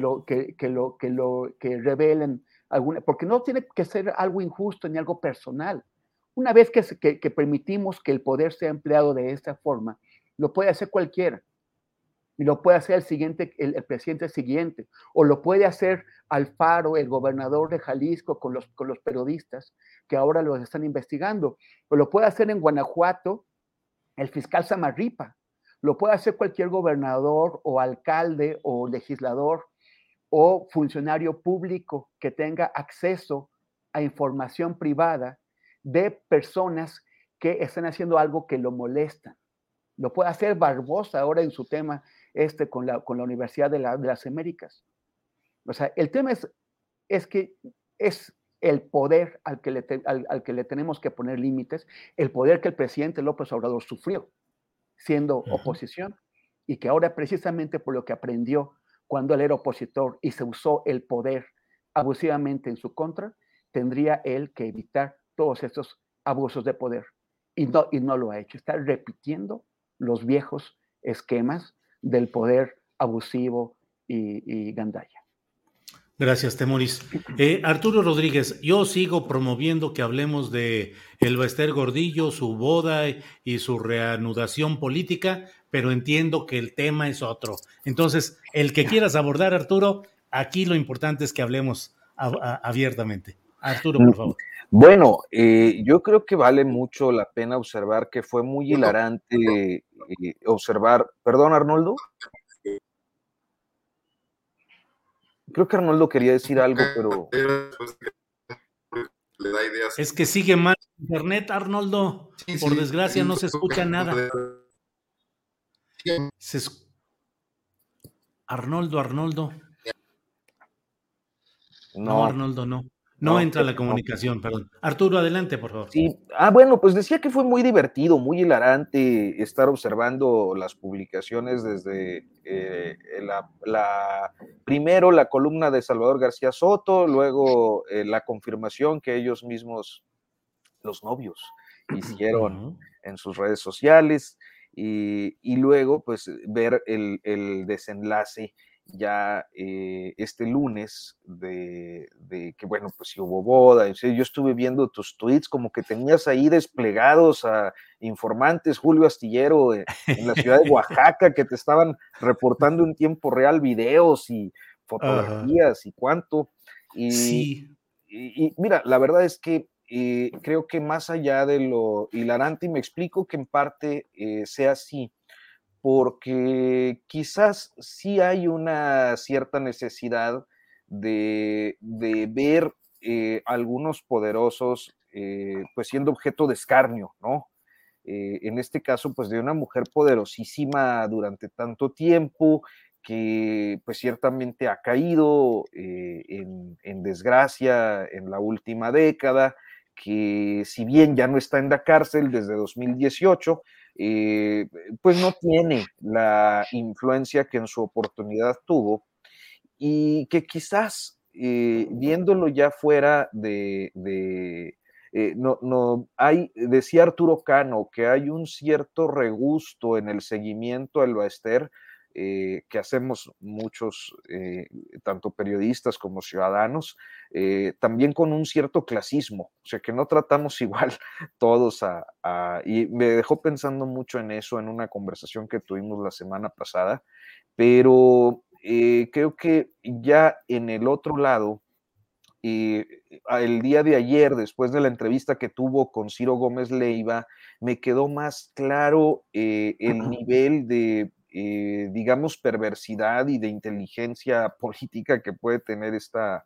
revelen alguna, porque no tiene que ser algo injusto ni algo personal. Una vez que permitimos que el poder sea empleado de esta forma, lo puede hacer cualquiera. Y lo puede hacer el presidente siguiente, o lo puede hacer Alfaro, el gobernador de Jalisco, con los periodistas que ahora los están investigando, o lo puede hacer en Guanajuato el fiscal Samarripa, lo puede hacer cualquier gobernador o alcalde o legislador o funcionario público que tenga acceso a información privada de personas que están haciendo algo que lo molestan. Lo puede hacer Barbosa ahora en su tema con la Universidad de las Américas. O sea, el tema es que es el poder al que le tenemos que poner límites, el poder que el presidente López Obrador sufrió siendo oposición y que ahora precisamente por lo que aprendió cuando él era opositor y se usó el poder abusivamente en su contra, tendría él que evitar todos estos abusos de poder y no lo ha hecho. Está repitiendo los viejos esquemas del poder abusivo y gandalla. Gracias, Temoris. Arturo Rodríguez, yo sigo promoviendo que hablemos de el Bester Gordillo, su boda y su reanudación política, pero entiendo que el tema es otro. Entonces, el que quieras abordar, Arturo, aquí lo importante es que hablemos abiertamente. Arturo, por favor. Bueno, yo creo que vale mucho la pena observar que fue muy hilarante observar. Perdón, Arnoldo. Creo que Arnoldo quería decir algo, pero... Es que sigue mal internet, Arnoldo. Por desgracia no se escucha nada. Arnoldo. No, Arnoldo, no. No entra la comunicación, perdón. Arturo, adelante, por favor. Sí, bueno, pues decía que fue muy divertido, muy hilarante estar observando las publicaciones desde primero la columna de Salvador García Soto, luego la confirmación que ellos mismos, los novios, hicieron en sus redes sociales y luego pues ver el desenlace ya este lunes de que bueno, pues si hubo boda. Yo estuve viendo tus tweets como que tenías ahí desplegados a informantes, Julio Astillero en la ciudad de Oaxaca, que te estaban reportando en tiempo real videos y fotografías y cuánto. Y mira, la verdad es que creo que más allá de lo hilarante, y me explico que en parte sea así, porque quizás sí hay una cierta necesidad de ver algunos poderosos pues siendo objeto de escarnio, ¿no? En este caso, pues de una mujer poderosísima durante tanto tiempo, que pues ciertamente ha caído en desgracia en la última década, que si bien ya no está en la cárcel desde 2018, pues no tiene la influencia que en su oportunidad tuvo, y que quizás viéndolo ya fuera no hay, decía Arturo Cano, que hay un cierto regusto en el seguimiento al Baester que hacemos muchos, tanto periodistas como ciudadanos, también con un cierto clasismo, o sea, que no tratamos igual todos y me dejó pensando mucho en eso en una conversación que tuvimos la semana pasada, pero creo que ya en el otro lado, el día de ayer, después de la entrevista que tuvo con Ciro Gómez Leiva, me quedó más claro el nivel de, digamos, perversidad y de inteligencia política que puede tener esta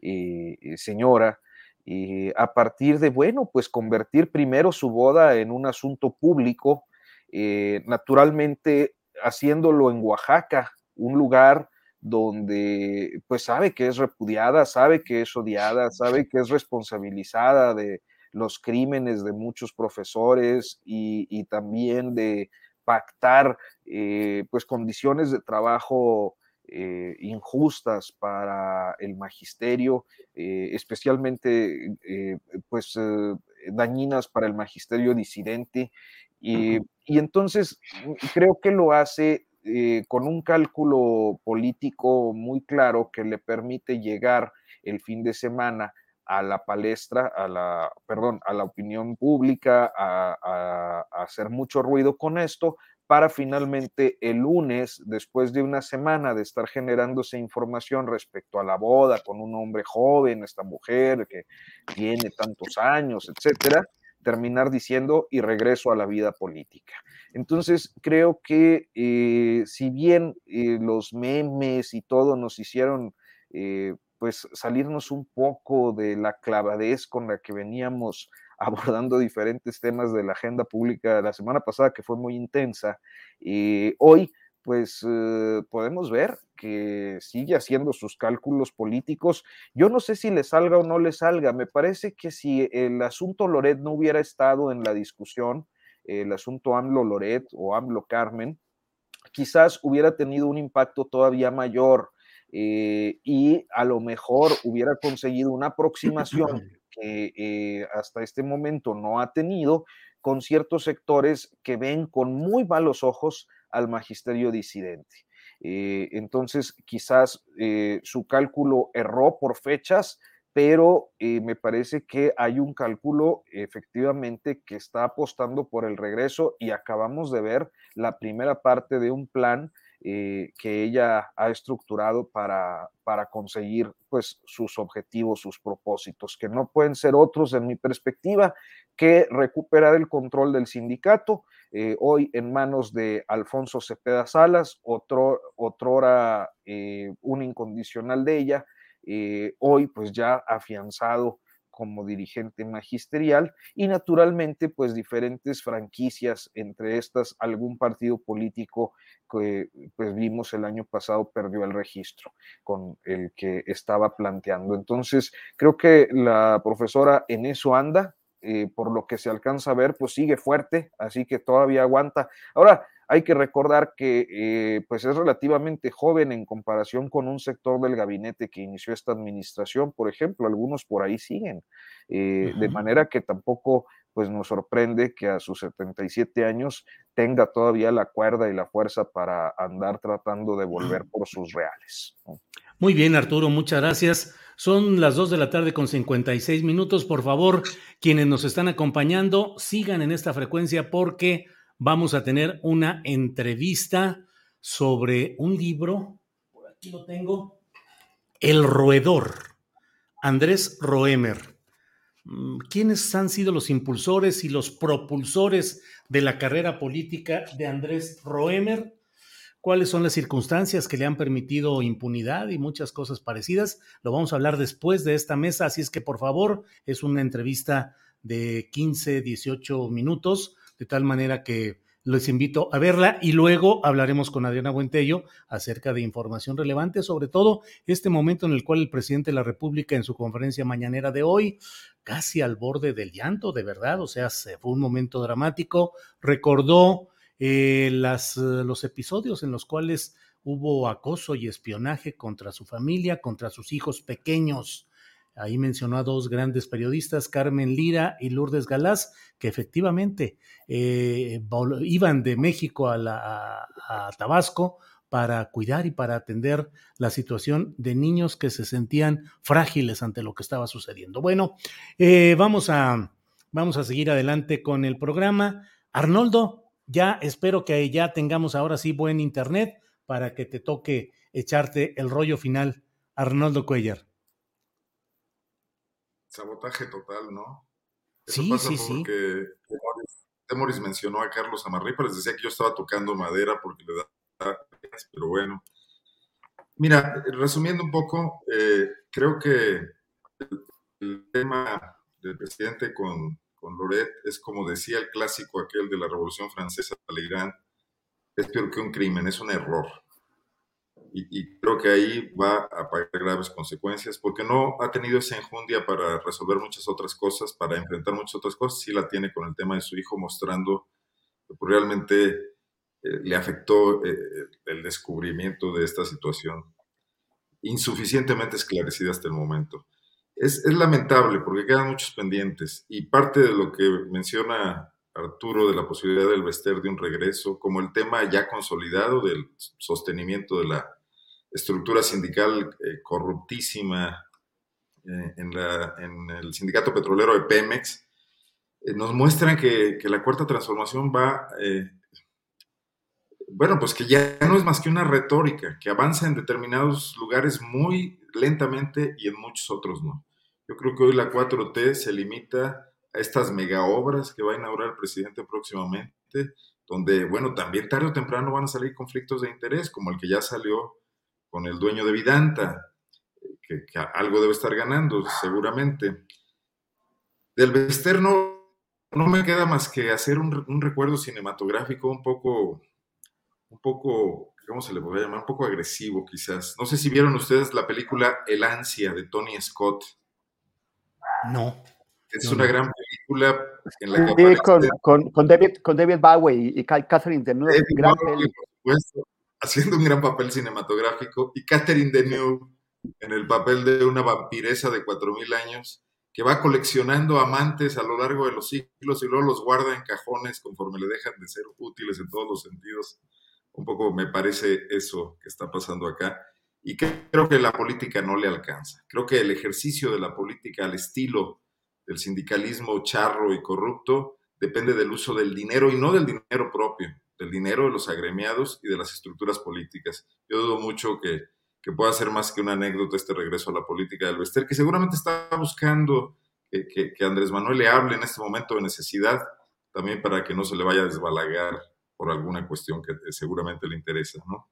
señora, a partir de, bueno, pues convertir primero su boda en un asunto público, naturalmente haciéndolo en Oaxaca, un lugar donde pues sabe que es repudiada, sabe que es odiada, sabe que es responsabilizada de los crímenes de muchos profesores y también de pactar pues condiciones de trabajo injustas para el magisterio, especialmente pues dañinas para el magisterio disidente, y entonces creo que lo hace con un cálculo político muy claro que le permite llegar el fin de semana a la palestra, a la opinión pública, a hacer mucho ruido con esto, para finalmente el lunes, después de una semana de estar generándose información respecto a la boda con un hombre joven, esta mujer que tiene tantos años, etcétera, terminar diciendo y regreso a la vida política. Entonces creo que si bien los memes y todo nos hicieron pues salirnos un poco de la clavadez con la que veníamos abordando diferentes temas de la agenda pública la semana pasada, que fue muy intensa, hoy pues podemos ver que sigue haciendo sus cálculos políticos. Yo no sé si le salga o no le salga. Me parece que si el asunto Loret no hubiera estado en la discusión, el asunto AMLO-Loret o AMLO-Carmen, quizás hubiera tenido un impacto todavía mayor y a lo mejor hubiera conseguido una aproximación que hasta este momento no ha tenido con ciertos sectores que ven con muy malos ojos al magisterio disidente. Entonces, quizás su cálculo erró por fechas, pero me parece que hay un cálculo efectivamente que está apostando por el regreso, y acabamos de ver la primera parte de un plan que ella ha estructurado para conseguir pues sus objetivos, sus propósitos, que no pueden ser otros en mi perspectiva que recuperar el control del sindicato, hoy en manos de Alfonso Cepeda Salas, otrora un incondicional de ella, hoy pues ya afianzado como dirigente magisterial, y naturalmente pues diferentes franquicias, entre estas algún partido político que pues vimos el año pasado perdió el registro con el que estaba planteando. Entonces creo que la profesora en eso anda, por lo que se alcanza a ver pues sigue fuerte, así que todavía aguanta. Ahora hay que recordar que pues es relativamente joven en comparación con un sector del gabinete que inició esta administración, por ejemplo, algunos por ahí siguen, de manera que tampoco pues nos sorprende que a sus 77 años tenga todavía la cuerda y la fuerza para andar tratando de volver por sus reales, ¿no? Muy bien, Arturo, muchas gracias. Son las 2:56 p.m. Por favor, quienes nos están acompañando, sigan en esta frecuencia porque vamos a tener una entrevista sobre un libro, por aquí lo tengo, El Roedor, Andrés Roemer. ¿quiénes han sido los impulsores y los propulsores de la carrera política de Andrés Roemer? ¿Cuáles son las circunstancias que le han permitido impunidad y muchas cosas parecidas? Lo vamos a hablar después de esta mesa, así es que por favor, es una entrevista de 15, 18 minutos, de tal manera que les invito a verla y luego hablaremos con Adriana Buentello acerca de información relevante, sobre todo este momento en el cual el presidente de la República en su conferencia mañanera de hoy, casi al borde del llanto, de verdad, o sea, fue un momento dramático, recordó los episodios en los cuales hubo acoso y espionaje contra su familia, contra sus hijos pequeños. Ahí mencionó a dos grandes periodistas, Carmen Lira y Lourdes Galaz, que efectivamente iban de México a Tabasco para cuidar y para atender la situación de niños que se sentían frágiles ante lo que estaba sucediendo. Bueno, vamos a seguir adelante con el programa. Arnoldo, ya espero que ya tengamos ahora sí buen internet para que te toque echarte el rollo final. Arnoldo Cuellar. Sabotaje total, ¿no? Eso sí, pasa porque Temoris mencionó a Carlos Amarripa, les decía que yo estaba tocando madera porque le da, pero bueno. Mira, resumiendo un poco, creo que el tema del presidente con Loret es como decía el clásico aquel de la Revolución Francesa de Irán, es peor que un crimen, es un error. Y creo que ahí va a pagar graves consecuencias porque no ha tenido esa enjundia para resolver muchas otras cosas, para enfrentar muchas otras cosas. Sí la tiene con el tema de su hijo, mostrando que realmente le afectó el descubrimiento de esta situación, insuficientemente esclarecida hasta el momento. Es lamentable porque quedan muchos pendientes y parte de lo que menciona Arturo de la posibilidad del Bester de un regreso, como el tema ya consolidado del sostenimiento de la estructura sindical corruptísima en el sindicato petrolero de Pemex, nos muestran que la Cuarta Transformación va, bueno, pues que ya no es más que una retórica, que avanza en determinados lugares muy lentamente y en muchos otros no. Yo creo que hoy la 4T se limita a estas mega obras que va a inaugurar el presidente próximamente, donde, bueno, también tarde o temprano van a salir conflictos de interés, como el que ya salió con el dueño de Vidanta, que algo debe estar ganando, seguramente. Del Bester no me queda más que hacer un recuerdo cinematográfico un poco, ¿cómo se le podría llamar? Un poco agresivo, quizás. No sé si vieron ustedes la película El Ansia, de Tony Scott. No. Es una gran película en la que aparece con David Bowie y Catherine Deneuve. Gran peli. Por supuesto, haciendo un gran papel cinematográfico, y Catherine Deneuve en el papel de una vampiresa de 4,000 años que va coleccionando amantes a lo largo de los siglos y luego los guarda en cajones conforme le dejan de ser útiles en todos los sentidos. Un poco me parece eso que está pasando acá. Y creo que la política no le alcanza. Creo que el ejercicio de la política al estilo del sindicalismo charro y corrupto depende del uso del dinero y no del dinero propio, del dinero de los agremiados y de las estructuras políticas. Yo dudo mucho que pueda ser más que una anécdota este regreso a la política del Bester, que seguramente está buscando que Andrés Manuel le hable en este momento de necesidad, también para que no se le vaya a desbalagar por alguna cuestión que seguramente le interesa, ¿no?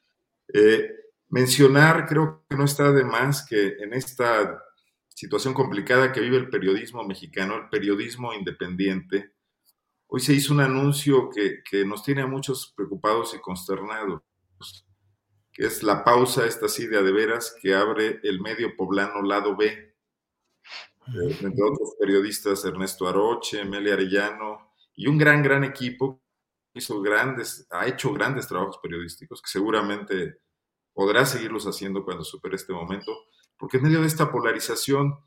Mencionar, creo que no está de más que en esta situación complicada que vive el periodismo mexicano, el periodismo independiente, hoy se hizo un anuncio que nos tiene a muchos preocupados y consternados, que es la pausa, esta sí de veras, que abre el medio poblano Lado B, entre otros periodistas, Ernesto Aroche, Emelia Arellano, y un gran equipo que ha hecho grandes trabajos periodísticos, que seguramente podrá seguirlos haciendo cuando supere este momento, porque en medio de esta polarización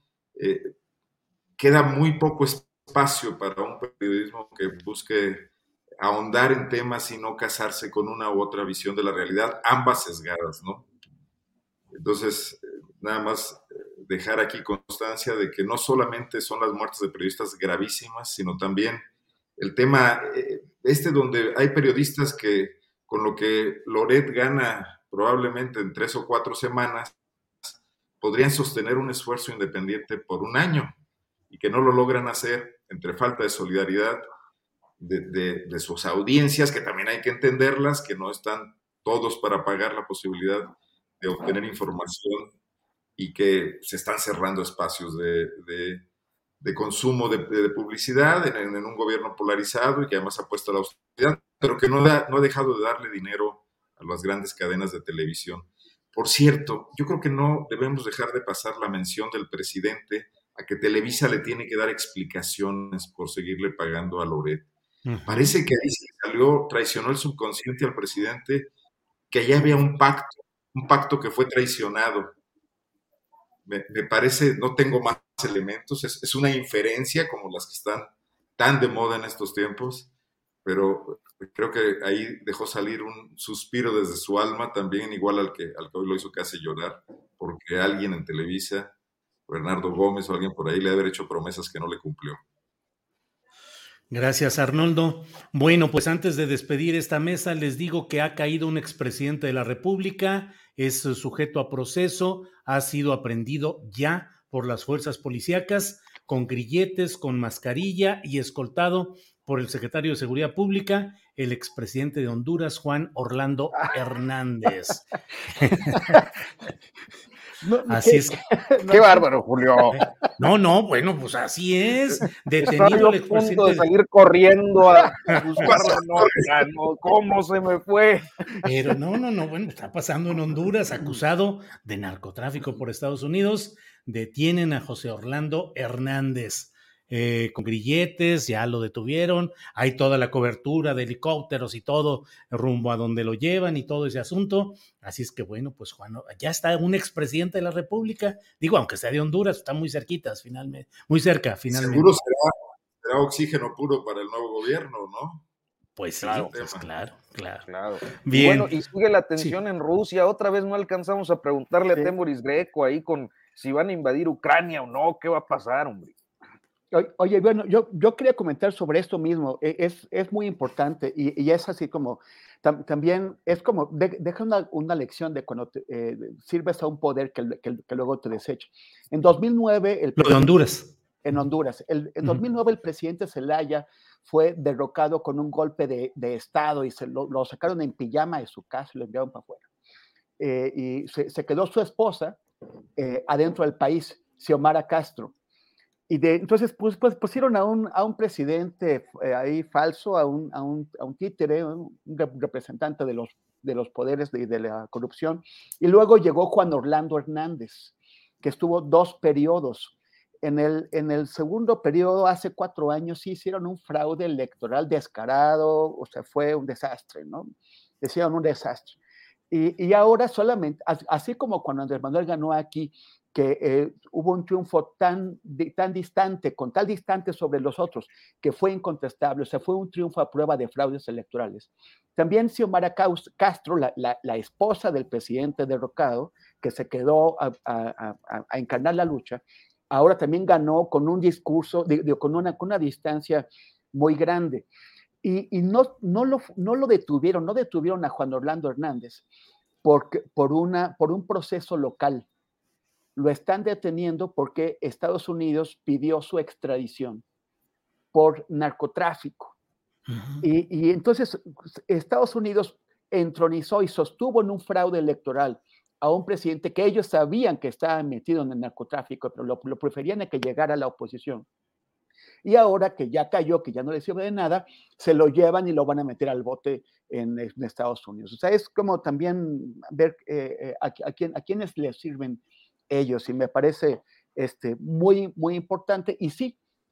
queda muy poco espacio para un periodismo que busque ahondar en temas y no casarse con una u otra visión de la realidad, ambas sesgadas, ¿no? Entonces, nada más dejar aquí constancia de que no solamente son las muertes de periodistas gravísimas, sino también el tema donde hay periodistas que con lo que Loret gana probablemente en 3 o 4 semanas, podrían sostener un esfuerzo independiente por un año. y que no lo logran hacer entre falta de solidaridad de sus audiencias, que también hay que entenderlas, que no están todos para pagar la posibilidad de obtener información y que se están cerrando espacios de consumo de publicidad en un gobierno polarizado y que además apuesta a la austeridad, pero que no ha dejado de darle dinero a las grandes cadenas de televisión. Por cierto, yo creo que no debemos dejar de pasar la mención del presidente a que Televisa le tiene que dar explicaciones por seguirle pagando a Loret. Parece que ahí se traicionó el subconsciente al presidente, que allá había un pacto que fue traicionado. Me parece, no tengo más elementos, es una inferencia como las que están tan de moda en estos tiempos, pero creo que ahí dejó salir un suspiro desde su alma, también igual al que hoy lo hizo casi llorar, porque alguien en Televisa, Bernardo Gómez o alguien por ahí, le debe haber hecho promesas que no le cumplió. Gracias, Arnoldo. Bueno, pues antes de despedir esta mesa, les digo que ha caído un expresidente de la República, es sujeto a proceso, ha sido aprehendido ya por las fuerzas policíacas, con grilletes, con mascarilla y escoltado por el secretario de Seguridad Pública, el expresidente de Honduras, Juan Orlando Hernández. Así es. Qué bárbaro, Julio. No, bueno, pues así es. Detenido el expresidente. Estoy a punto de salir corriendo a buscar la nota, ¿no? ¿Cómo se me fue? Pero no, bueno, está pasando en Honduras, acusado de narcotráfico por Estados Unidos. Detienen a José Orlando Hernández. Con grilletes, ya lo detuvieron, hay toda la cobertura de helicópteros y todo rumbo a donde lo llevan y todo ese asunto, así es que bueno, pues Juan, ya está un expresidente de la República, digo, aunque sea de Honduras, está muy cerquitas finalmente, muy cerca finalmente. Seguro será oxígeno puro para el nuevo gobierno, ¿no? Pues sí, claro. Bien. Bueno, y sigue la tensión en Rusia, otra vez no alcanzamos a preguntarle a Temoris Greco ahí con si van a invadir Ucrania o no, ¿qué va a pasar, hombre? Oye, bueno, yo quería comentar sobre esto mismo, es muy importante y es así como, también es como, deja una lección de cuando sirves a un poder que luego te desecha. En 2009... Lo de Honduras. En Honduras. En 2009 el presidente Zelaya fue derrocado con un golpe de Estado y lo sacaron en pijama de su casa y lo enviaron para afuera. Y se quedó su esposa adentro del país, Xiomara Castro. Y entonces pues pusieron a un presidente ahí falso, a un títere, un representante de los poderes de la corrupción. Y luego llegó Juan Orlando Hernández, que estuvo 2 periodos. En el segundo periodo, hace 4 años, sí hicieron un fraude electoral descarado, o sea, fue un desastre, ¿no? Hicieron un desastre. Y ahora solamente, así como cuando Andrés Manuel ganó aquí, que hubo un triunfo tan distante, con tal distante sobre los otros, que fue incontestable, o sea, fue un triunfo a prueba de fraudes electorales. También Xiomara Castro, la esposa del presidente derrocado, que se quedó a encarnar la lucha, ahora también ganó con un discurso, con una distancia muy grande. Y no lo detuvieron, no detuvieron a Juan Orlando Hernández por un proceso local. Lo están deteniendo porque Estados Unidos pidió su extradición por narcotráfico. Uh-huh. Y entonces Estados Unidos entronizó y sostuvo en un fraude electoral a un presidente que ellos sabían que estaba metido en el narcotráfico, pero lo preferían a que llegara a la oposición. Y ahora que ya cayó, que ya no le sirve de nada, se lo llevan y lo van a meter al bote en Estados Unidos. O sea, es como también ver a quiénes les sirven ellos, y me parece muy, muy importante. Y sí,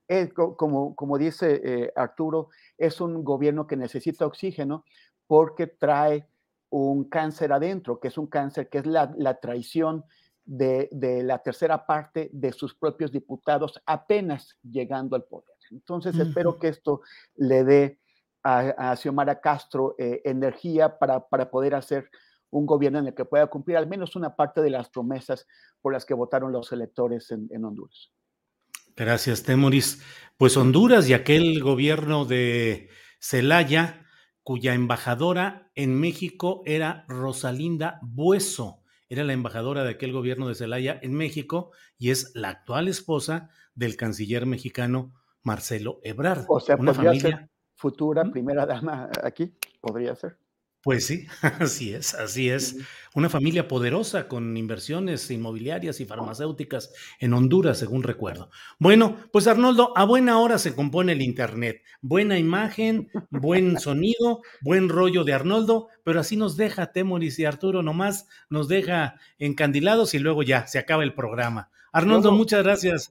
como dice Arturo, es un gobierno que necesita oxígeno porque trae un cáncer adentro, que es un cáncer que es la traición de la tercera parte de sus propios diputados apenas llegando al poder. Entonces, espero que esto le dé a Xiomara Castro energía para poder hacer un gobierno en el que pueda cumplir al menos una parte de las promesas por las que votaron los electores en Honduras. Gracias, Temoris. Pues Honduras y aquel gobierno de Zelaya, cuya embajadora en México era Rosalinda Bueso, era la embajadora de aquel gobierno de Zelaya en México y es la actual esposa del canciller mexicano Marcelo Ebrard. O sea, Una podría familia, ser futura primera dama aquí, podría ser. pues sí, así es, así es. Una familia poderosa con inversiones inmobiliarias y farmacéuticas en Honduras, según recuerdo. Bueno, pues Arnoldo, a buena hora se compone el Internet. Buena imagen, buen sonido, buen rollo de Arnoldo, pero así nos deja Temoris y Arturo nomás, nos deja encandilados y luego ya se acaba el programa. Arnoldo, Luego- muchas gracias.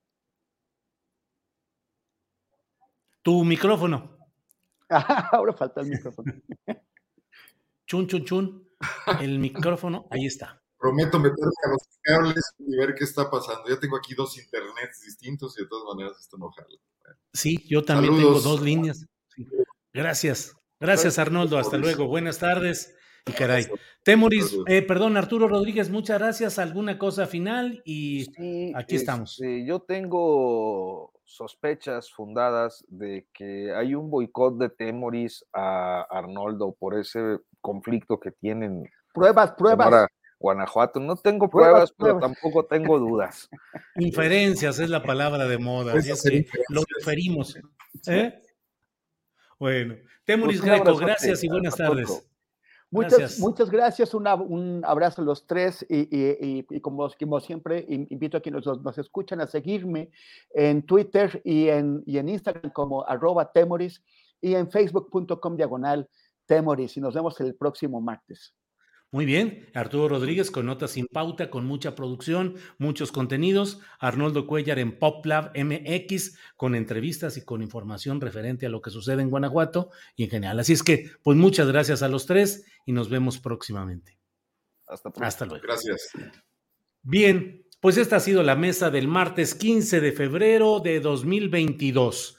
Tu micrófono. Ahora falta el micrófono. Chun, chun, chun. El micrófono, ahí está. Prometo meterme a los cables y ver qué está pasando. Ya tengo aquí 2 internets distintos y de todas maneras esto no jala. Sí, yo también Saludos. tengo 2 líneas. Sí. Gracias. Gracias, Arnoldo. Hasta luego. Buenas tardes. Y caray. Temoris, perdón, Arturo Rodríguez, muchas gracias. ¿Alguna cosa final? Y Sí, aquí estamos. yo tengo sospechas fundadas de que hay un boicot de Temoris a Arnoldo por ese conflicto que tienen Pruebas. Sonora, Guanajuato. No tengo pruebas, pero tampoco tengo dudas. Inferencias es la palabra de moda. Así es que lo inferimos. ¿Eh? Bueno, Temoris Pues un Greco, abrazote gracias y buenas a todos. tardes. Muchas gracias, un abrazo a los tres y como siempre invito a quienes nos escuchan a seguirme en Twitter y en Instagram como @Temoris y en facebook.com/Temoris y nos vemos el próximo martes. Muy bien, Arturo Rodríguez con Notas sin Pauta, con mucha producción, muchos contenidos, Arnoldo Cuellar en PopLab MX, con entrevistas y con información referente a lo que sucede en Guanajuato y en general. Así es que, pues muchas gracias a los tres y nos vemos próximamente. Hasta luego. Gracias. Bien, pues esta ha sido la mesa del martes 15 de febrero de 2022.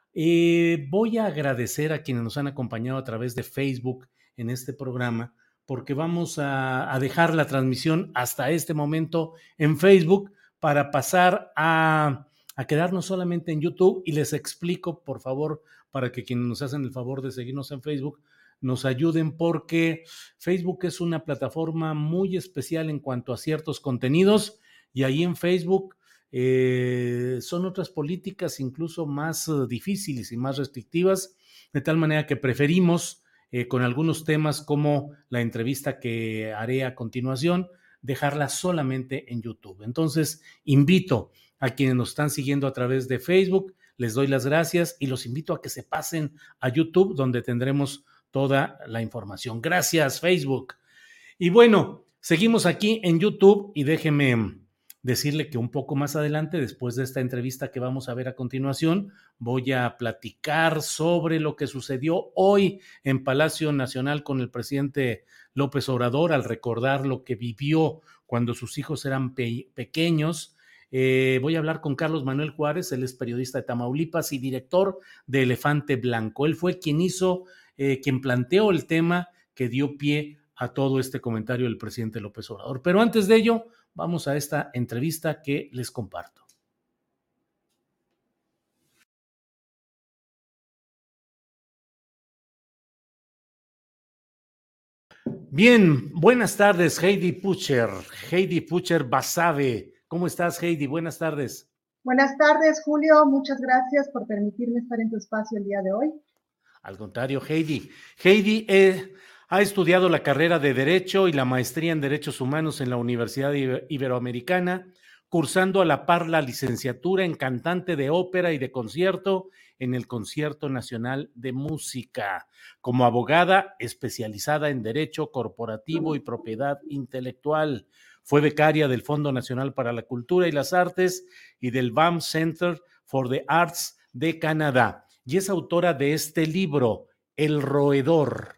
Voy a agradecer a quienes nos han acompañado a través de Facebook en este programa, porque vamos a dejar la transmisión hasta este momento en Facebook para pasar a quedarnos solamente en YouTube y les explico, por favor, para que quienes nos hacen el favor de seguirnos en Facebook nos ayuden, porque Facebook es una plataforma muy especial en cuanto a ciertos contenidos y ahí en Facebook son otras políticas incluso más difíciles y más restrictivas, de tal manera que preferimos con algunos temas como la entrevista que haré a continuación, dejarla solamente en YouTube. Entonces, invito a quienes nos están siguiendo a través de Facebook, les doy las gracias y los invito a que se pasen a YouTube, donde tendremos toda la información. Gracias, Facebook. Y bueno, seguimos aquí en YouTube y déjeme decirle que un poco más adelante, después de esta entrevista que vamos a ver a continuación, voy a platicar sobre lo que sucedió hoy en Palacio Nacional con el presidente López Obrador al recordar lo que vivió cuando sus hijos eran pequeños. Voy a hablar con Carlos Manuel Juárez, él es periodista de Tamaulipas y director de Elefante Blanco. Él fue quien planteó el tema que dio pie a todo este comentario del presidente López Obrador. Pero antes de ello, vamos a esta entrevista que les comparto. Bien, buenas tardes, Heidi Pucher Basabe. ¿Cómo estás, Heidi? Buenas tardes. Buenas tardes, Julio. Muchas gracias por permitirme estar en tu espacio el día de hoy. Al contrario, Heidi. Heidi ha estudiado la carrera de Derecho y la maestría en Derechos Humanos en la Universidad Iberoamericana, cursando a la par la licenciatura en cantante de ópera y de concierto en el Concierto Nacional de Música. Como abogada especializada en Derecho Corporativo y Propiedad Intelectual, fue becaria del Fondo Nacional para la Cultura y las Artes y del BAM Center for the Arts de Canadá. Y es autora de este libro, El Roedor,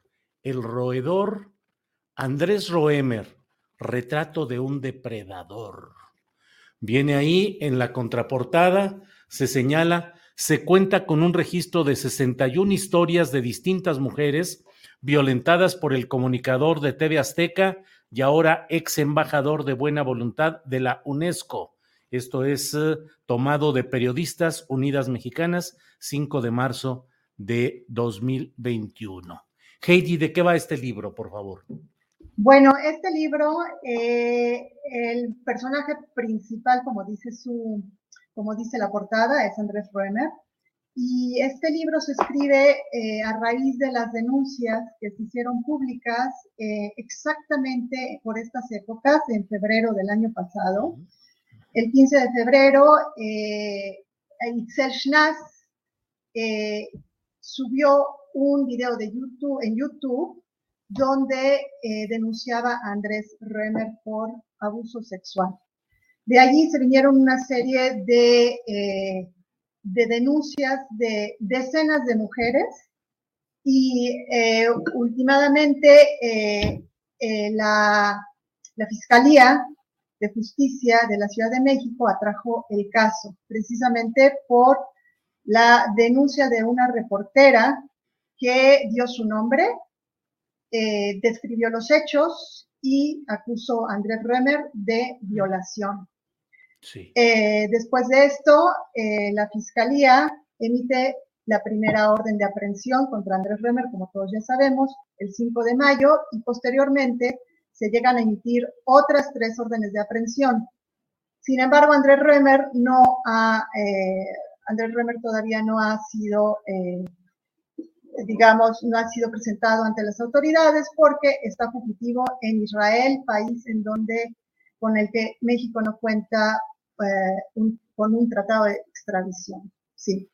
Andrés Roemer, retrato de un depredador. Viene ahí en la contraportada, se señala, se cuenta con un registro de 61 historias de distintas mujeres violentadas por el comunicador de TV Azteca y ahora ex embajador de buena voluntad de la UNESCO. Esto es tomado de Periodistas Unidas Mexicanas, 5 de marzo de 2021. Heidi, ¿de qué va este libro, por favor? Bueno, este libro, el personaje principal, como dice la portada, es Andrés Roemer. Y este libro se escribe a raíz de las denuncias que se hicieron públicas exactamente por estas épocas, en febrero del año pasado. El 15 de febrero, Itzel Schnaz subió un video en YouTube donde denunciaba a Andrés Roemer por abuso sexual. De allí se vinieron una serie de denuncias de decenas de mujeres y últimamente la Fiscalía de Justicia de la Ciudad de México atrajo el caso precisamente por la denuncia de una reportera que dio su nombre, describió los hechos y acusó a Andrés Roemer de violación. Sí. Después de esto, la Fiscalía emite la primera orden de aprehensión contra Andrés Roemer, como todos ya sabemos, el 5 de mayo, y posteriormente se llegan a emitir otras 3 órdenes de aprehensión. Sin embargo, Andrés Roemer todavía no ha sido, no ha sido presentado ante las autoridades porque está fugitivo en Israel, país con el que México no cuenta con un tratado de extradición. Sí.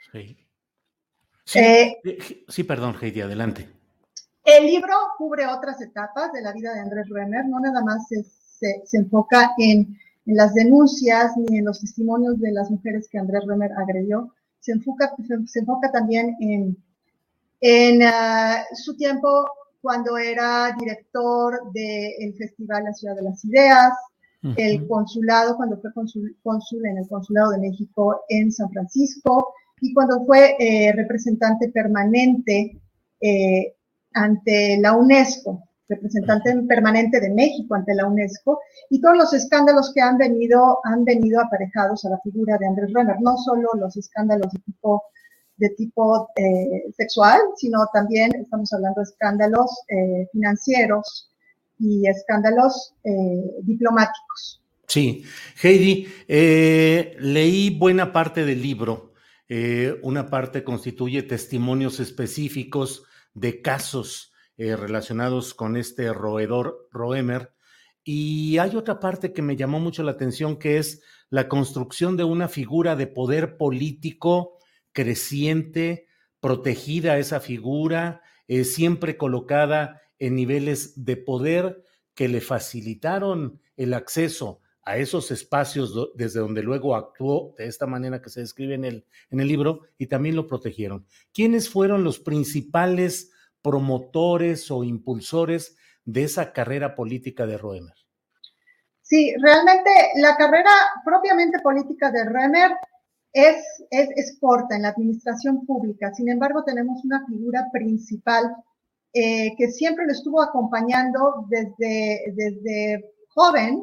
Sí, perdón, Heidi, adelante. El libro cubre otras etapas de la vida de Andrés Roemer, no nada más se enfoca en las denuncias ni en los testimonios de las mujeres que Andrés Roemer agredió, se enfoca también en su tiempo cuando era director del Festival La Ciudad de las Ideas, el consulado, cuando fue cónsul en el Consulado de México en San Francisco, y cuando fue representante permanente ante la UNESCO, representante permanente de México ante la UNESCO, y todos los escándalos que han venido aparejados a la figura de Andrés Roemer, no solo los escándalos de tipo sexual, sino también estamos hablando de escándalos financieros y escándalos diplomáticos. Sí, Heidi, leí buena parte del libro. Una parte constituye testimonios específicos de casos relacionados con este roedor Roemer, y hay otra parte que me llamó mucho la atención, que es la construcción de una figura de poder político creciente, protegida esa figura, siempre colocada en niveles de poder que le facilitaron el acceso a esos espacios desde donde luego actuó de esta manera que se describe en el libro, y también lo protegieron. ¿Quiénes fueron los principales promotores o impulsores de esa carrera política de Roemer? Sí, realmente la carrera propiamente política de Roemer es corta en la administración pública. Sin embargo, tenemos una figura principal que siempre lo estuvo acompañando desde joven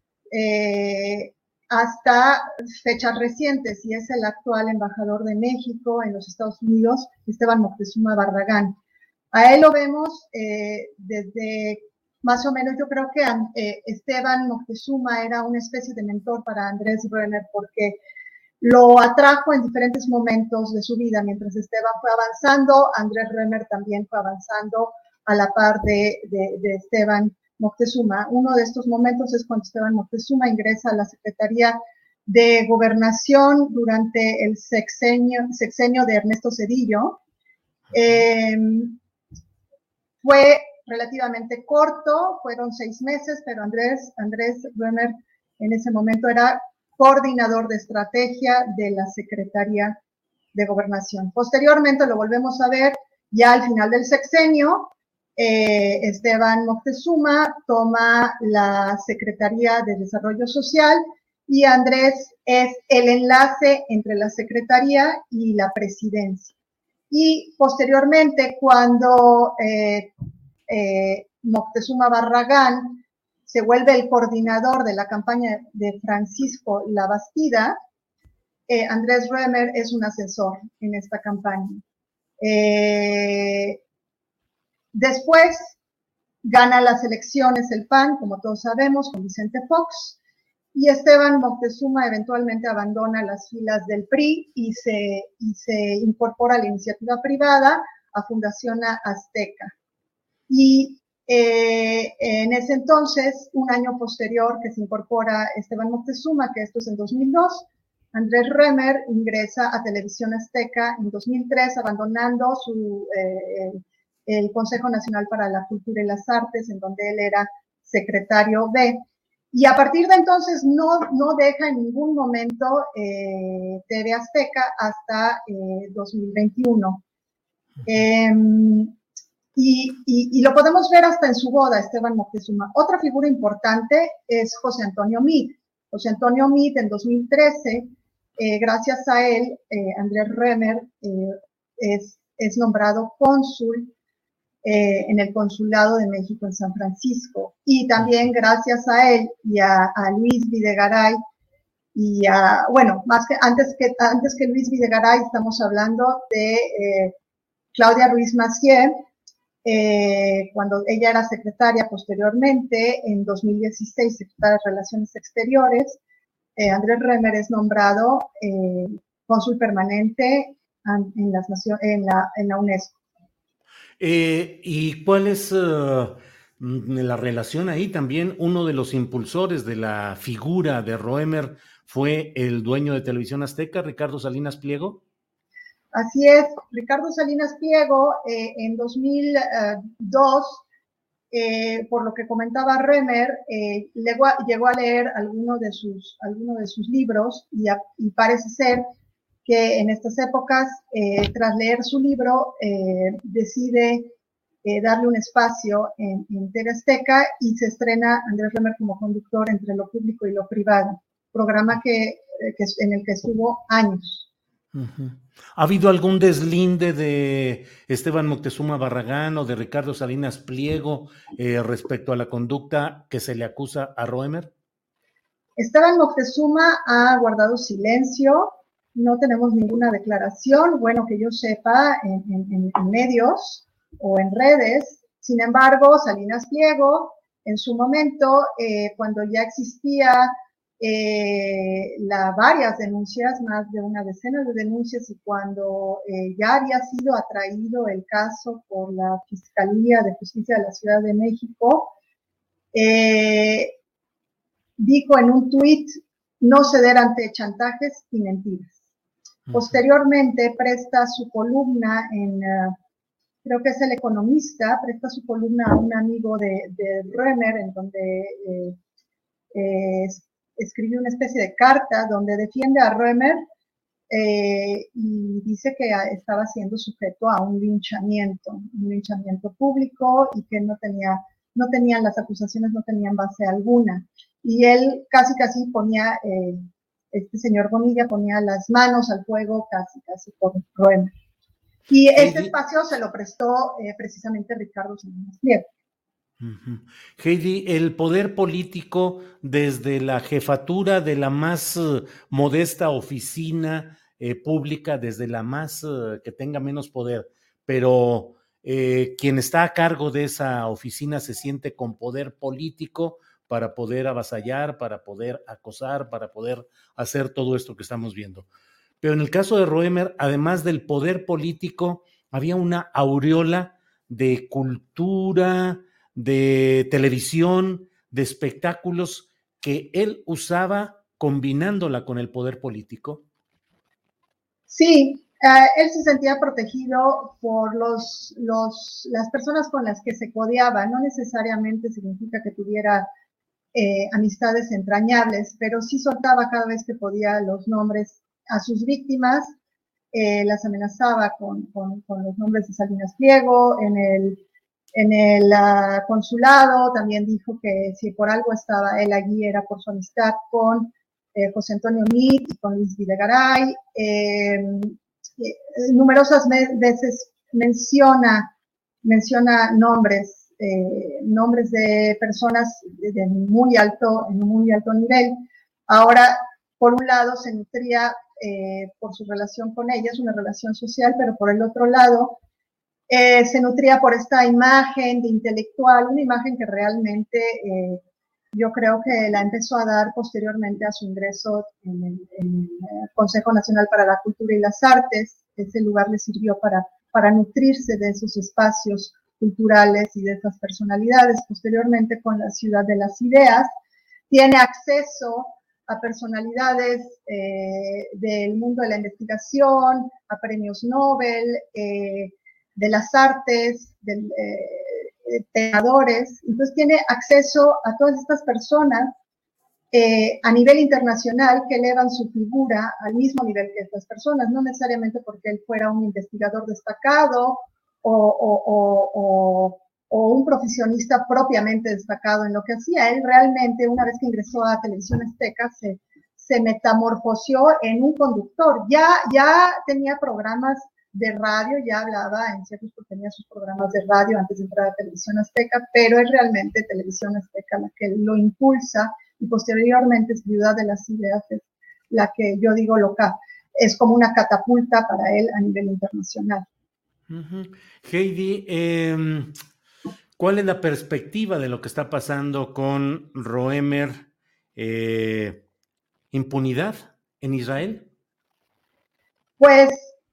hasta fechas recientes, y es el actual embajador de México en los Estados Unidos, Esteban Moctezuma Barragán. A él lo vemos desde más o menos, yo creo que Esteban Moctezuma era una especie de mentor para Andrés Roemer, porque lo atrajo en diferentes momentos de su vida. Mientras Esteban fue avanzando, Andrés Roemer también fue avanzando a la par de Esteban Moctezuma. Uno de estos momentos es cuando Esteban Moctezuma ingresa a la Secretaría de Gobernación durante el sexenio de Ernesto Zedillo. Fue relativamente corto, fueron 6 meses, pero Andrés Roemer en ese momento era coordinador de estrategia de la Secretaría de Gobernación. Posteriormente lo volvemos a ver ya al final del sexenio. Esteban Moctezuma toma la Secretaría de Desarrollo Social y Andrés es el enlace entre la Secretaría y la Presidencia. Y posteriormente, cuando Moctezuma Barragán se vuelve el coordinador de la campaña de Francisco Labastida, Andrés Roemer es un asesor en esta campaña. Después Gana las elecciones el PAN, como todos sabemos, con Vicente Fox, y Esteban Moctezuma eventualmente abandona las filas del PRI y se incorpora a la iniciativa privada, a Fundación Azteca. Y en ese entonces, un año posterior que se incorpora Esteban Moctezuma, que esto es en 2002, Andrés Römer ingresa a Televisión Azteca en 2003, abandonando el Consejo Nacional para la Cultura y las Artes, en donde él era secretario B. Y a partir de entonces no deja en ningún momento TV Azteca hasta 2021. Y lo podemos ver hasta en su boda, Esteban Moctezuma. Otra figura importante es José Antonio Meade. José Antonio Meade en 2013, gracias a él, Andrés Römer es nombrado cónsul en el Consulado de México en San Francisco. Y también gracias a él y a Luis Videgaray, y antes que Luis Videgaray, estamos hablando de Claudia Ruiz Massieu, cuando ella era secretaria posteriormente, en 2016, secretaria de Relaciones Exteriores. Andrés Römer es nombrado cónsul permanente en la UNESCO. ¿Y cuál es la relación ahí? También uno de los impulsores de la figura de Römer fue el dueño de Televisión Azteca, Ricardo Salinas Pliego. Así es, Ricardo Salinas Pliego en 2002, por lo que comentaba Römer, llegó a leer alguno de sus libros y parece ser que en estas épocas, tras leer su libro, decide darle un espacio en TV Azteca y se estrena Andrés Römer como conductor entre lo público y lo privado, programa en el que estuvo años. Uh-huh. ¿Ha habido algún deslinde de Esteban Moctezuma Barragán o de Ricardo Salinas Pliego respecto a la conducta que se le acusa a Römer? Esteban Moctezuma ha guardado silencio, no tenemos ninguna declaración, bueno, que yo sepa, en medios o en redes. Sin embargo, Salinas Pliego, en su momento, cuando ya existía varias denuncias, más de una decena de denuncias, y cuando ya había sido atraído el caso por la Fiscalía de Justicia de la Ciudad de México, dijo en un tuit no ceder ante chantajes y mentiras. Posteriormente presta su columna creo que es El Economista, presta su columna a un amigo de Römer, en donde escribió una especie de carta donde defiende a Römer y dice que estaba siendo sujeto a un linchamiento público, y que las acusaciones no tenían base alguna. Y él casi ponía, este señor Bonilla ponía las manos al fuego casi por Römer. Y este espacio se lo prestó precisamente Ricardo Salinas Pliego. Uh-huh. Heidi, el poder político desde la jefatura de la más modesta oficina pública, desde la más que tenga menos poder, pero quien está a cargo de esa oficina se siente con poder político para poder avasallar, para poder acosar, para poder hacer todo esto que estamos viendo. Pero en el caso de Römer, además del poder político, había una aureola de cultura, de televisión, de espectáculos que él usaba combinándola con el poder político. Sí, él se sentía protegido por las personas con las que se codeaba. No necesariamente significa que tuviera amistades entrañables, pero sí soltaba cada vez que podía los nombres a sus víctimas, las amenazaba con los nombres de Salinas Pliego. En el consulado también dijo que si por algo estaba él allí era por su amistad con José Antonio Meade y con Luis Videgaray. Numerosas veces menciona nombres de personas en un muy alto nivel. Ahora, por un lado, se nutría por su relación con ellas, una relación social, pero por el otro lado, Se nutría por esta imagen de intelectual, una imagen que realmente yo creo que la empezó a dar posteriormente a su ingreso en el Consejo Nacional para la Cultura y las Artes. Ese lugar le sirvió para nutrirse de esos espacios culturales y de esas personalidades. Posteriormente, con la Ciudad de las Ideas, tiene acceso a personalidades del mundo de la investigación, a premios Nobel, de las artes, pensadores. Entonces tiene acceso a todas estas personas a nivel internacional que elevan su figura al mismo nivel que estas personas, no necesariamente porque él fuera un investigador destacado o un profesionista propiamente destacado en lo que hacía. Él realmente, una vez que ingresó a Televisión Azteca, se metamorfoseó en un conductor. Ya tenía programas de radio, ya hablaba en ciertos, tenía sus programas de radio antes de entrar a Televisión Azteca, pero es realmente Televisión Azteca la que lo impulsa, y posteriormente Ciudad de las Ideas es la que yo digo es como una catapulta para él a nivel internacional. Heidi, ¿cuál es la perspectiva de lo que está pasando con Roemer? ¿Impunidad en Israel? Pues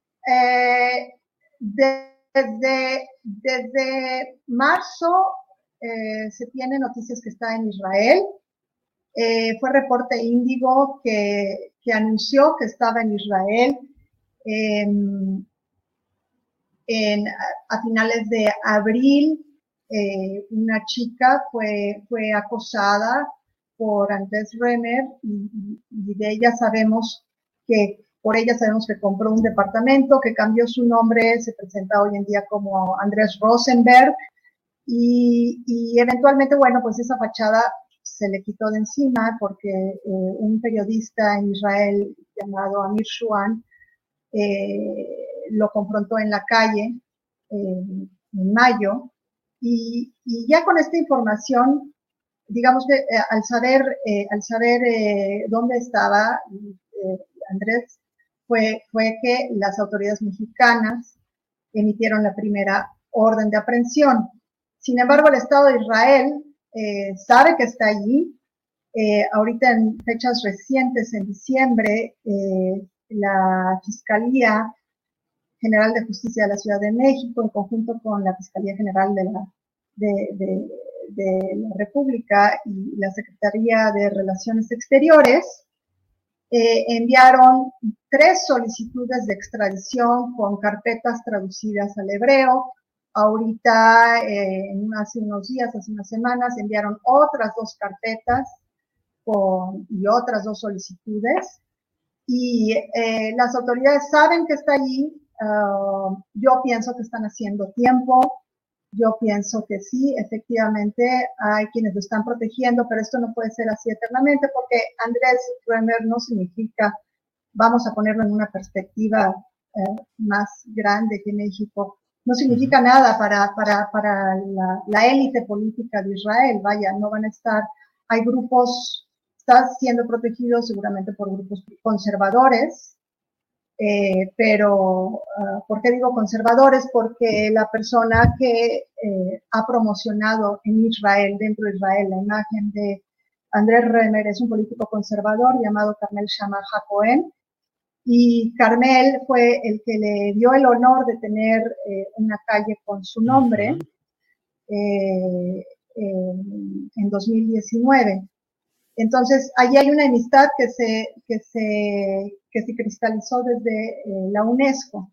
desde marzo se tiene noticias que está en Israel. Fue reporte Índigo que anunció que estaba en Israel a finales de abril. Una chica fue acosada por Andrés Roemer y por ella sabemos que compró un departamento, que cambió su nombre, se presenta hoy en día como Andrés Rosenberg y eventualmente, bueno, pues esa fachada se le quitó de encima porque un periodista en Israel llamado Amir Shuan lo confrontó en la calle en mayo y ya con esta información, digamos que al saber dónde estaba Andrés, fue que las autoridades mexicanas emitieron la primera orden de aprehensión. Sin embargo, el Estado de Israel sabe que está allí. Ahorita en fechas recientes, en diciembre, la Fiscalía General de Justicia de la Ciudad de México, en conjunto con la Fiscalía General de la República y la Secretaría de Relaciones Exteriores, enviaron 3 solicitudes de extradición con carpetas traducidas al hebreo. Ahorita, hace unos días, hace unas semanas, enviaron otras 2 carpetas y otras 2 solicitudes. Y las autoridades saben que está allí. Yo pienso que están haciendo tiempo. Yo pienso que sí, efectivamente hay quienes lo están protegiendo, pero esto no puede ser así eternamente porque Andrés Roemer no significa, vamos a ponerlo en una perspectiva más grande que México, no significa nada para la élite política de Israel. Vaya, no van a estar, hay grupos, está siendo protegido seguramente por grupos conservadores, pero ¿por qué digo conservadores? Porque la persona que ha promocionado en Israel, dentro de Israel, la imagen de Andrés Roemer es un político conservador llamado Carmel Shammah Cohen, y Carmel fue el que le dio el honor de tener una calle con su nombre en 2019. Entonces, allí hay una amistad que se cristalizó desde la UNESCO.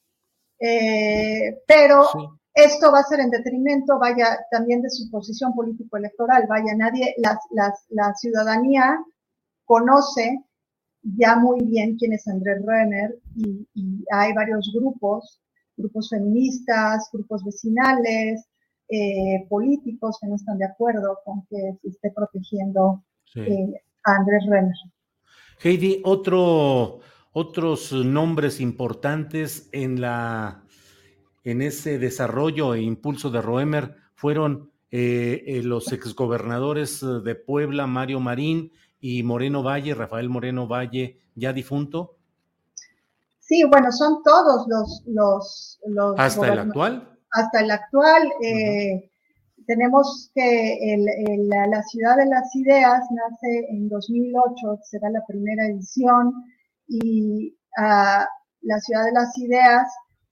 Pero sí, esto va a ser en detrimento, vaya, también de su posición político-electoral. Vaya, la ciudadanía conoce ya muy bien quién es Andrés Roemer y hay varios grupos feministas, grupos vecinales, políticos que no están de acuerdo con que se esté protegiendo a Andrés Roemer. Heidi, otros nombres importantes en ese desarrollo e impulso de Roemer fueron los exgobernadores de Puebla, Mario Marín, y Moreno Valle, Rafael Moreno Valle, ya difunto. Sí, bueno, son todos los ¿Hasta el actual? hasta el actual. Tenemos que la Ciudad de las Ideas nace en 2008, será la primera edición, y la Ciudad de las Ideas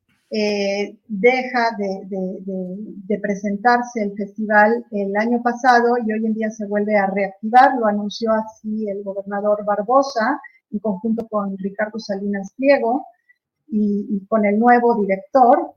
deja de presentarse el festival el año pasado y hoy en día se vuelve a reactivar. Lo anunció así el gobernador Barbosa en conjunto con Ricardo Salinas Pliego y con el nuevo director,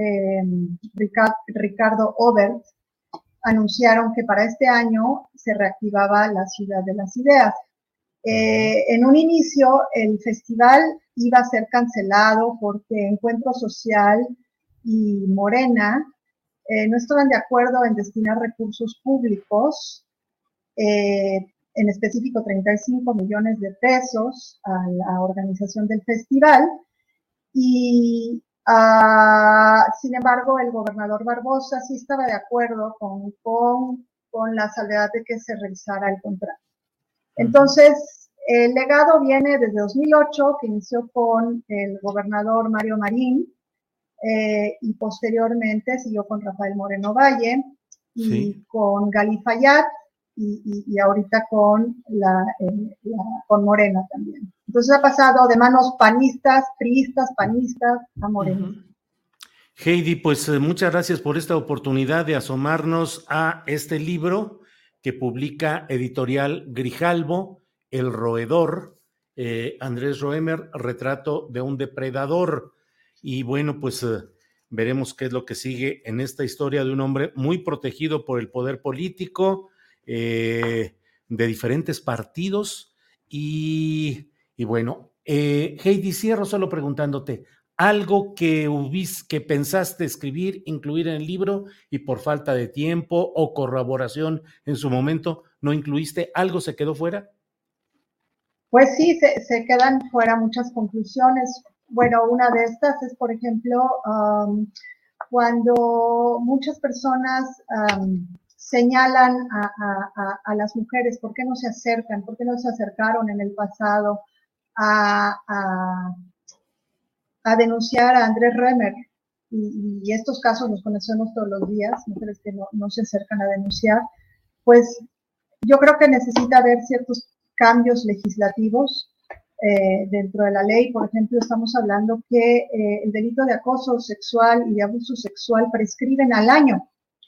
Ricardo Obert, anunciaron que para este año se reactivaba la Ciudad de las Ideas. En un inicio el festival iba a ser cancelado porque Encuentro Social y Morena no estaban de acuerdo en destinar recursos públicos, en específico 35 millones de pesos a la organización del festival, y sin embargo el gobernador Barbosa sí estaba de acuerdo con la salvedad de que se revisara el contrato. Entonces, el legado viene desde 2008, que inició con el gobernador Mario Marín, y posteriormente siguió con Rafael Moreno Valle, y con Gali Fayad, y ahorita con Morena también. Entonces ha pasado de manos panistas, priistas, panistas, a Morena. Heidi, pues muchas gracias por esta oportunidad de asomarnos a este libro que publica Editorial Grijalbo, El Roedor, Andrés Roemer, Retrato de un depredador. Y bueno, pues veremos qué es lo que sigue en esta historia de un hombre muy protegido por el poder político, de diferentes partidos. Y bueno, Heidi, cierro solo preguntándote, algo que pensaste escribir, incluir en el libro y por falta de tiempo o corroboración en su momento no incluiste, ¿algo se quedó fuera? Pues sí, se quedan fuera muchas conclusiones. Bueno, una de estas es, por ejemplo, cuando muchas personas señalan a las mujeres, ¿por qué no se acercan? ¿Por qué no se acercaron en el pasado a denunciar a Andrés Roemer? Y estos casos los conocemos todos los días, mujeres que no se acercan a denunciar. Pues yo creo que necesita haber ciertos cambios legislativos dentro de la ley. Por ejemplo, estamos hablando que el delito de acoso sexual y de abuso sexual prescriben al año.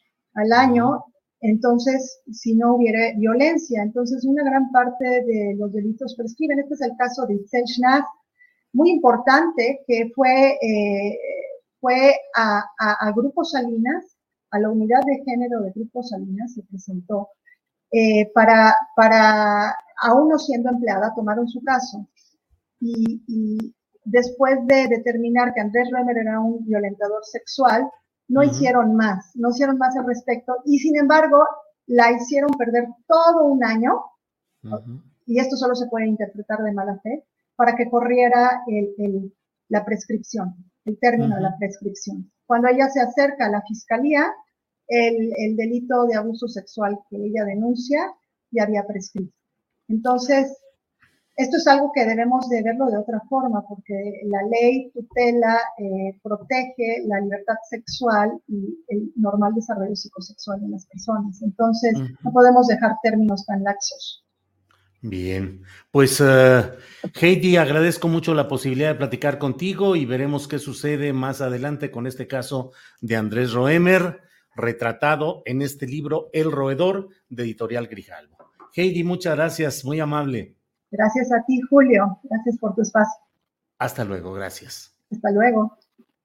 Entonces, si no hubiera violencia, entonces una gran parte de los delitos prescriben. Este es el caso de Itzel Schnaz, muy importante, que fue a Grupo Salinas, a la unidad de género de Grupo Salinas, se presentó para, aún no siendo empleada, tomaron su caso. Y después de determinar que Andrés Roemer era un violentador sexual, no hicieron más al respecto, y sin embargo la hicieron perder todo un año, y esto solo se puede interpretar de mala fe, para que corriera la prescripción, el término de la prescripción. Cuando ella se acerca a la fiscalía, el delito de abuso sexual que ella denuncia ya había prescrito. Entonces, esto es algo que debemos de verlo de otra forma, porque la ley tutela, protege la libertad sexual y el normal desarrollo psicosexual de las personas. Entonces, no podemos dejar términos tan laxos. Bien, pues Heidi, agradezco mucho la posibilidad de platicar contigo y veremos qué sucede más adelante con este caso de Andrés Roemer, retratado en este libro El Roedor, de Editorial Grijalbo. Heidi, muchas gracias, muy amable. Gracias a ti, Julio. Gracias por tu espacio. Hasta luego, gracias. Hasta luego.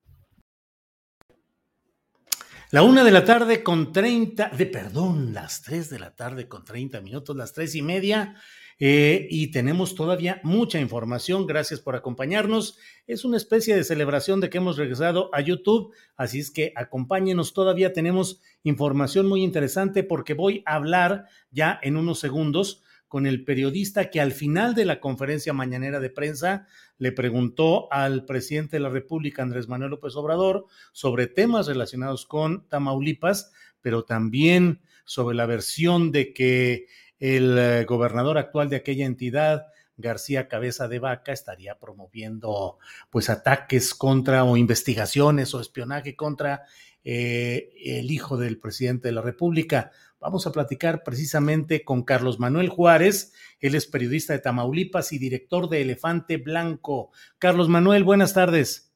La 1 de la tarde con 30, las 3 de la tarde con 30 minutos, las 3:30, y tenemos todavía mucha información. Gracias por acompañarnos. Es una especie de celebración de que hemos regresado a YouTube, así es que acompáñenos, todavía tenemos información muy interesante porque voy a hablar ya en unos segundos con el periodista que al final de la conferencia mañanera de prensa le preguntó al presidente de la República, Andrés Manuel López Obrador, sobre temas relacionados con Tamaulipas, pero también sobre la versión de que el gobernador actual de aquella entidad, García Cabeza de Vaca estaría promoviendo pues ataques contra o investigaciones o espionaje contra el hijo del presidente de la República. Vamos a platicar precisamente con Carlos Manuel Juárez. Él es periodista de Tamaulipas y director de Elefante Blanco. Carlos Manuel, buenas tardes.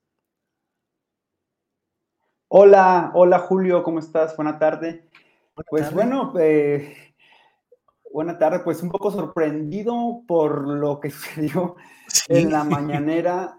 Hola Julio, ¿cómo estás? Buena tarde. Buena tarde, pues un poco sorprendido por lo que sucedió en la mañanera.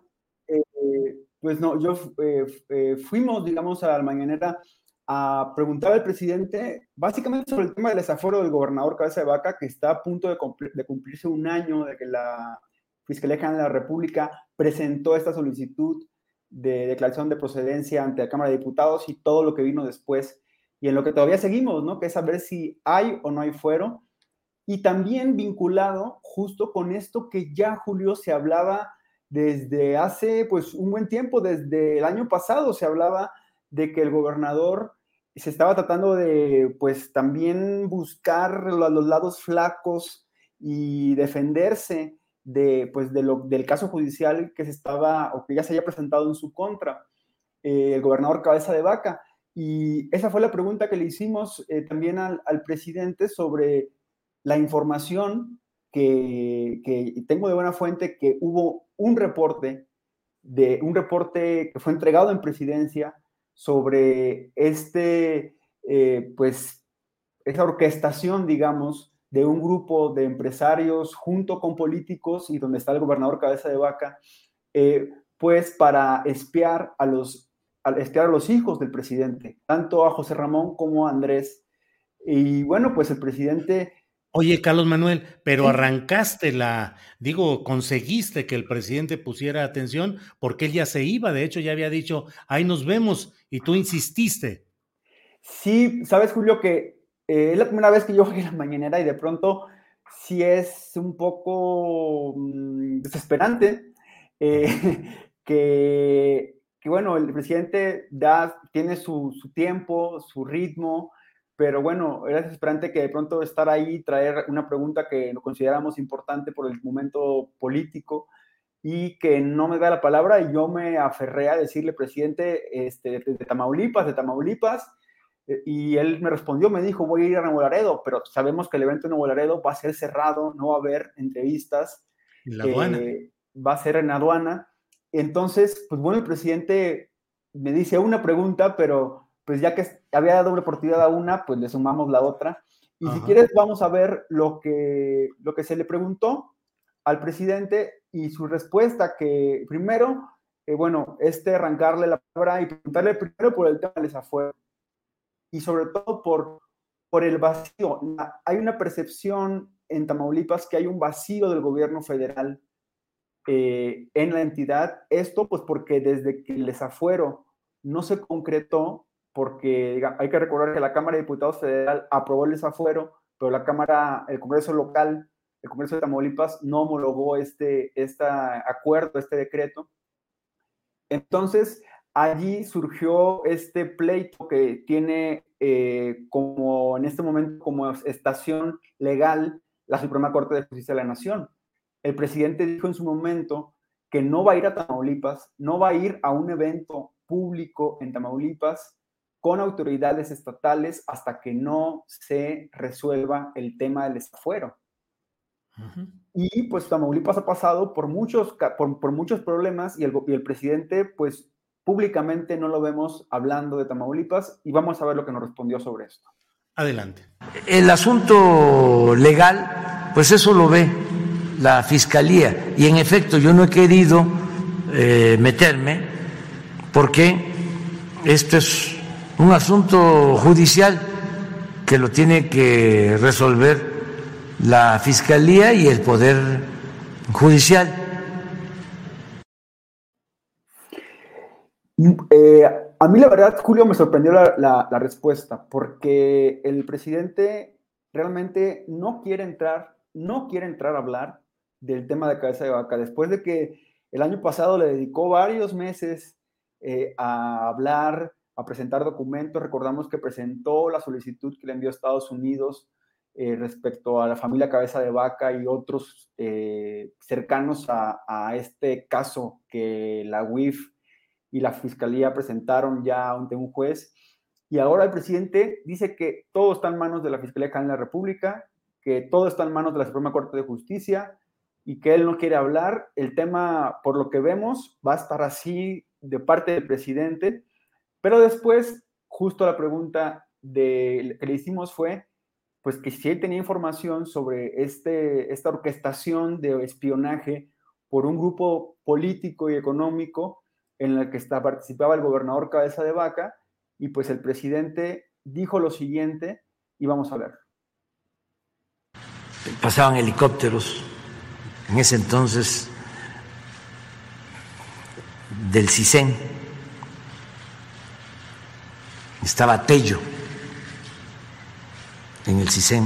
Fuimos, digamos, a la mañanera a preguntar al presidente básicamente sobre el tema del desafuero del gobernador Cabeza de Vaca, que está a punto de cumplirse un año de que la Fiscalía General de la República presentó esta solicitud de declaración de procedencia ante la Cámara de Diputados y todo lo que vino después, y en lo que todavía seguimos, ¿no? Que es saber si hay o no hay fuero, y también vinculado justo con esto que ya, Julio, se hablaba desde hace pues un buen tiempo, desde el año pasado se hablaba de que el gobernador se estaba tratando de pues también buscar los lados flacos y defenderse del caso judicial que se estaba o que ya se había presentado en su contra, el gobernador Cabeza de Vaca. Y esa fue la pregunta que le hicimos también al presidente sobre la información que tengo de buena fuente, que hubo un reporte que fue entregado en presidencia sobre esa orquestación, digamos, de un grupo de empresarios junto con políticos y donde está el gobernador Cabeza de Vaca, pues para espiar a los hijos del presidente, tanto a José Ramón como a Andrés. Y bueno, pues el presidente... Oye, Carlos Manuel, pero conseguiste que el presidente pusiera atención porque él ya se iba, de hecho ya había dicho, ahí nos vemos, y tú insististe. Sí, sabes, Julio, que es la primera vez que yo voy a la mañanera y de pronto sí es un poco desesperante que bueno, el presidente tiene su tiempo, su ritmo, pero bueno, era desesperante que de pronto estar ahí y traer una pregunta que lo consideramos importante por el momento político y que no me da la palabra, y yo me aferré a decirle, presidente, de Tamaulipas, y él me respondió, me dijo, voy a ir a Nuevo Laredo, pero sabemos que el evento en Nuevo Laredo va a ser cerrado, no va a haber entrevistas. En la aduana. Va a ser en aduana. Entonces, pues bueno, el presidente me dice una pregunta, pero pues ya que había dado una oportunidad a una, pues le sumamos la otra. Y si quieres, vamos a ver lo que se le preguntó al presidente y su respuesta, que primero, arrancarle la palabra y preguntarle primero por el tema del desafuero. Y sobre todo por el vacío. Hay una percepción en Tamaulipas que hay un vacío del gobierno federal en la entidad. Esto pues porque desde que el desafuero no se concretó, porque hay que recordar que la Cámara de Diputados Federal aprobó el desafuero, pero el Congreso local, el Congreso de Tamaulipas, no homologó este acuerdo, este decreto. Entonces, allí surgió este pleito que tiene como en este momento como estación legal la Suprema Corte de Justicia de la Nación. El presidente dijo en su momento que no va a ir a Tamaulipas, no va a ir a un evento público en Tamaulipas con autoridades estatales hasta que no se resuelva el tema del desafuero. Y pues Tamaulipas ha pasado por muchos problemas y el presidente pues públicamente no lo vemos hablando de Tamaulipas, y vamos a ver lo que nos respondió sobre esto. Adelante. El asunto legal, pues eso lo ve la Fiscalía, y en efecto yo no he querido meterme porque esto es un asunto judicial que lo tiene que resolver la Fiscalía y el Poder Judicial. A mí la verdad, Julio, me sorprendió la respuesta, porque el presidente realmente no quiere entrar a hablar del tema de Cabeza de Vaca, después de que el año pasado le dedicó varios meses a hablar, a presentar documentos. Recordamos que presentó la solicitud que le envió a Estados Unidos respecto a la familia Cabeza de Vaca y otros cercanos a este caso que la UIF y la Fiscalía presentaron ya ante un juez. Y ahora el presidente dice que todo está en manos de la Fiscalía General de la República, que todo está en manos de la Suprema Corte de Justicia y que él no quiere hablar. El tema, por lo que vemos, va a estar así de parte del presidente, pero después, justo la pregunta que le hicimos fue, pues que si él tenía información sobre esta orquestación de espionaje por un grupo político y económico en el que participaba el gobernador Cabeza de Vaca, y pues el presidente dijo lo siguiente, y vamos a ver. Pasaban helicópteros, en ese entonces, del CISEN. Estaba Tello en el CISEN.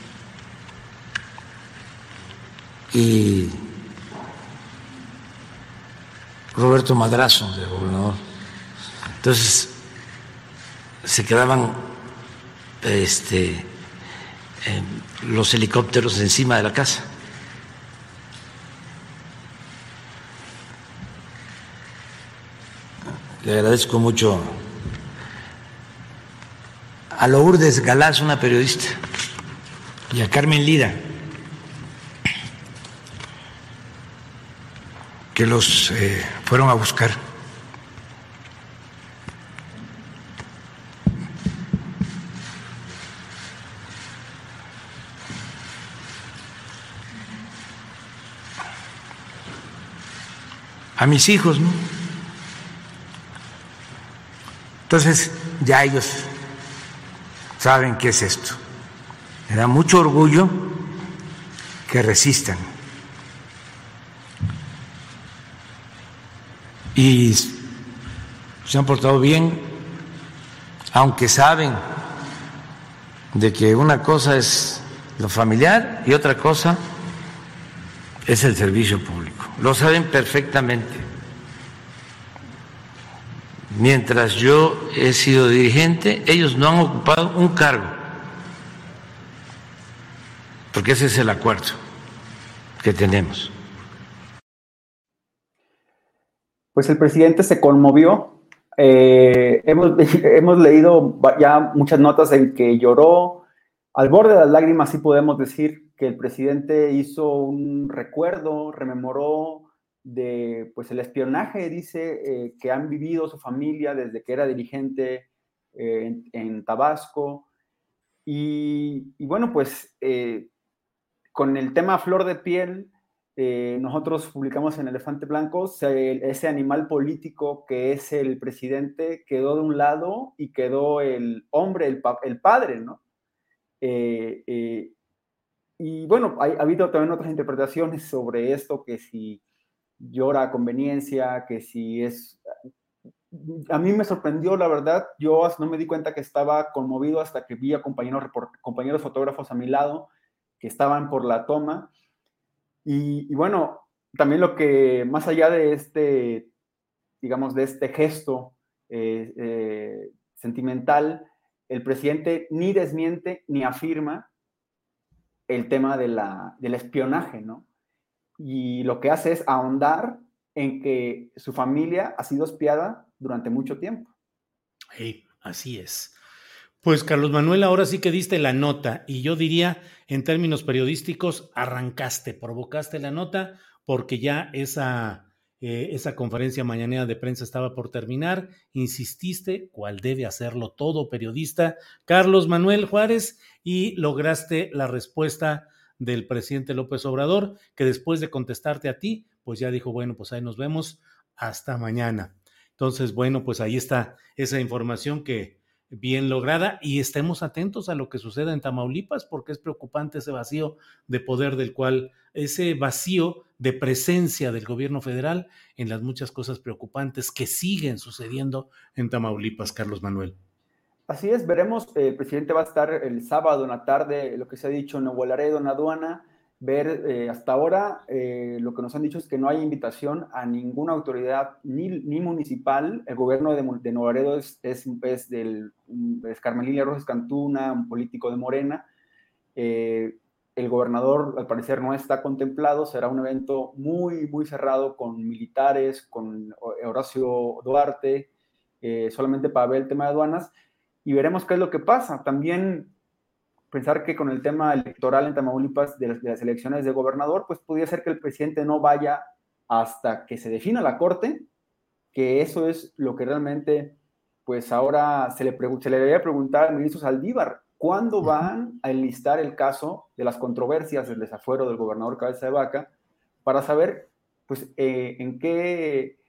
Y Roberto Madrazo, de gobernador. Entonces, se quedaban los helicópteros encima de la casa. Le agradezco mucho a Lourdes Galaz, una periodista, y a Carmen Lira, que los fueron a buscar. A mis hijos, ¿no? Entonces, ya ellos saben qué es esto. Me da mucho orgullo que resistan. Y se han portado bien, aunque saben de que una cosa es lo familiar y otra cosa es el servicio público. Lo saben perfectamente. Mientras yo he sido dirigente, ellos no han ocupado un cargo, porque ese es el acuerdo que tenemos. Pues el presidente se conmovió. Hemos leído ya muchas notas en que lloró al borde de las lágrimas. Sí podemos decir que el presidente hizo un recuerdo, rememoró de pues el espionaje, dice, que han vivido su familia desde que era dirigente en Tabasco. Y bueno, pues con el tema flor de piel, nosotros publicamos en Elefante Blanco, ese animal político que es el presidente quedó de un lado y quedó el hombre, el padre, ¿no? Y bueno, ha habido también otras interpretaciones sobre esto, que si llora a conveniencia, que si es... A mí me sorprendió, la verdad, yo no me di cuenta que estaba conmovido hasta que vi a compañeros fotógrafos a mi lado que estaban por la toma. Y bueno, también lo que, más allá de este, digamos, de este gesto sentimental, el presidente ni desmiente ni afirma el tema del espionaje, ¿no? Y lo que hace es ahondar en que su familia ha sido espiada durante mucho tiempo. Sí, así es. Pues Carlos Manuel, ahora sí que diste la nota, y yo diría, en términos periodísticos, provocaste la nota, porque ya esa conferencia mañanera de prensa estaba por terminar, insististe, cual debe hacerlo todo periodista, Carlos Manuel Juárez, y lograste la respuesta del presidente López Obrador, que después de contestarte a ti, pues ya dijo, bueno, pues ahí nos vemos, hasta mañana. Entonces, bueno, pues ahí está esa información que bien lograda, y estemos atentos a lo que suceda en Tamaulipas, porque es preocupante ese vacío de poder ese vacío de presencia del gobierno federal en las muchas cosas preocupantes que siguen sucediendo en Tamaulipas, Carlos Manuel. Así es, veremos, el presidente va a estar el sábado en la tarde, lo que se ha dicho en Nuevo Laredo, en aduana, ver hasta ahora, lo que nos han dicho es que no hay invitación a ninguna autoridad, ni municipal. El gobierno de Nuevo Laredo es Carmelina Rojas Cantú, un político de Morena, El gobernador, al parecer, no está contemplado. Será un evento muy, muy cerrado con militares, con Horacio Duarte, solamente para ver el tema de aduanas. Y veremos qué es lo que pasa. También pensar que con el tema electoral en Tamaulipas de las elecciones de gobernador, pues podría ser que el presidente no vaya hasta que se defina la corte, que eso es lo que realmente, pues ahora se le debería preguntar al ministro Saldívar, ¿cuándo van a enlistar el caso de las controversias del desafuero del gobernador Cabeza de Vaca para saber, pues, en qué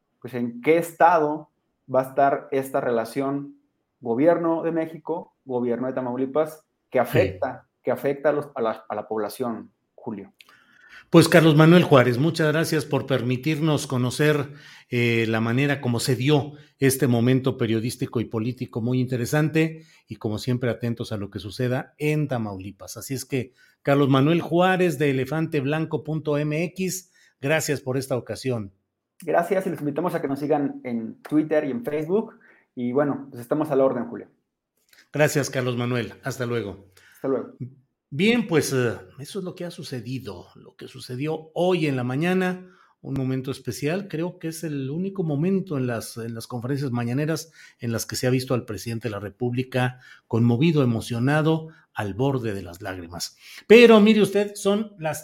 estado va a estar esta relación gobierno de México, gobierno de Tamaulipas, que afecta a la población, Julio? Pues Carlos Manuel Juárez, muchas gracias por permitirnos conocer la manera como se dio este momento periodístico y político muy interesante, y como siempre atentos a lo que suceda en Tamaulipas. Así es que Carlos Manuel Juárez de elefanteblanco.mx, gracias por esta ocasión. Gracias, y los invitamos a que nos sigan en Twitter y en Facebook, y bueno, pues estamos a la orden, Julio. Gracias, Carlos Manuel. Hasta luego. Hasta luego. Bien, pues eso es lo que ha sucedido, lo que sucedió hoy en la mañana, un momento especial. Creo que es el único momento en las conferencias mañaneras en las que se ha visto al presidente de la República conmovido, emocionado, al borde de las lágrimas. Pero mire usted, son las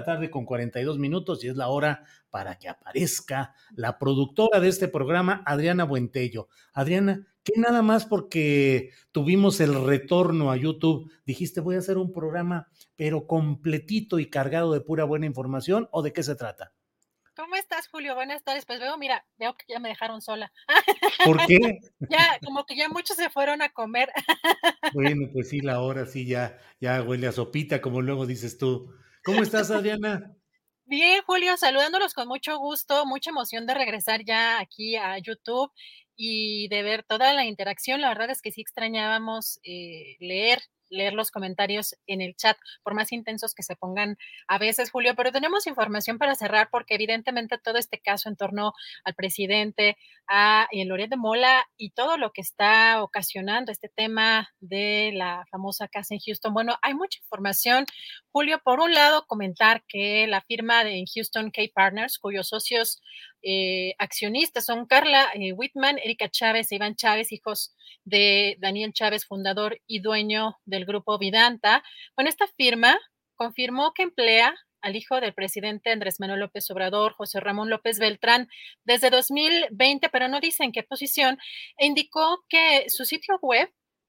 3:42 y es la hora para que aparezca la productora de este programa, Adriana Buentello. Adriana, que nada más porque tuvimos el retorno a YouTube, dijiste voy a hacer un programa pero completito y cargado de pura buena información, ¿o de qué se trata? ¿Cómo estás, Julio? Buenas tardes. Pues veo que ya me dejaron sola. ¿Por qué? Ya, como que ya muchos se fueron a comer. Bueno, pues sí, la hora sí ya huele a sopita, como luego dices tú. ¿Cómo estás, Adriana? Bien, Julio, saludándolos con mucho gusto, mucha emoción de regresar ya aquí a YouTube y de ver toda la interacción. La verdad es que sí extrañábamos leer los comentarios en el chat, por más intensos que se pongan a veces, Julio, pero tenemos información para cerrar porque evidentemente todo este caso en torno al presidente, a Loret de Mola y todo lo que está ocasionando este tema de la famosa casa en Houston. Bueno, hay mucha información, Julio. Por un lado, comentar que la firma en Houston Key Partners, cuyos socios accionistas son Carla Whitman, Erika Chávez e Iván Chávez, hijos de Daniel Chávez, fundador y dueño del grupo Vidanta. Bueno, esta firma confirmó que emplea al hijo del presidente Andrés Manuel López Obrador, José Ramón López Beltrán, desde 2020, pero no dice en qué posición, e indicó que su sitio web,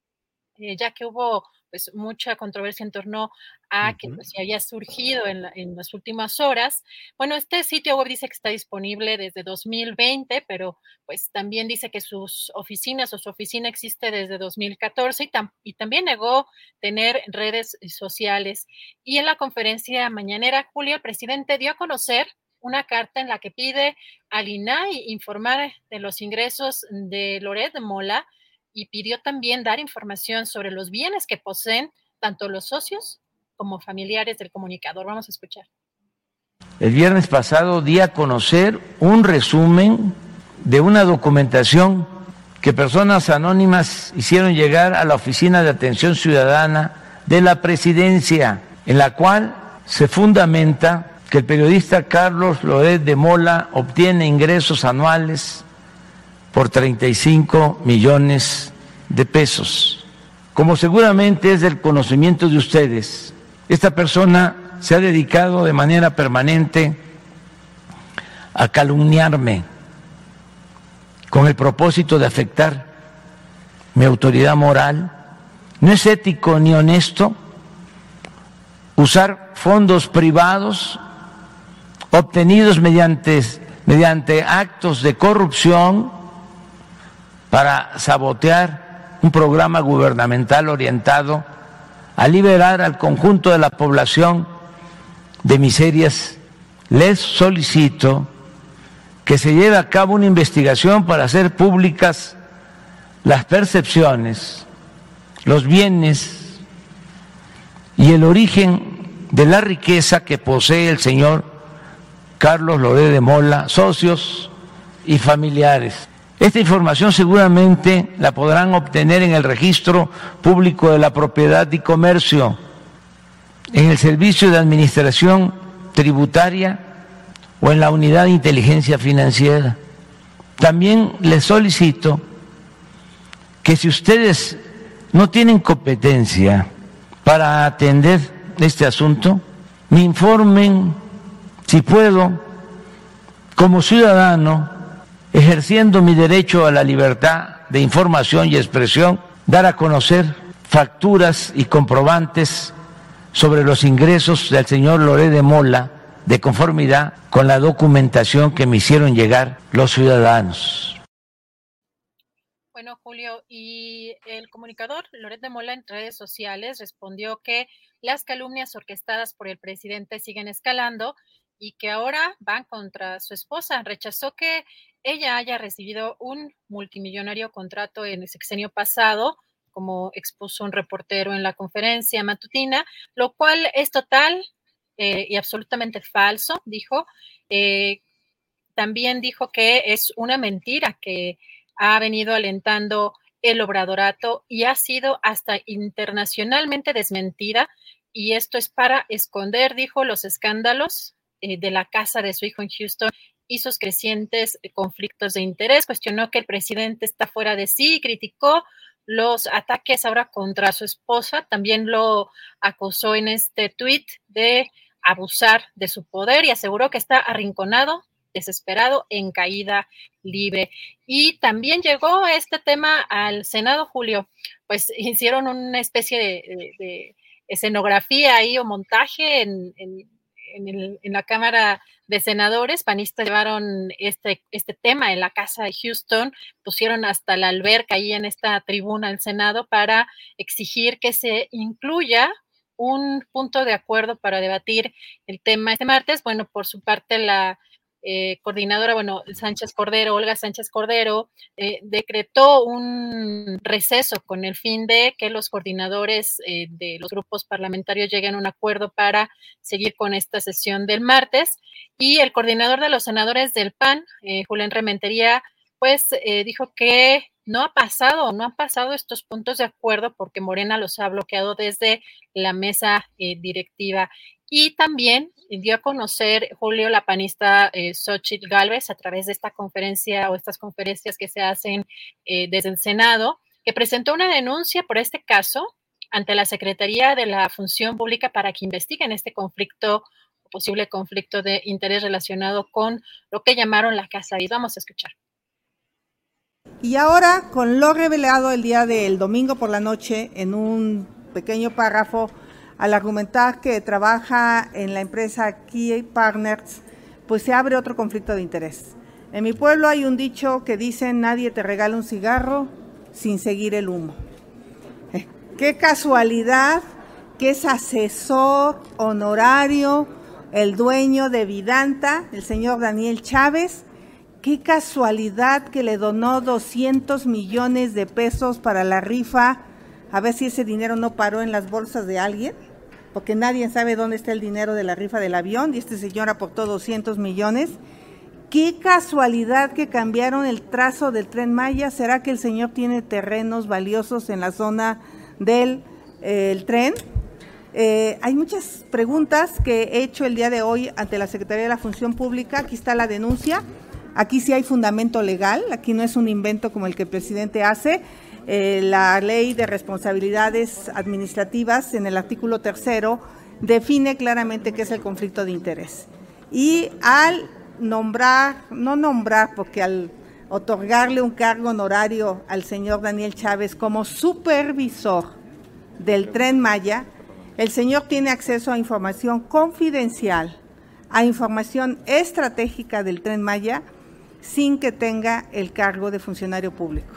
ya que hubo pues mucha controversia en torno a que pues, había surgido en las últimas horas. Bueno, este sitio web dice que está disponible desde 2020, pero pues también dice que sus oficinas o su oficina existe desde 2014 y también negó tener redes sociales. Y en la conferencia mañanera, Julia, el presidente dio a conocer una carta en la que pide al INAI informar de los ingresos de Loret de Mola, y pidió también dar información sobre los bienes que poseen tanto los socios como familiares del comunicador. Vamos a escuchar. El viernes pasado di a conocer un resumen de una documentación que personas anónimas hicieron llegar a la Oficina de Atención Ciudadana de la Presidencia, en la cual se fundamenta que el periodista Carlos Loret de Mola obtiene ingresos anuales por 35 millones de pesos. Como seguramente es del conocimiento de ustedes, esta persona se ha dedicado de manera permanente a calumniarme con el propósito de afectar mi autoridad moral. No es ético ni honesto usar fondos privados obtenidos mediante actos de corrupción para sabotear un programa gubernamental orientado a liberar al conjunto de la población de miserias. Les solicito que se lleve a cabo una investigación para hacer públicas las percepciones, los bienes y el origen de la riqueza que posee el señor Carlos Loret de Mola, socios y familiares. Esta información seguramente la podrán obtener en el Registro Público de la Propiedad y Comercio, en el Servicio de Administración Tributaria o en la Unidad de Inteligencia Financiera. También les solicito que si ustedes no tienen competencia para atender este asunto, me informen, si puedo, como ciudadano, ejerciendo mi derecho a la libertad de información y expresión, dar a conocer facturas y comprobantes sobre los ingresos del señor Loret de Mola, de conformidad con la documentación que me hicieron llegar los ciudadanos. Bueno, Julio, y el comunicador Loret de Mola en redes sociales respondió que las calumnias orquestadas por el presidente siguen escalando y que ahora van contra su esposa. Rechazó que ella haya recibido un multimillonario contrato en el sexenio pasado, como expuso un reportero en la conferencia matutina, lo cual es total y absolutamente falso, dijo. También dijo que es una mentira que ha venido alentando el obradorato y ha sido hasta internacionalmente desmentida, y esto es para esconder, dijo, los escándalos de la casa de su hijo en Houston y sus crecientes conflictos de interés. Cuestionó que el presidente está fuera de sí y criticó los ataques ahora contra su esposa. También lo acusó en este tuit de abusar de su poder y aseguró que está arrinconado, desesperado, en caída libre. Y también llegó este tema al Senado, Julio. Pues hicieron una especie de escenografía ahí o montaje en la Cámara de Senadores. Panistas llevaron este tema en la casa de Houston, pusieron hasta la alberca ahí en esta tribuna del Senado para exigir que se incluya un punto de acuerdo para debatir el tema este martes. Bueno, por su parte la coordinadora, Olga Sánchez Cordero, decretó un receso con el fin de que los coordinadores de los grupos parlamentarios lleguen a un acuerdo para seguir con esta sesión del martes. Y el coordinador de los senadores del PAN, Julián Rementería, pues dijo que no han pasado estos puntos de acuerdo porque Morena los ha bloqueado desde la mesa directiva. Y también dio a conocer, Julio, la panista Xochitl Gálvez, a través de esta conferencia o estas conferencias que se hacen desde el Senado, que presentó una denuncia por este caso ante la Secretaría de la Función Pública para que investiguen este conflicto, posible conflicto de interés relacionado con lo que llamaron la Casa Gris. Vamos a escuchar. Y ahora, con lo revelado el día del domingo por la noche, en un pequeño párrafo, al argumentar que trabaja en la empresa Key Partners, pues se abre otro conflicto de interés. En mi pueblo hay un dicho que dice: nadie te regala un cigarro sin seguir el humo. Qué casualidad que es asesor honorario el dueño de Vidanta, el señor Daniel Chávez. Qué casualidad que le donó 200 millones de pesos para la rifa. A ver si ese dinero no paró en las bolsas de alguien, porque nadie sabe dónde está el dinero de la rifa del avión, y este señor aportó 200 millones. Qué casualidad que cambiaron el trazo del Tren Maya. ¿Será que el señor tiene terrenos valiosos en la zona del tren? Hay muchas preguntas que he hecho el día de hoy ante la Secretaría de la Función Pública. Aquí está la denuncia. Aquí sí hay fundamento legal, aquí no es un invento como el que el presidente hace. La ley de responsabilidades administrativas en el artículo 3 define claramente qué es el conflicto de interés. Y al porque al otorgarle un cargo honorario al señor Daniel Chávez como supervisor del Tren Maya, el señor tiene acceso a información confidencial, a información estratégica del Tren Maya, sin que tenga el cargo de funcionario público.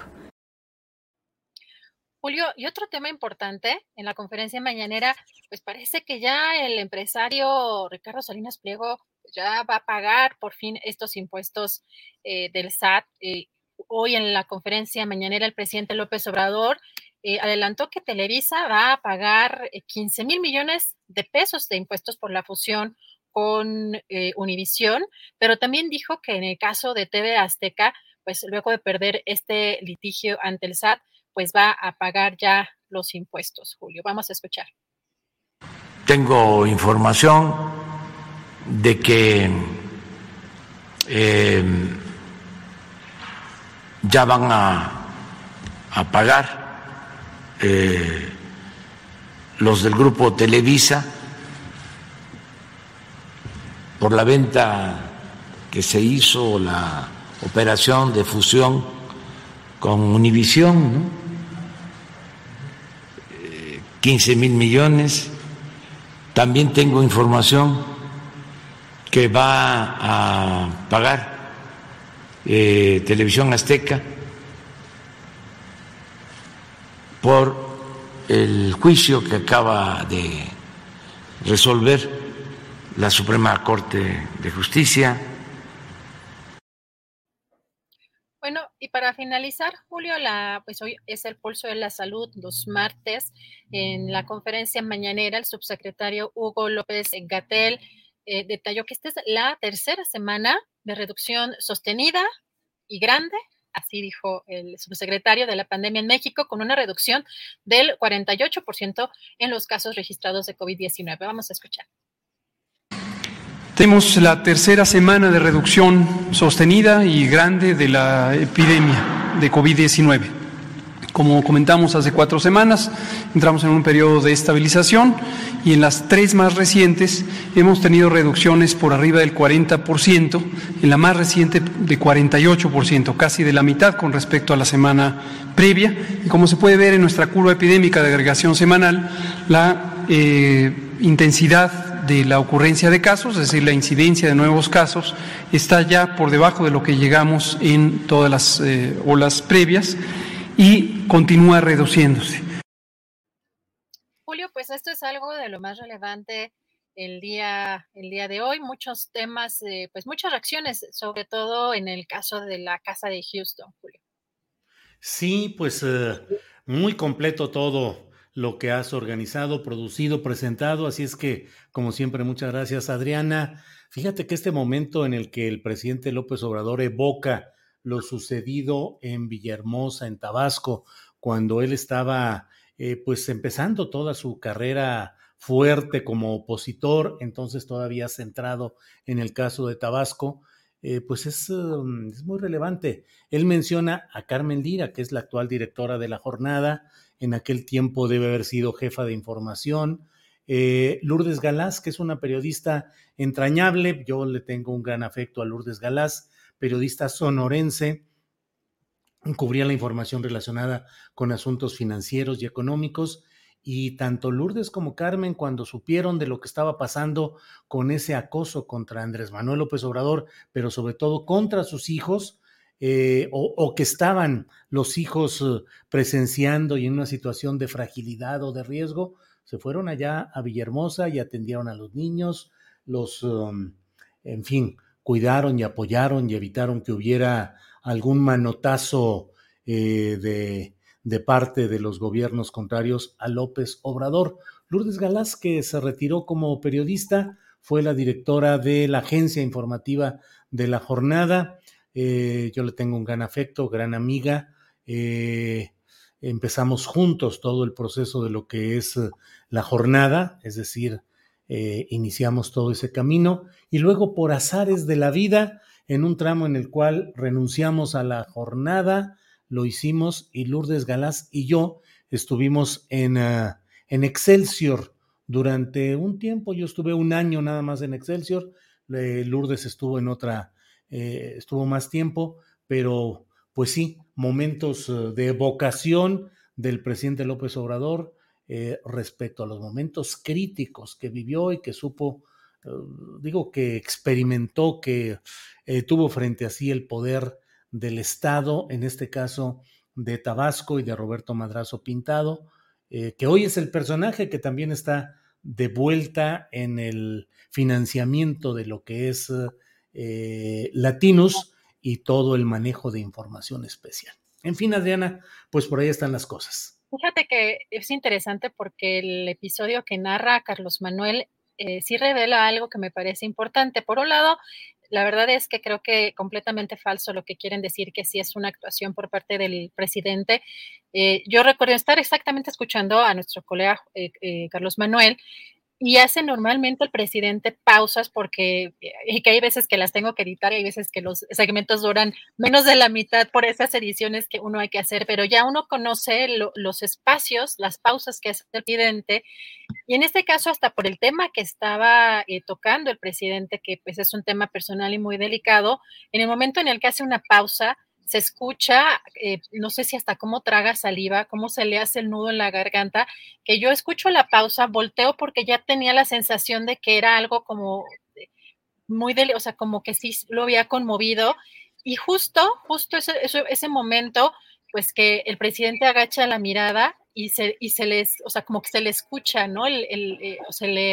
Julio, y otro tema importante en la conferencia mañanera, pues parece que ya el empresario Ricardo Salinas Pliego ya va a pagar por fin estos impuestos del SAT. Hoy en la conferencia mañanera el presidente López Obrador adelantó que Televisa va a pagar 15 mil millones de pesos de impuestos por la fusión con Univisión, pero también dijo que en el caso de TV Azteca, pues luego de perder este litigio ante el SAT, pues va a pagar ya los impuestos. Julio, vamos a escuchar. tengo información de que ya van a pagar los del grupo Televisa por la venta que se hizo, la operación de fusión con Univisión, ¿no? 15,000 millones. También tengo información que va a pagar Televisión Azteca por el juicio que acaba de resolver la Suprema Corte de Justicia. Bueno, y para finalizar, Julio, pues hoy es el Pulso de la Salud, los martes. En la conferencia mañanera, el subsecretario Hugo López-Gatell detalló que esta es la tercera semana de reducción sostenida y grande, así dijo el subsecretario, de la pandemia en México, con una reducción del 48% en los casos registrados de COVID-19. Vamos a escuchar. Tenemos la tercera semana de reducción sostenida y grande de la epidemia de COVID-19. Como comentamos hace 4 semanas, entramos en un periodo de estabilización y en las 3 más recientes hemos tenido reducciones por arriba del 40%, en la más reciente de 48%, casi de la mitad con respecto a la semana previa. Y como se puede ver en nuestra curva epidémica de agregación semanal, la intensidad de la ocurrencia de casos, es decir, la incidencia de nuevos casos, está ya por debajo de lo que llegamos en todas las olas previas y continúa reduciéndose. Julio, pues esto es algo de lo más relevante el día de hoy. Muchos temas, pues muchas reacciones, sobre todo en el caso de la casa de Houston, Julio. Sí, pues muy completo todo lo que has organizado, producido, presentado, así es que, como siempre, muchas gracias, Adriana. Fíjate que este momento en el que el presidente López Obrador evoca lo sucedido en Villahermosa, en Tabasco, cuando él estaba pues empezando toda su carrera fuerte como opositor, entonces todavía centrado en el caso de Tabasco, pues es muy relevante. Él menciona a Carmen Lira, que es la actual directora de La Jornada, en aquel tiempo debe haber sido jefa de información, Lourdes Galaz, que es una periodista entrañable, yo le tengo un gran afecto a Lourdes Galaz, periodista sonorense, cubría la información relacionada con asuntos financieros y económicos, y tanto Lourdes como Carmen, cuando supieron de lo que estaba pasando con ese acoso contra Andrés Manuel López Obrador, pero sobre todo contra sus hijos, o que estaban los hijos presenciando y en una situación de fragilidad o de riesgo, se fueron allá a Villahermosa y atendieron a los niños, en fin, cuidaron y apoyaron y evitaron que hubiera algún manotazo de parte de los gobiernos contrarios a López Obrador. Lourdes Galaz, que se retiró como periodista, fue la directora de la agencia informativa de La Jornada. Yo le tengo un gran afecto, gran amiga. Empezamos juntos todo el proceso de lo que es La Jornada, es decir, iniciamos todo ese camino y luego por azares de la vida, en un tramo en el cual renunciamos a La Jornada, lo hicimos y Lourdes Galaz y yo estuvimos en Excelsior durante un tiempo. Yo estuve 1 año nada más en Excelsior, Lourdes estuvo en otra, estuvo más tiempo, pero pues sí, momentos de evocación del presidente López Obrador respecto a los momentos críticos que vivió y que supo, que experimentó, que tuvo frente a sí el poder del Estado, en este caso de Tabasco y de Roberto Madrazo Pintado, que hoy es el personaje que también está de vuelta en el financiamiento de lo que es Latinus y todo el manejo de información especial. En fin, Adriana, pues por ahí están las cosas. Fíjate que es interesante porque el episodio que narra Carlos Manuel sí revela algo que me parece importante. Por un lado, la verdad es que creo que completamente falso lo que quieren decir que sí es una actuación por parte del presidente. Yo recuerdo estar exactamente escuchando a nuestro colega Carlos Manuel y hace normalmente el presidente pausas porque que hay veces que las tengo que editar y hay veces que los segmentos duran menos de la mitad por esas ediciones que uno hay que hacer, pero ya uno conoce los espacios, las pausas que hace el presidente, y en este caso hasta por el tema que estaba tocando el presidente, que pues es un tema personal y muy delicado, en el momento en el que hace una pausa, se escucha, no sé si hasta cómo traga saliva, cómo se le hace el nudo en la garganta, que yo escucho la pausa, volteo porque ya tenía la sensación de que era algo como muy o sea, como que sí lo había conmovido, y justo ese momento, pues que el presidente agacha la mirada y se les, o sea, como que se le escucha, ¿no? O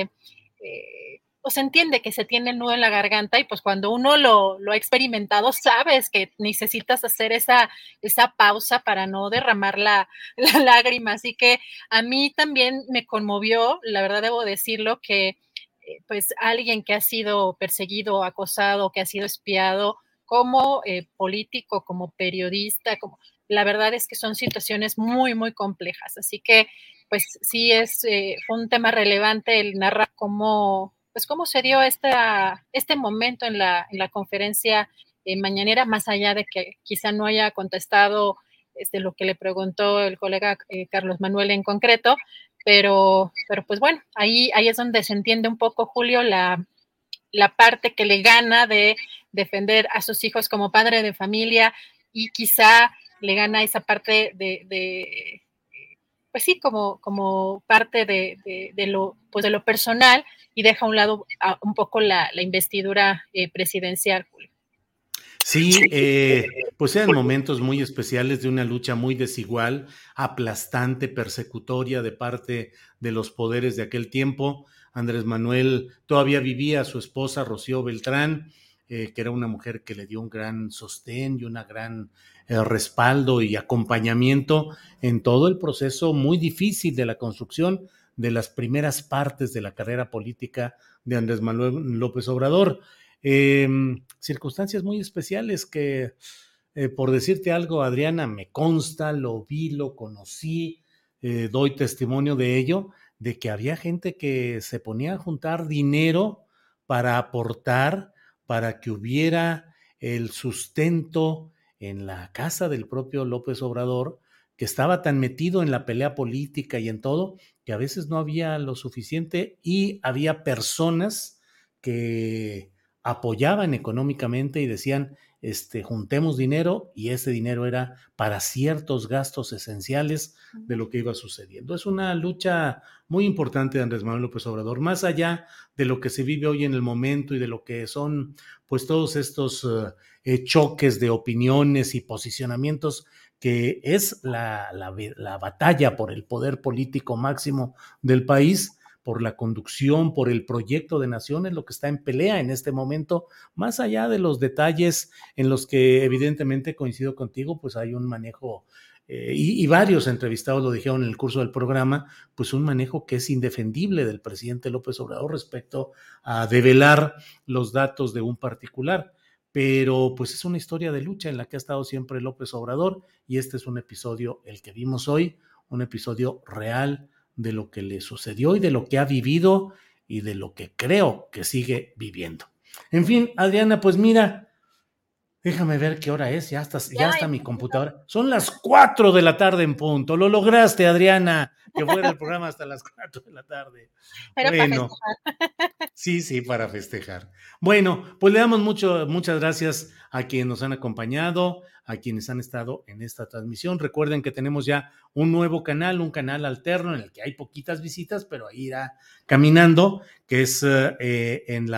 se entiende que se tiene el nudo en la garganta, y pues cuando uno lo ha experimentado, sabes que necesitas hacer esa pausa para no derramar la lágrima. Así que a mí también me conmovió, la verdad debo decirlo, que pues alguien que ha sido perseguido, acosado, que ha sido espiado, como político, como periodista, la verdad es que son situaciones muy, muy complejas. Así que pues sí fue un tema relevante el narrar cómo se dio este momento en la conferencia mañanera, más allá de que quizá no haya contestado lo que le preguntó el colega Carlos Manuel en concreto, pero pues bueno, ahí es donde se entiende un poco, Julio, la parte que le gana de defender a sus hijos como padre de familia, y quizá le gana esa parte de pues sí, como parte de lo personal, y deja a un lado un poco la investidura presidencial, Julio. Sí, pues eran momentos muy especiales de una lucha muy desigual, aplastante, persecutoria de parte de los poderes de aquel tiempo. Andrés Manuel todavía vivía, su esposa Rocío Beltrán, que era una mujer que le dio un gran sostén y una gran respaldo y acompañamiento en todo el proceso muy difícil de la construcción de las primeras partes de la carrera política de Andrés Manuel López Obrador. Circunstancias muy especiales que, por decirte algo, Adriana, me consta, lo vi, lo conocí, doy testimonio de ello, de que había gente que se ponía a juntar dinero para aportar, para que hubiera el sustento en la casa del propio López Obrador, que estaba tan metido en la pelea política y en todo, que a veces no había lo suficiente, y había personas que apoyaban económicamente y decían, juntemos dinero, y ese dinero era para ciertos gastos esenciales de lo que iba sucediendo. Es una lucha muy importante de Andrés Manuel López Obrador, más allá de lo que se vive hoy en el momento y de lo que son pues todos estos choques de opiniones y posicionamientos, que es la batalla por el poder político máximo del país, por la conducción, por el proyecto de nación, es lo que está en pelea en este momento, más allá de los detalles en los que evidentemente coincido contigo, pues hay un manejo, y varios entrevistados lo dijeron en el curso del programa, pues un manejo que es indefendible del presidente López Obrador respecto a develar los datos de un particular. Pero pues es una historia de lucha en la que ha estado siempre López Obrador, y este es un episodio, el que vimos hoy, un episodio real de lo que le sucedió y de lo que ha vivido y de lo que creo que sigue viviendo. En fin, Adriana, pues mira, déjame ver qué hora es, ya está mi computadora. Son las 4 de la tarde en punto. Lo lograste, Adriana, que fuera el programa hasta las 4 de la tarde. Pero bueno, para festejar. Sí, para festejar. Bueno, pues le damos muchas gracias a quienes nos han acompañado, a quienes han estado en esta transmisión. Recuerden que tenemos ya un nuevo canal, un canal alterno en el que hay poquitas visitas, pero ahí irá caminando, que es en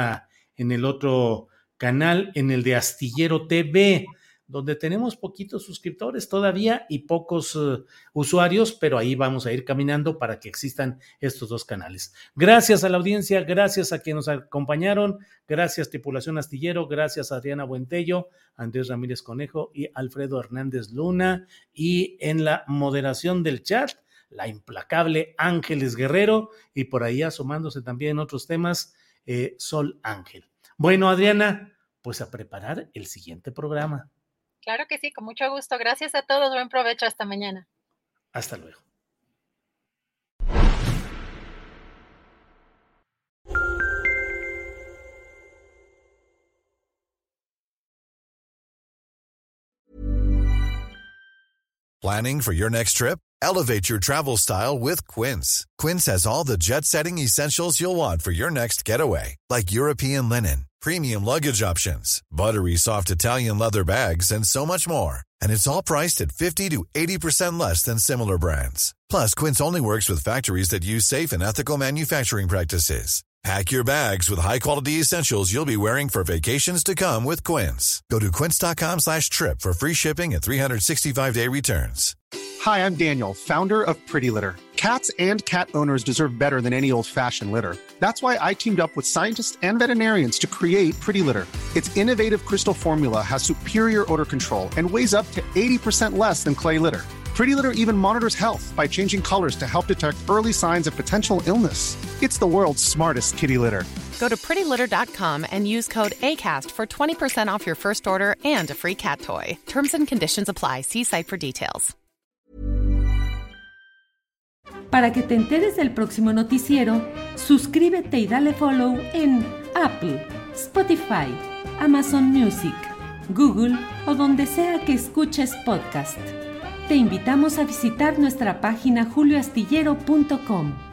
el otro canal, en el de Astillero TV, donde tenemos poquitos suscriptores todavía y pocos usuarios, pero ahí vamos a ir caminando para que existan estos dos canales. Gracias a la audiencia, gracias a quienes nos acompañaron, gracias tripulación Astillero, gracias a Adriana Buentello, Andrés Ramírez Conejo y Alfredo Hernández Luna, y en la moderación del chat, la implacable Ángeles Guerrero, y por ahí asomándose también en otros temas, Sol Ángel. Bueno, Adriana, pues a preparar el siguiente programa. Claro que sí, con mucho gusto. Gracias a todos, buen provecho, hasta mañana. Hasta luego. Planning for your next trip? Elevate your travel style with Quince. Quince has all the jet-setting essentials you'll want for your next getaway, like European linen, premium luggage options, buttery soft Italian leather bags, and so much more. And it's all priced at 50 to 80% less than similar brands. Plus, Quince only works with factories that use safe and ethical manufacturing practices. Pack your bags with high-quality essentials you'll be wearing for vacations to come with Quince. Go to quince.com/trip for free shipping and 365-day returns. Hi, I'm Daniel, founder of Pretty Litter. Cats and cat owners deserve better than any old-fashioned litter. That's why I teamed up with scientists and veterinarians to create Pretty Litter. Its innovative crystal formula has superior odor control and weighs up to 80% less than clay litter. Pretty Litter even monitors health by changing colors to help detect early signs of potential illness. It's the world's smartest kitty litter. Go to prettylitter.com and use code ACAST for 20% off your first order and a free cat toy. Terms and conditions apply. See site for details. Para que te enteres del próximo noticiero, suscríbete y dale follow en Apple, Spotify, Amazon Music, Google o donde sea que escuches podcast. Te invitamos a visitar nuestra página julioastillero.com.